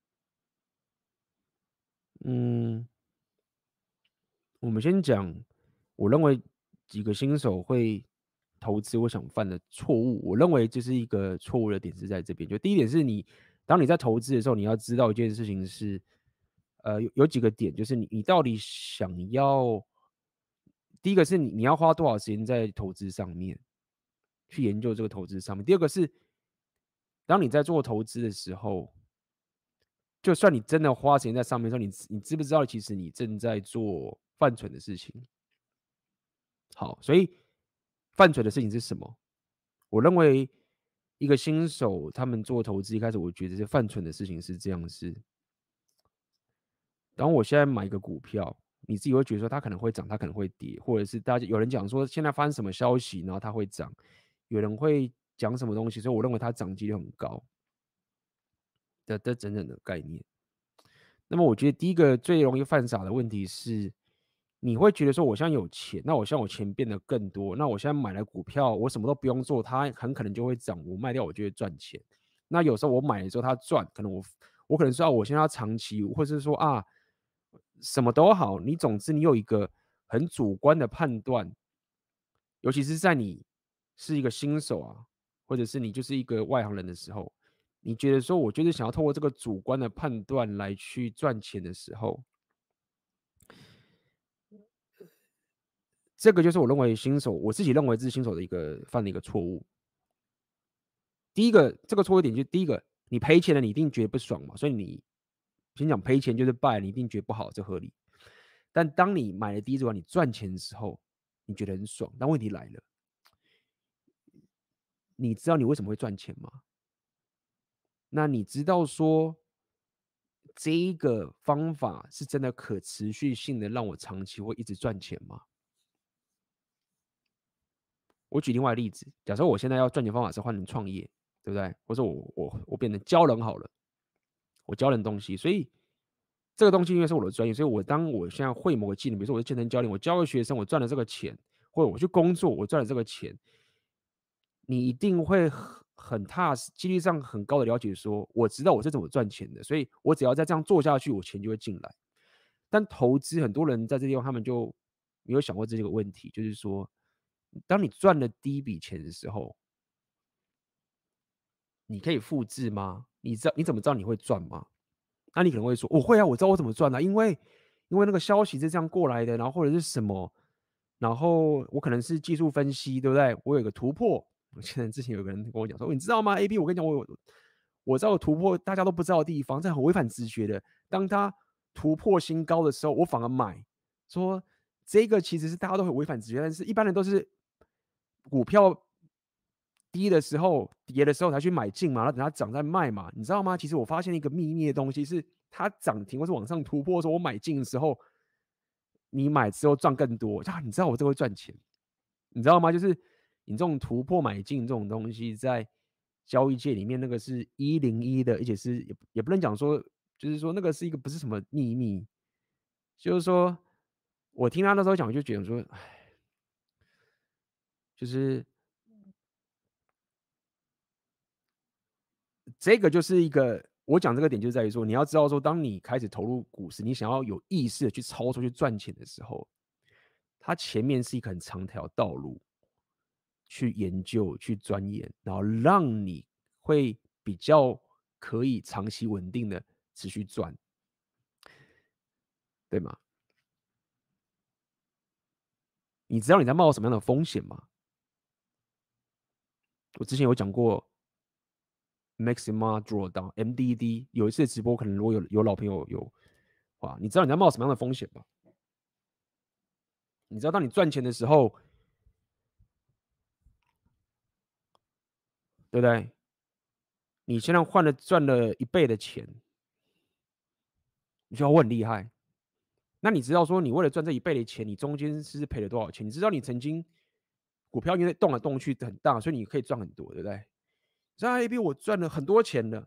我们先讲，我认为几个新手会投资，我想犯的错误。我认为就是一个错误的点是在这边。就第一点是当你在投资的时候，你要知道一件事情是，有几个点，就是你到底想要，第一个是你要花多少时间在投资上面，去研究这个投资上面。第二个是，当你在做投资的时候，就算你真的花钱在上面的时候，你知不知道其实你正在做犯蠢的事情？好，所以犯蠢的事情是什么？我认为一个新手他们做投资一开始，我觉得是犯蠢的事情是这样：是，当我现在买一个股票，你自己会觉得说它可能会涨，它可能会跌，或者是有人讲说现在发生什么消息，然后它会涨，有人会讲什么东西，所以我认为它涨几率很高的整整的概念。那么我觉得第一个最容易犯傻的问题是，你会觉得说我现在有钱，那我现在我钱变得更多，那我现在买了股票，我什么都不用做，它很可能就会涨，我卖掉我就会赚钱。那有时候我买的时候它赚，可能我可能说我现在要长期，或者是说啊什么都好，你总之你有一个很主观的判断，尤其是在你是一个新手啊，或者是你就是一个外行人的时候，你觉得说我就是想要透过这个主观的判断来去赚钱的时候，这个就是我认为我自己认为是新手的犯的一个错误。第一个，这个错误点就是第一个，你赔钱了，你一定觉得不爽嘛，所以你先讲赔钱就是败，你一定觉得不好，这合理。但当你买了第一只股，你赚钱的时候，你觉得很爽。但问题来了，你知道你为什么会赚钱吗？那你知道说这一个方法是真的可持续性的让我长期会一直赚钱吗？我举另外的例子，假设我现在要赚钱方法是换成创业，对不对？或者我变成教人好了，我教人东西，所以这个东西因为是我的专业，所以当我现在会某个技能，比如说我是健身教练，我教个学生，我赚了这个钱，或者我去工作，我赚了这个钱，你一定会很踏实，几率上很高的了解说，我知道我是怎么赚钱的，所以我只要再这样做下去，我钱就会进来。但投资，很多人在这地方他们就没有想过这个问题，就是说，当你赚了第一笔钱的时候，你可以复制吗？你怎么知道你会赚吗？那你可能会说，我会啊，我知道我怎么赚啊，因为那个消息是这样过来的，然后或者是什么，然后我可能是技术分析，对不对？我有个突破。我记得之前有个人跟我讲说，你知道吗 ？AB， 我跟你讲，我知道突破大家都不知道的地方，这很违反直觉的。当他突破新高的时候，我反而买，说这个其实是大家都很违反直觉，但是一般人都是股票低的时候、跌的时候才去买进嘛，然后等它涨再卖嘛，你知道吗？其实我发现一个秘密的东西是，它涨停或是往上突破的时候，我买进的时候，你买之后赚更多啊！你知道我这会赚钱，你知道吗？就是你这种突破买进这种东西，在交易界里面，那个是101的，而且是也不能讲说，就是说那个是一个不是什么秘密，就是说我听他那时候讲，我就觉得说，唉，就是这个就是一个我讲这个点就在于说，你要知道说，当你开始投入股市，你想要有意识的去操作、去赚钱的时候，它前面是一个很长条道路，去研究、去钻研，然后让你会比较可以长期稳定的持续赚，对吗？你知道你在冒什么样的风险吗？我之前有讲过 Maxima Drawdown MDD， 有一次直播，可能如果有老朋友哇，你知道你在冒什么样的风险吗？你知道当你赚钱的时候， 对不对？你现在赚了1倍的钱，你说我很厉害。那你知道说你为了赚这1倍的钱，你中间是赔了多少钱？你知道你曾经股票因为动来动去很大，所以你可以赚很多，对不对？在 AB 我赚了很多钱了，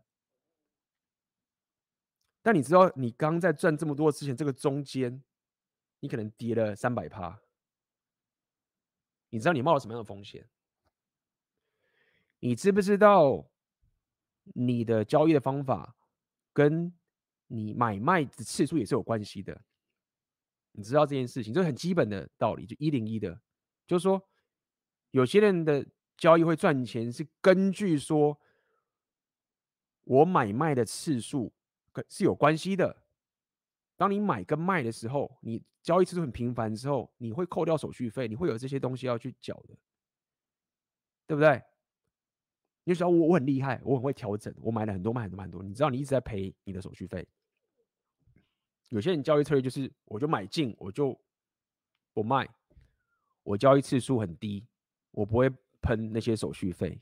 但你知道你刚在赚这么多之前，这个中间你可能跌了300%，你知道你冒了什么样的风险？你知不知道你的交易的方法跟你买卖的次数也是有关系的？你知道这件事情，这是很基本的道理，就101的，就是说有些人的交易会赚钱是根据说我买卖的次数是有关系的。当你买跟卖的时候，你交易次数很频繁之后，你会扣掉手续费，你会有这些东西要去缴的，对不对？你就说我很厉害，我很会调整，我买了很多卖很多卖很多，你知道你一直在赔你的手续费。有些人交易策略就是我就买进我就不卖，我交易次数很低，我不会喷那些手续费。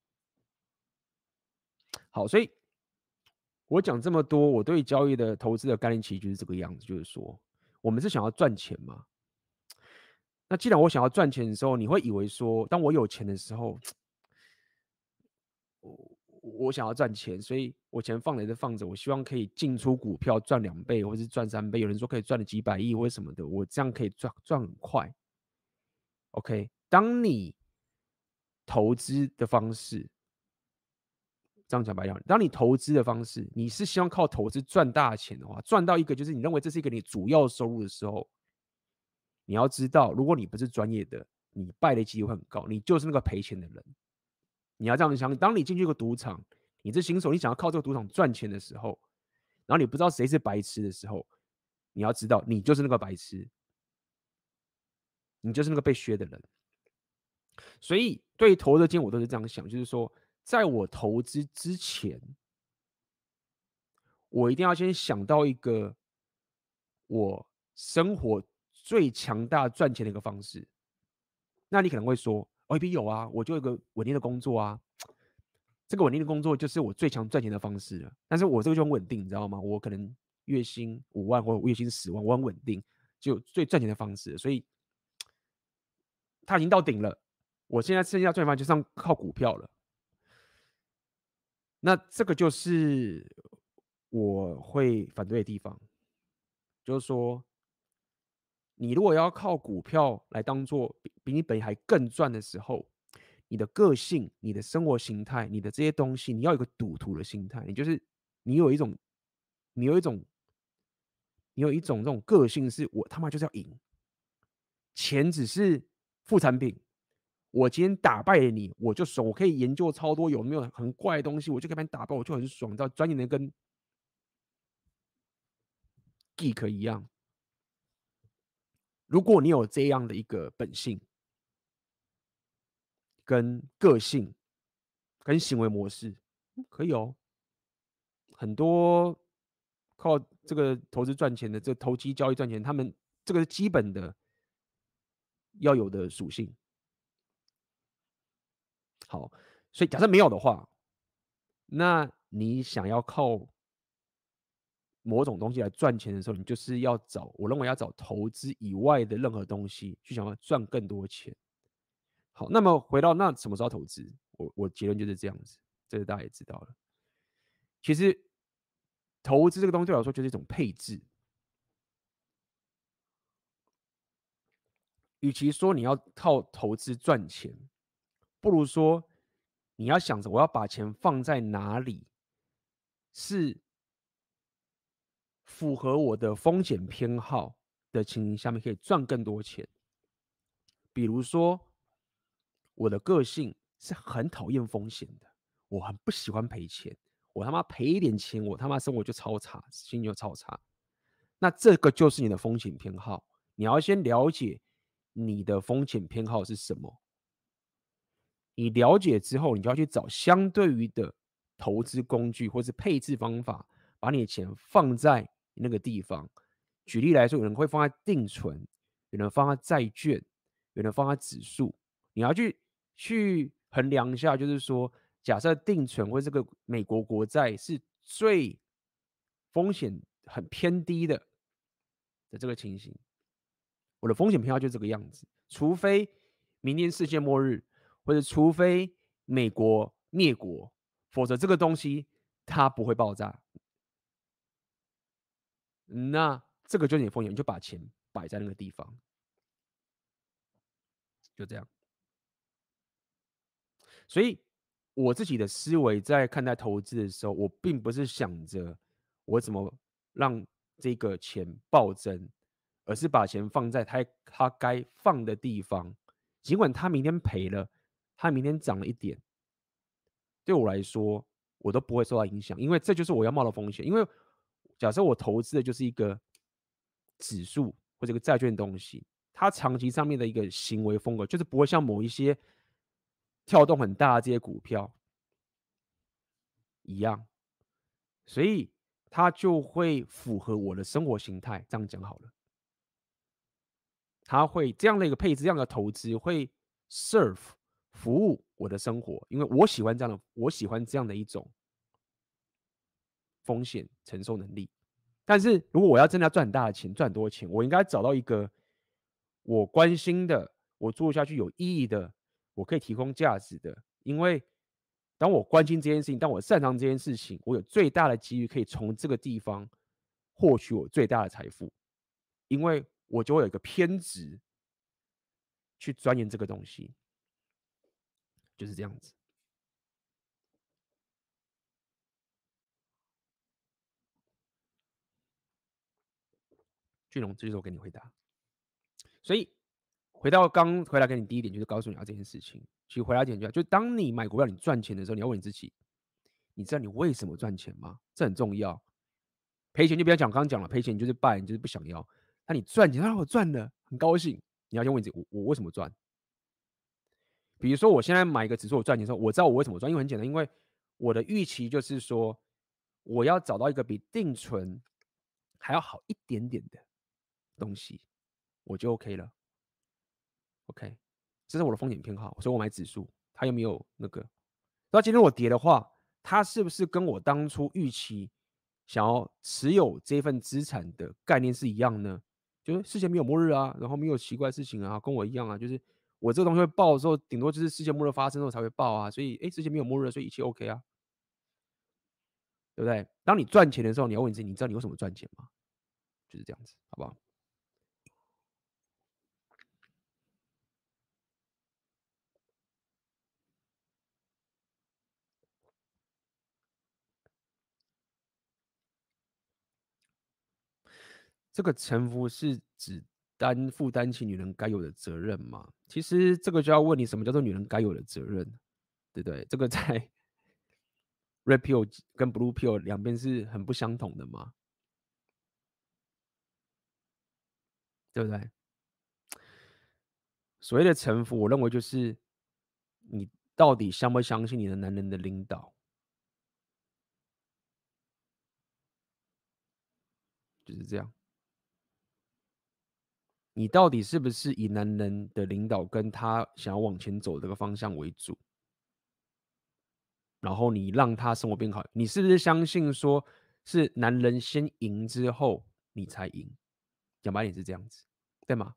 好，所以我讲这么多，我对交易的投资的概念其实就是这个样子，就是说我们是想要赚钱嘛。那既然我想要赚钱的时候，你会以为说，当我有钱的时候，我想要赚钱，所以我钱放着就放着，我希望可以进出股票赚2倍，或是赚3倍。有人说可以赚了几百亿或者什么的，我这样可以赚很快。OK， 当你投资的方式，这样讲白了，当你投资的方式，你是希望靠投资赚大钱的话，赚到一个就是你认为这是一个你主要收入的时候，你要知道，如果你不是专业的，你败的机会很高，你就是那个赔钱的人。你要这样想，当你进去一个赌场，你是新手，你想要靠这个赌场赚钱的时候，然后你不知道谁是白痴的时候，你要知道，你就是那个白痴，你就是那个被削的人。所以对投资间我都是这样想，就是说，在我投资之前，我一定要先想到一个我生活最强大赚钱的一个方式。那你可能会说，哦，有啊，我就有一个稳定的工作啊，这个稳定的工作就是我最强赚钱的方式了。但是我这个就很稳定，你知道吗？我可能月薪5万或月薪10万，我很稳定，就最赚钱的方式了。所以他已经到顶了，我现在剩下赚钱方式就是靠股票了。那这个就是我会反对的地方，就是说，你如果要靠股票来当做比你本还更赚的时候，你的个性、你的生活形态、你的这些东西，你要有一个赌徒的心态，你有一种这种个性，是我他妈就是要赢，钱只是副产品。我今天打败了你，我就爽，我可以研究超多有没有很怪的东西，我就可以把你打败，我就很爽，到钻研的跟 geek 一样。如果你有这样的一个本性、跟个性、跟行为模式，可以哦。很多靠这个投资赚钱的，这投机交易赚钱，他们这个是基本的要有的属性。好，所以假设没有的话，那你想要靠某种东西来赚钱的时候，你就是要我认为要找投资以外的任何东西去想要赚更多钱。好，那么回到那什么时候投资？我结论就是这样子，这个大家也知道了。其实投资这个东西对我来说就是一种配置。与其说你要靠投资赚钱，不如说你要想着我要把钱放在哪里是符合我的风险偏好的情形下面可以赚更多钱。比如说我的个性是很讨厌风险的，我很不喜欢赔钱，我他妈赔一点钱，我他妈生活就超差，心情就超差。那这个就是你的风险偏好，你要先了解你的风险偏好是什么。你了解之后，你就要去找相对于的投资工具或是配置方法，把你的钱放在那个地方。举例来说，有人会放在定存，有人放在债券，有人放在指数。你要去衡量一下，就是说假设定存或这个美国国债是最风险很偏低的这个情形，我的风险偏好就这个样子。除非明天世界末日，或者除非美国灭国，否则这个东西它不会爆炸。那这个就是你的风险，你就把钱摆在那个地方，就这样。所以我自己的思维在看待投资的时候，我并不是想着我怎么让这个钱暴增，而是把钱放在它该放的地方。尽管它明天赔了，它明天涨了一点，对我来说我都不会受到影响，因为这就是我要冒的风险。因为假设我投资的就是一个指数或者一个债券的东西，它长期上面的一个行为风格，就是不会像某一些跳动很大的这些股票一样，所以它就会符合我的生活形态。这样讲好了，它会这样的一个配置，这样的投资会 serve 服务我的生活，因为我喜欢这样的一种风险承受能力。但是如果我要真的要赚很大的钱，赚很多钱，我应该找到一个我关心的，我做下去有意义的，我可以提供价值的。因为当我关心这件事情，当我擅长这件事情，我有最大的机遇可以从这个地方获取我最大的财富，因为我就会有一个偏执去钻研这个东西，就是这样子。俊龙，这就是我给你回答。所以回来给你第一点，就是告诉你这件事情。其实回答一点就当你买股票你赚钱的时候，你要问你自己，你知道你为什么赚钱吗？这很重要。赔钱就不要讲，刚刚讲了，赔钱你就是败，你就是不想要。那你赚钱，我赚了，很高兴。你要先问自己，我为什么赚？比如说，我现在买一个指数，我赚钱的时候，我知道我为什么赚，因为很简单，因为我的预期就是说，我要找到一个比定存还要好一点点的东西，我就 OK 了。OK，这是我的风险偏好，所以我买指数，它有没有那个？那今天我跌的话，它是不是跟我当初预期想要持有这份资产的概念是一样呢？就是世界没有末日啊，然后没有奇怪事情啊，跟我一样啊，就是我这个东西会爆的时候，顶多就是世界末日发生之后才会爆啊，所以世界没有末日，所以一切 OK 啊，对不对？当你赚钱的时候，你要问自己，你知道你为什么赚钱吗？就是这样子，好不好？这个臣服是指负担起女人该有的责任吗？其实这个就要问你，什么叫做女人该有的责任，对不对？这个在 Red Pill 跟 Blue Pill 两边是很不相同的嘛，对不对？所谓的臣服，我认为就是你到底相不相信你的男人的领导，就是这样。你到底是不是以男人的领导跟他想要往前走这个方向为主？然后你让他生活变好，你是不是相信说是男人先赢之后你才赢？讲白点是这样子，对吗？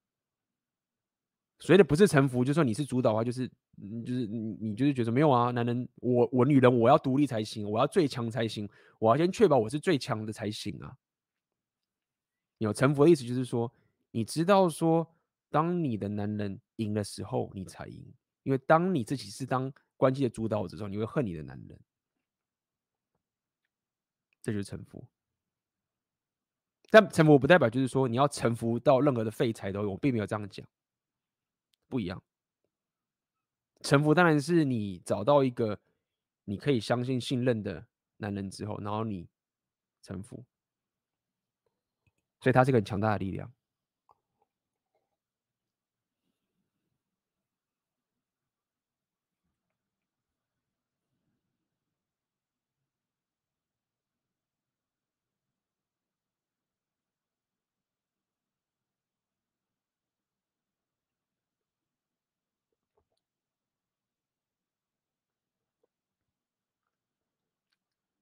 所谓的不是臣服，就说你是主导的话，就是你就是觉得没有啊，男人我女人我要独立才行，我要最强才行，我要先确保我是最强的才行啊。有臣服的意思就是说，你知道说，当你的男人赢的时候，你才赢，因为当你自己是当关系的主导者的时候，你会恨你的男人，这就是臣服。但臣服不代表就是说你要臣服到任何的废柴都有，我并没有这样讲，不一样。臣服当然是你找到一个你可以相信、信任的男人之后，然后你臣服，所以它是一个很强大的力量。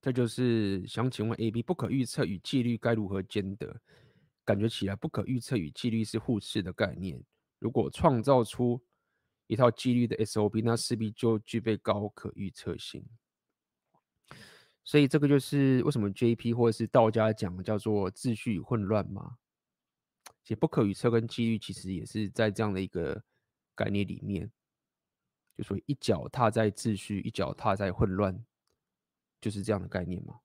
这就是想请问 AB， 不可预测与纪律该如何兼得？感觉起来不可预测与纪律是互斥的概念。如果创造出一套纪律的 SOP， 那势必就具备高可预测性。所以这个就是为什么 JP 或者是道家讲的叫做秩序与混乱嘛。其实不可预测跟纪律其实也是在这样的一个概念里面，就说一脚踏在秩序，一脚踏在混乱，就是这样的概念嘛。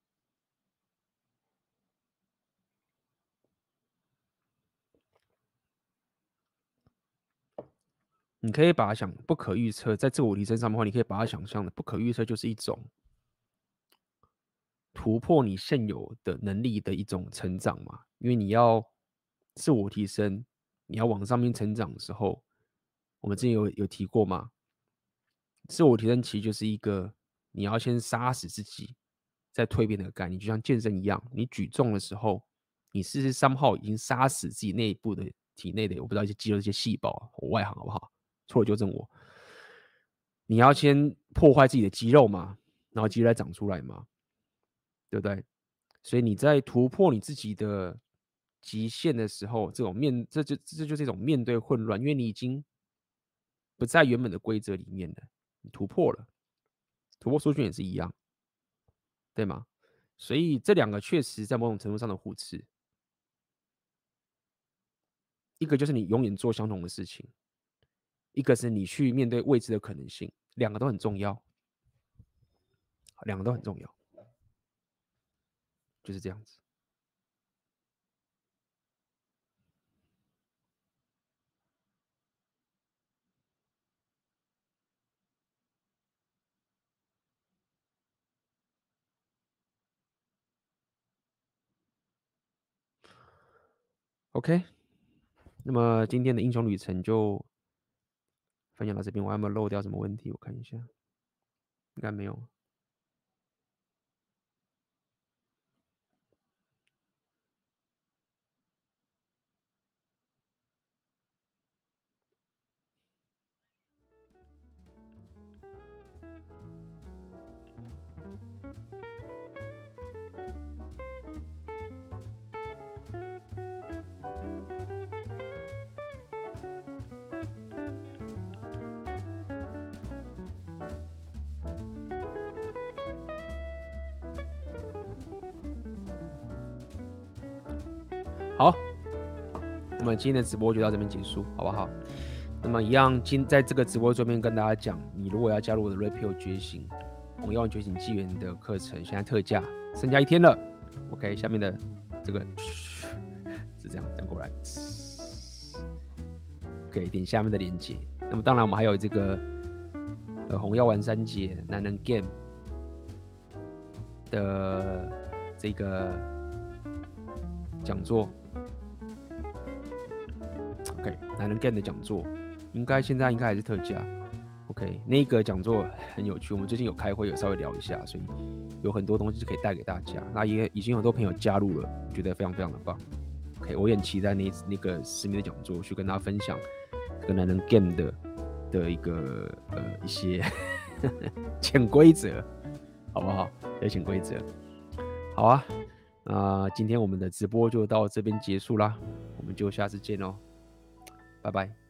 你可以把它想不可预测，在自我提升上面的话，你可以把它想象的不可预测就是一种突破你现有的能力的一种成长嘛。因为你要自我提升，你要往上面成长的时候，我们之前有提过嘛，自我提升其实就是一个你要先杀死自己，再蜕变的概念，就像健身一样，你举重的时候，你是somehow已经杀死自己内部的体内的我不知道一些肌肉一些细胞，我外行好不好？错了纠正我。你要先破坏自己的肌肉嘛，然后肌肉再长出来嘛，对不对？所以你在突破你自己的极限的时候，这就是一种面对混乱，因为你已经不在原本的规则里面了，你突破了，突破出去也是一样，对吗？所以这两个确实在某种程度上的互斥，一个就是你永远做相同的事情，一个是你去面对未知的可能性，两个都很重要，两个都很重要，就是这样子。OK， 那么今天的英雄旅程就分享到这边，我还有没有漏掉什么问题？我看一下，应该没有。好，那么今天的直播就到这边结束，好不好？那么一样，在这个直播这边跟大家讲，你如果要加入我的 Repeal 觉醒红药丸觉醒纪元的课程，现在特价，剩下1天了。OK， 下面的这个是这样过来。OK， 点下面的链接。那么当然，我们还有这个红药丸3节男人 Game 的这个讲座。OK， 男人 Game 的讲座，现在应该还是特价。OK， 那个讲座很有趣，我们最近有开会，有稍微聊一下，所以有很多东西可以带给大家。那也已经有很多朋友加入了，觉得非常非常的棒。OK， 我也很期待那个10名的讲座，去跟大家分享这个男人 Game 的一个一些潜规则，好不好？有潜规则。好啊，今天我们的直播就到这边结束啦，我们就下次见喽。拜拜。